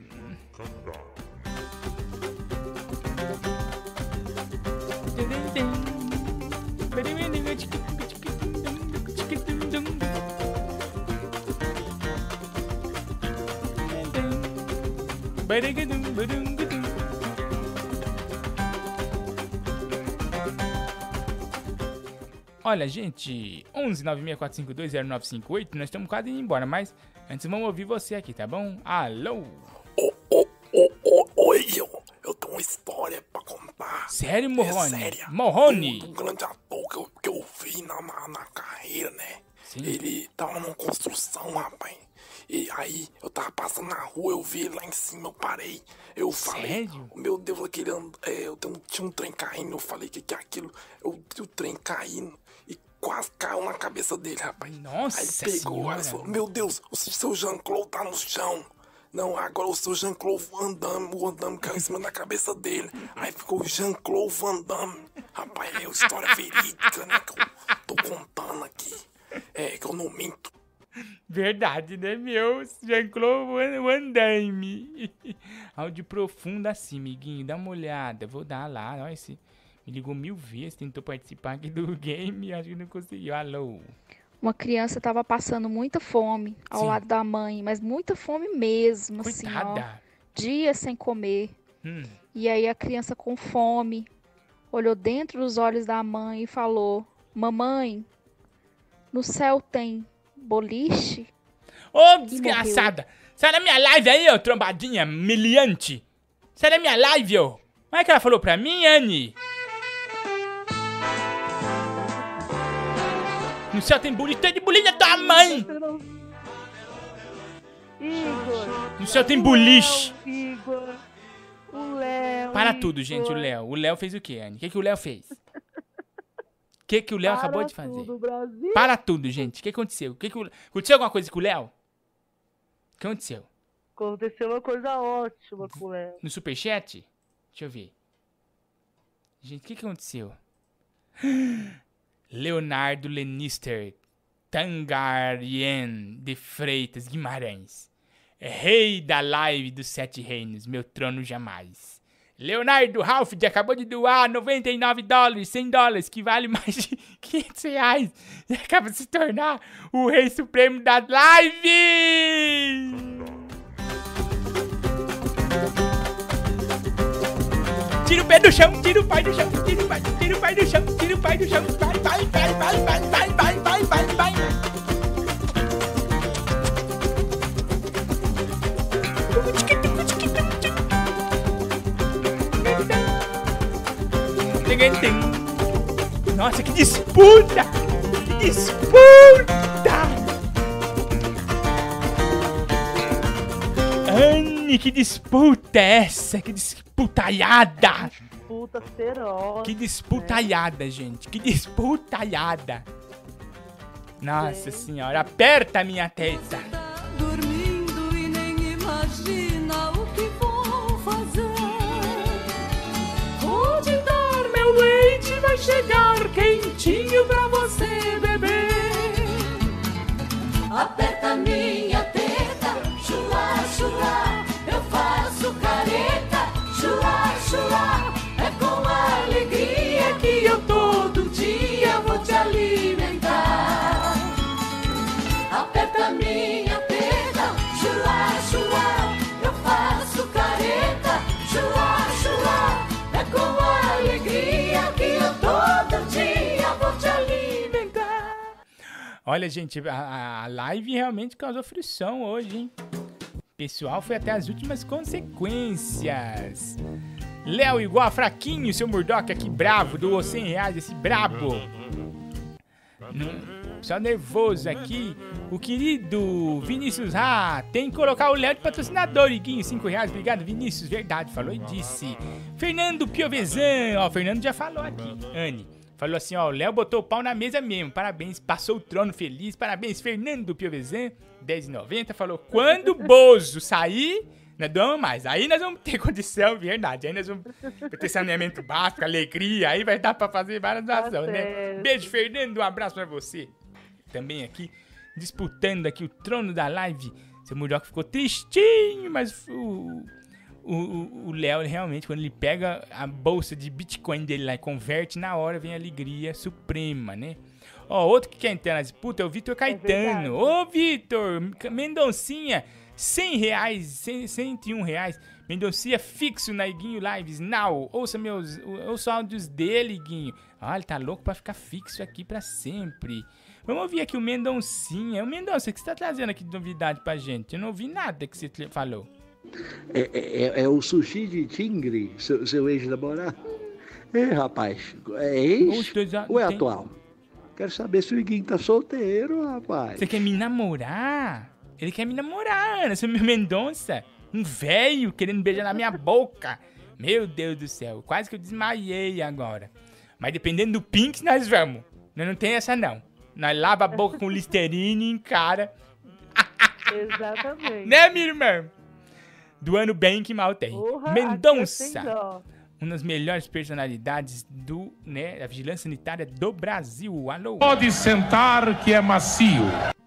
Olha, gente, onze nove seis quatro cinco dois zero nove cinco oito, nós estamos quase indo embora, mas antes vamos ouvir você aqui, tá bom? Alô? Ô, ô, ô, ô, oi, eu, eu tenho uma história pra contar. Sério, Morrone? É séria. Morrone? Um, um grande ator que eu, que eu vi na, na, na carreira, né? Sim. Ele tava numa construção, rapaz. E aí, eu tava passando na rua, eu vi ele lá em cima, eu parei. Eu falei, Sério? meu Deus, aquele, é, eu tenho, tinha um trem caindo, eu falei, que que é aquilo? Eu vi o trem caindo e quase caiu na cabeça dele, rapaz. Nossa Aí pegou, senhora. aí falou, meu Deus, o seu Jean-Claude tá no chão. Não, agora o seu Jean-Claude Van Damme, o Van Damme caiu em cima da cabeça dele. Aí ficou o Jean-Claude Van Damme. Rapaz, é uma história verídica, né, que eu tô contando aqui. É, que eu não minto. Verdade, né, meu? Jean-Claude Van Damme. Áudio profundo assim, amiguinho. Dá uma olhada. Vou dar lá. Olha esse. Me ligou mil vezes. Tentou participar aqui do game. Acho que não conseguiu. Alô? Uma criança estava passando muita fome ao Sim. lado da mãe. Mas muita fome mesmo, assim, ó. Coitada. Dias sem comer. Hum. E aí a criança com fome olhou dentro dos olhos da mãe e falou: mamãe, no céu tem boliche? Ô, desgraçada! Sai da minha live aí, ô trombadinha miliante! Sai da minha live, ô! Como é que ela falou pra mim, Anne? No céu tem boliche, tem de boliche da tua mãe! Igor! No céu tem boliche! Igor! O Léo! Para tudo, gente, o Léo. O Léo fez o quê, Anne? O que, que o Léo fez? O que, que o Léo acabou de fazer? Tudo, Brasil. Para tudo, gente. O que aconteceu? O que que o... Aconteceu alguma coisa com o Léo? O que aconteceu? Aconteceu uma coisa ótima com o Léo. No superchat? Deixa eu ver. Gente, o que, que aconteceu? Leonardo Lenister Tangaryen de Freitas Guimarães. Rei da live dos Sete Reinos, meu trono jamais. Leonardo Ralph acabou de doar noventa e nove dólares, cem dólares, que vale mais de quinhentos reais. E acaba de se tornar o rei supremo da live. Tira o pé do chão, tira o pai do chão, tira o pai, tira o pai do chão, tira o pai do chão. Vai, vai, vai, vai, vai, vai, vai, vai, vai, vai. Nossa, que disputa! Que disputa! Anne, que disputa é essa? Que disputa! disputaiada! Disputa feroz. Que disputaiada, gente. Que disputaiada. Nossa senhora, aperta a minha testa. Dormindo e nem imagina o que vou fazer. Vou te dar meu leite, vai chegar quentinho pra você beber. Aperta minha teta, chua, chua, eu faço careta, chua, chua, é com alegria que eu todo dia vou te alimentar. Aperta minha teta, chua, chua, eu faço careta, chua, chua, é com alegria que eu todo dia vou te alimentar. Olha, gente, a, a live realmente causou frição hoje, hein? O pessoal foi até as últimas consequências. Léo igual a fraquinho, seu Murdoch aqui bravo, doou cem reais, esse brabo. Hum, só nervoso aqui. O querido Vinícius Ah, tem que colocar o Léo de patrocinador, Iguinho, cinco reais, obrigado Vinícius, verdade, falou e disse. Fernando Piovesan, ó, o Fernando já falou aqui, Anne. Falou assim, ó, o Léo botou o pau na mesa mesmo, parabéns, passou o trono feliz, parabéns, Fernando Piovesan, dez reais e noventa centavos, falou, quando o Bozo sair, nós damos mais, aí nós vamos ter condição, verdade, aí nós vamos ter saneamento básico, alegria, aí vai dar pra fazer várias ações, né? Beijo, Fernando, um abraço pra você. Também aqui, disputando aqui o trono da live, seu Murdoch ficou tristinho, mas o... O Léo, realmente, quando ele pega a bolsa de Bitcoin dele lá e converte, na hora vem a alegria suprema, né? Ó, outro que quer entrar na disputa é o Vitor Caetano. Ô, Vitor, Mendoncinha, cem reais, cento e um reais. Mendoncinha fixo na Iguinho Lives Now. Ouça meus, ouça áudios dele, Iguinho. Ah, ele tá louco pra ficar fixo aqui pra sempre. Vamos ouvir aqui o Mendoncinha. O Mendonça, o que você tá trazendo aqui de novidade pra gente? Eu não ouvi nada que você falou. É, é, é o sushi de tigre, seu, seu ex-namorado? É, rapaz, é ex ou é tem... atual? Quero saber se o Iguinho tá solteiro, rapaz. Você quer me namorar? Ele quer me namorar, Ana, seu meu Mendonça. Um velho querendo beijar na minha boca. Meu Deus do céu, quase que eu desmaiei agora. Mas dependendo do Pinks, nós vamos. Nós não tem essa não. Nós lava a boca com Listerine e encara. Exatamente. Né, minha irmã? Do ano bem que mal tem. Porra, Mendonça, uma das melhores personalidades do, né, da vigilância sanitária do Brasil. Alô? Pode sentar que é macio.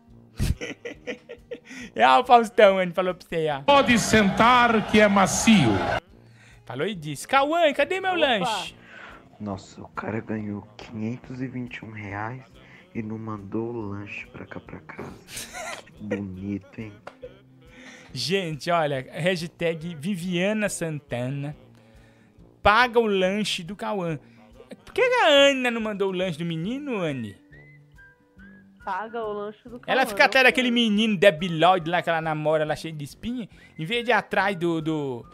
É o Faustão, ele falou pra você. Ó. Pode sentar que é macio. Falou e disse, Cauã, cadê meu Opa. lanche? Nossa, o cara ganhou quinhentos e vinte e um reais e não mandou o lanche pra cá pra casa. Que bonito, hein? Gente, olha, hashtag Viviana Santana paga o lanche do Cauã. Por que a Ana não mandou o lanche do menino, Anne? Paga o lanche do Cauã. Ela fica atrás daquele menino debilóide lá que ela namora, lá cheio de espinha, em vez de ir atrás do, do,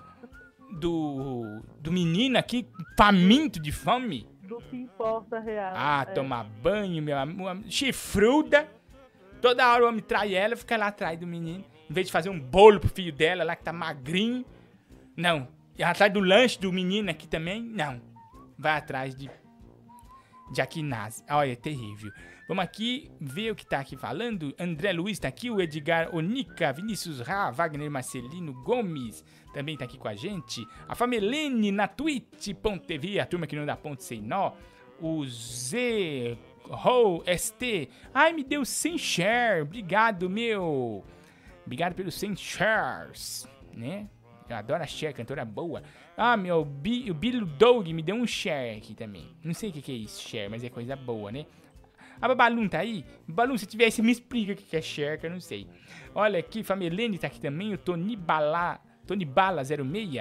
do, do menino aqui, faminto de fome. Do que importa, real. Ah, é. tomar banho, meu amor, chifruda. Toda hora o homem trai ela, fica lá atrás do menino. Em vez de fazer um bolo pro filho dela lá que tá magrinho. Não. E atrás do lanche do menino aqui também? Não. Vai atrás de... de Aquinaz. Olha, é terrível. Vamos aqui ver o que tá aqui falando. André Luiz tá aqui. O Edgar Onica. Vinícius Rá. Wagner Marcelino Gomes. Também tá aqui com a gente. A Famelene na twitch ponto t v. A turma que não dá ponto sem nó. O Z... Ho S T. Ai, me deu cem share. Obrigado, meu... Obrigado pelos cem shares, né? Eu adoro a share, cantora boa. Ah, meu, Bi, o Billy Dog me deu um share aqui também. Não sei o que, que é isso, share, mas é coisa boa, né? A Babalum tá aí? Babalum, se tivesse, me explica o que, que é share, que eu não sei. Olha aqui, Famelene tá aqui também. O Tony Bala, Tony Bala zero seis.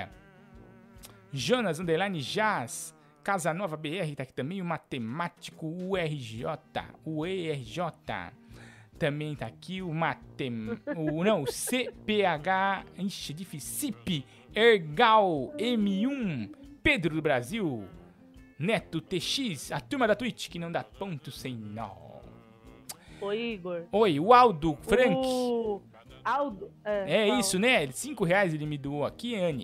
Jonas Underline Jazz. Casanova B R tá aqui também. O Matemático U R J. O E R J. Também tá aqui o Matem... O, não, o C P H... Ixi, difícil. Ergal M um. Pedro do Brasil. Neto T X. A turma da Twitch que não dá ponto sem nó. Oi, Igor. Oi, o Aldo Frank. O Aldo... É, é Aldo. isso, né? Cinco reais ele me doou aqui, Anne.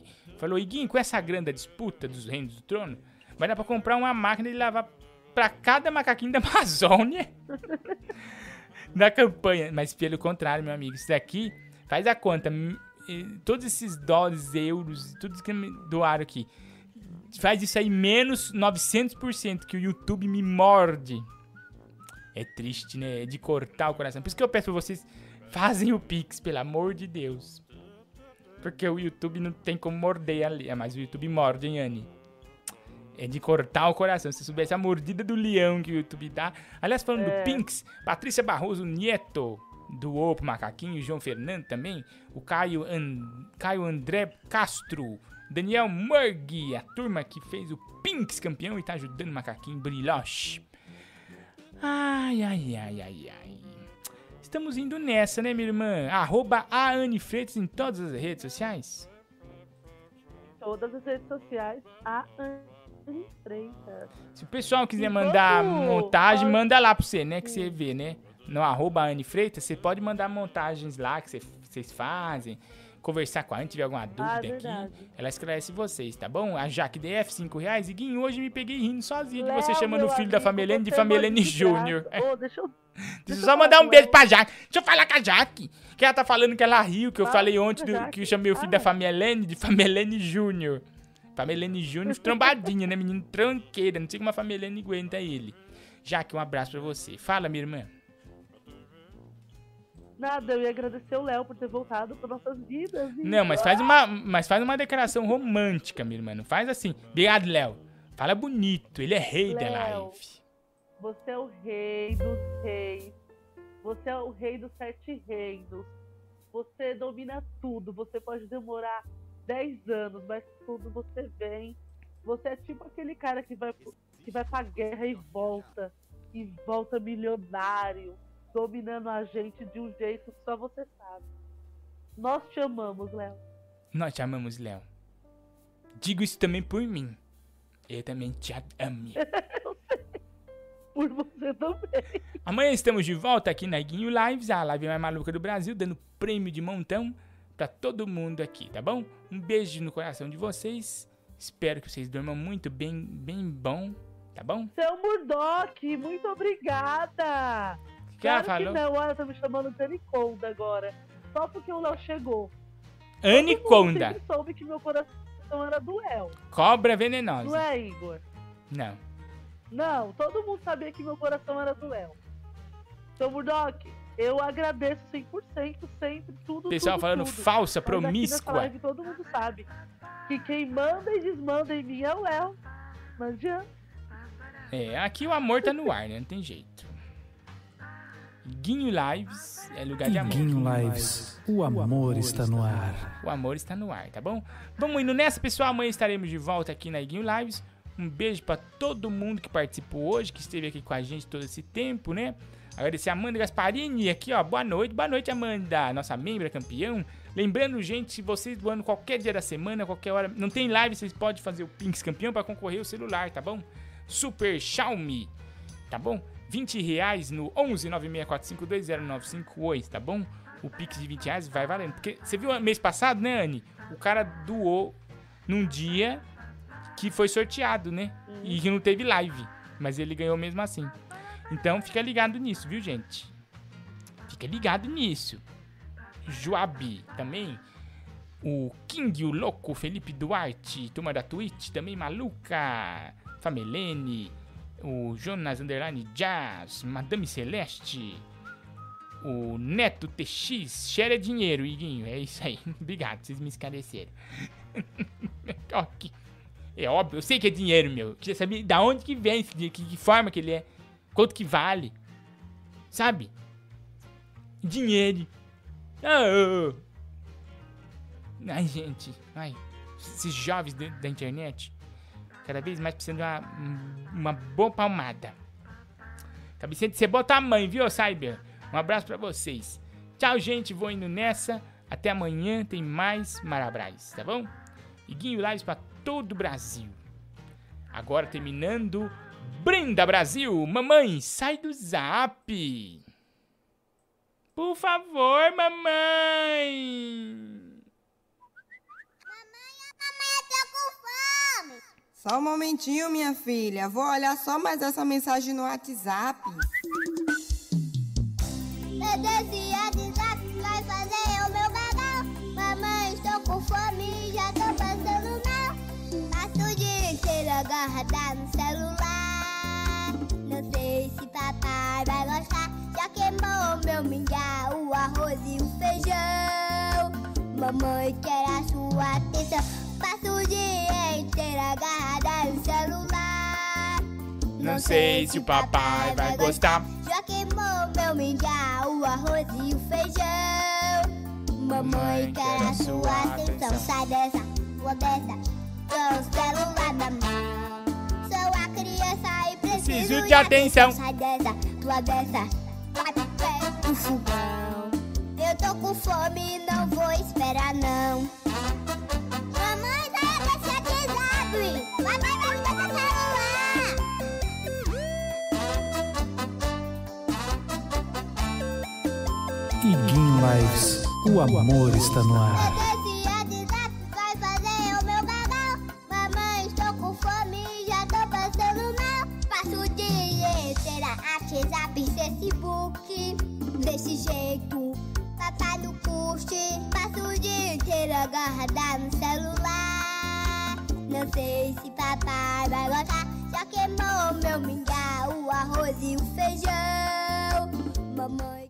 Falou, Iguinho, com essa grande disputa dos reinos do trono, vai dar pra comprar uma máquina de lavar pra cada macaquinho da Amazônia na campanha. Mas pelo contrário, meu amigo, isso daqui, faz a conta, todos esses dólares, euros, tudo que me doaram aqui, faz isso aí menos novecentos por cento que o YouTube me morde. É triste, né? É de cortar o coração. Por isso que eu peço pra vocês, fazem o Pix, pelo amor de Deus. Porque o YouTube não tem como morder ali. Mas o YouTube morde, hein, Anne? É de cortar o coração. Se você soubesse a mordida do leão que o YouTube dá. Aliás, falando é. do Pinks, Patrícia Barroso Nieto doou pro Macaquinho, João Fernando também, o Caio, An... Caio André Castro, Daniel Murgui, a turma que fez o Pinks campeão e tá ajudando o Macaquinho, Brilhoche. Ai, ai, ai, ai, ai. Estamos indo nessa, né, minha irmã? Arroba a Anne Freitas em todas as redes sociais. Todas as redes sociais, a Anne Freitas. Se o pessoal quiser mandar montagem, manda lá pra você, né, que você vê, né? No arroba Anne Freitas, você pode mandar montagens lá que vocês fazem, conversar com a Anne, tiver alguma dúvida ah, aqui, ela esclarece vocês, tá bom? A Jaque D F, cinco reais. E Guinho, hoje me peguei rindo sozinho Léo, de você chamando o filho amigo, da Famelene de Famelene Júnior. Oh, deixa eu... Deixa, deixa eu só mandar um beijo pra Jaque. Deixa eu falar com a Jaque, que ela tá falando que ela riu, que eu ah, falei ontem do, que eu chamei o filho ah, da Famelene de Famelene Júnior. Famelene Júnior, trombadinha, né, menino tranqueira, não sei como a Famelene aguenta ele. Jaque, um abraço pra você. Fala, minha irmã. Nada, eu ia agradecer o Léo por ter voltado para nossas vidas. E... Não, mas faz, uma, mas faz uma declaração romântica, minha irmã. Não faz assim. Obrigado, Léo. Fala bonito. Ele é rei Léo, da live. Você é o rei dos reis. Você é o rei dos sete reinos. Você domina tudo. Você pode demorar dez anos, mas tudo você vem. Você é tipo aquele cara que vai, que vai pra guerra e volta. E volta milionário. Dominando a gente de um jeito que só você sabe. Nós te amamos, Léo. Nós te amamos, Léo. Digo isso também por mim. Eu também te amo. Eu sei. Por você também. Amanhã estamos de volta aqui na Guinho Lives, a live mais maluca do Brasil, dando prêmio de montão pra todo mundo aqui, tá bom? Um beijo no coração de vocês. Espero que vocês durmam muito bem, bem bom, tá bom? Seu Murdoch, muito obrigada. Claro que não, olha, tá me chamando de Aniconda agora. Só porque o Léo chegou. Aniconda. Eu sempre soube que meu coração era do Léo. Cobra venenosa. Não é, Igor? Não. Não, todo mundo sabia que meu coração era do Léo. Seu Murdoch, eu agradeço cem por cento, sempre, tudo, pessoal tudo, falando tudo. falsa, promíscua. Live, todo mundo sabe que quem manda e desmanda em mim é o Léo. Não adianta. É, aqui o amor tá no ar, né? Não tem jeito. Guinho Lives é lugar de amor. Guinho Lives, o amor está no ar. O amor está no ar, tá bom? Vamos indo nessa, pessoal. Amanhã estaremos de volta aqui na Guinho Lives. Um beijo pra todo mundo que participou hoje, que esteve aqui com a gente todo esse tempo, né? Agradecer a Amanda Gasparini aqui, ó. Boa noite, boa noite, Amanda, nossa membra campeão. Lembrando, gente, se vocês doando qualquer dia da semana, qualquer hora, não tem live, vocês podem fazer o Pinks campeão pra concorrer o celular, tá bom? Super Xiaomi, tá bom? vinte reais no onze nove seis quatro cinco dois zero nove cinco oito, tá bom? O Pix de vinte reais vai valendo. Porque você viu mês passado, né, Anne? O cara doou num dia que foi sorteado, né? Hum. E que não teve live. Mas ele ganhou mesmo assim. Então fica ligado nisso, viu, gente? Fica ligado nisso. Joabi também. O King, o louco, Felipe Duarte, turma da Twitch, também maluca. Famelene. O Jonas Underline Jazz, Madame Celeste, o Neto T X, share é dinheiro, Iguinho, é isso aí. Obrigado, vocês me esclareceram. É óbvio, eu sei que é dinheiro, meu. Eu queria saber da onde que vem esse dinheiro, que, que forma que ele é, quanto que vale, sabe? Dinheiro. Oh. Ai, gente, ai, esses jovens da, da internet. Cada vez mais precisando de uma, uma boa palmada. Cabecinha de cebola tamanho, viu, Cyber? Um abraço pra vocês. Tchau, gente. Vou indo nessa. Até amanhã tem mais Marabrais, tá bom? Iguinho Lives pra todo o Brasil. Agora terminando. Brenda Brasil. Mamãe, sai do zap. Por favor, mamãe. Mamãe, a mamãe Só um momentinho, minha filha. Vou olhar só mais essa mensagem no WhatsApp. Esse WhatsApp vai fazer o meu gargalo. Mamãe, estou com fome e já tô passando mal. Passo o dia inteiro agarrada no celular. Não sei se papai vai gostar. Já queimou meu mingau, o arroz e o feijão. Mamãe quer a sua atenção. Passo o dia inteiro agarrada no celular. Não sei se o papai vai gostar. Já queimou meu mingau, o arroz e o feijão. Mamãe quer a sua atenção. Sai dessa, pula dessa, com o celular na mão. Sou a criança e preciso, preciso de atenção. Sai dessa, pula dessa, vai perto do fogão. Eu tô com fome e não vou esperar não. Mamãe, sai desse WhatsApp. Papai vai me dar celular. Iguinho Lives, o amor está no ar. Esse WhatsApp vai fazer o meu gargalo. Mamãe, estou com fome e já tô passando mal. Passo o dia inteiro WhatsApp, Facebook. Desse jeito, papai não curte. Passo o dia inteiro agarrada no celular. Não sei se papai vai gostar. Já queimou meu mingau, o arroz e o feijão. Mamãe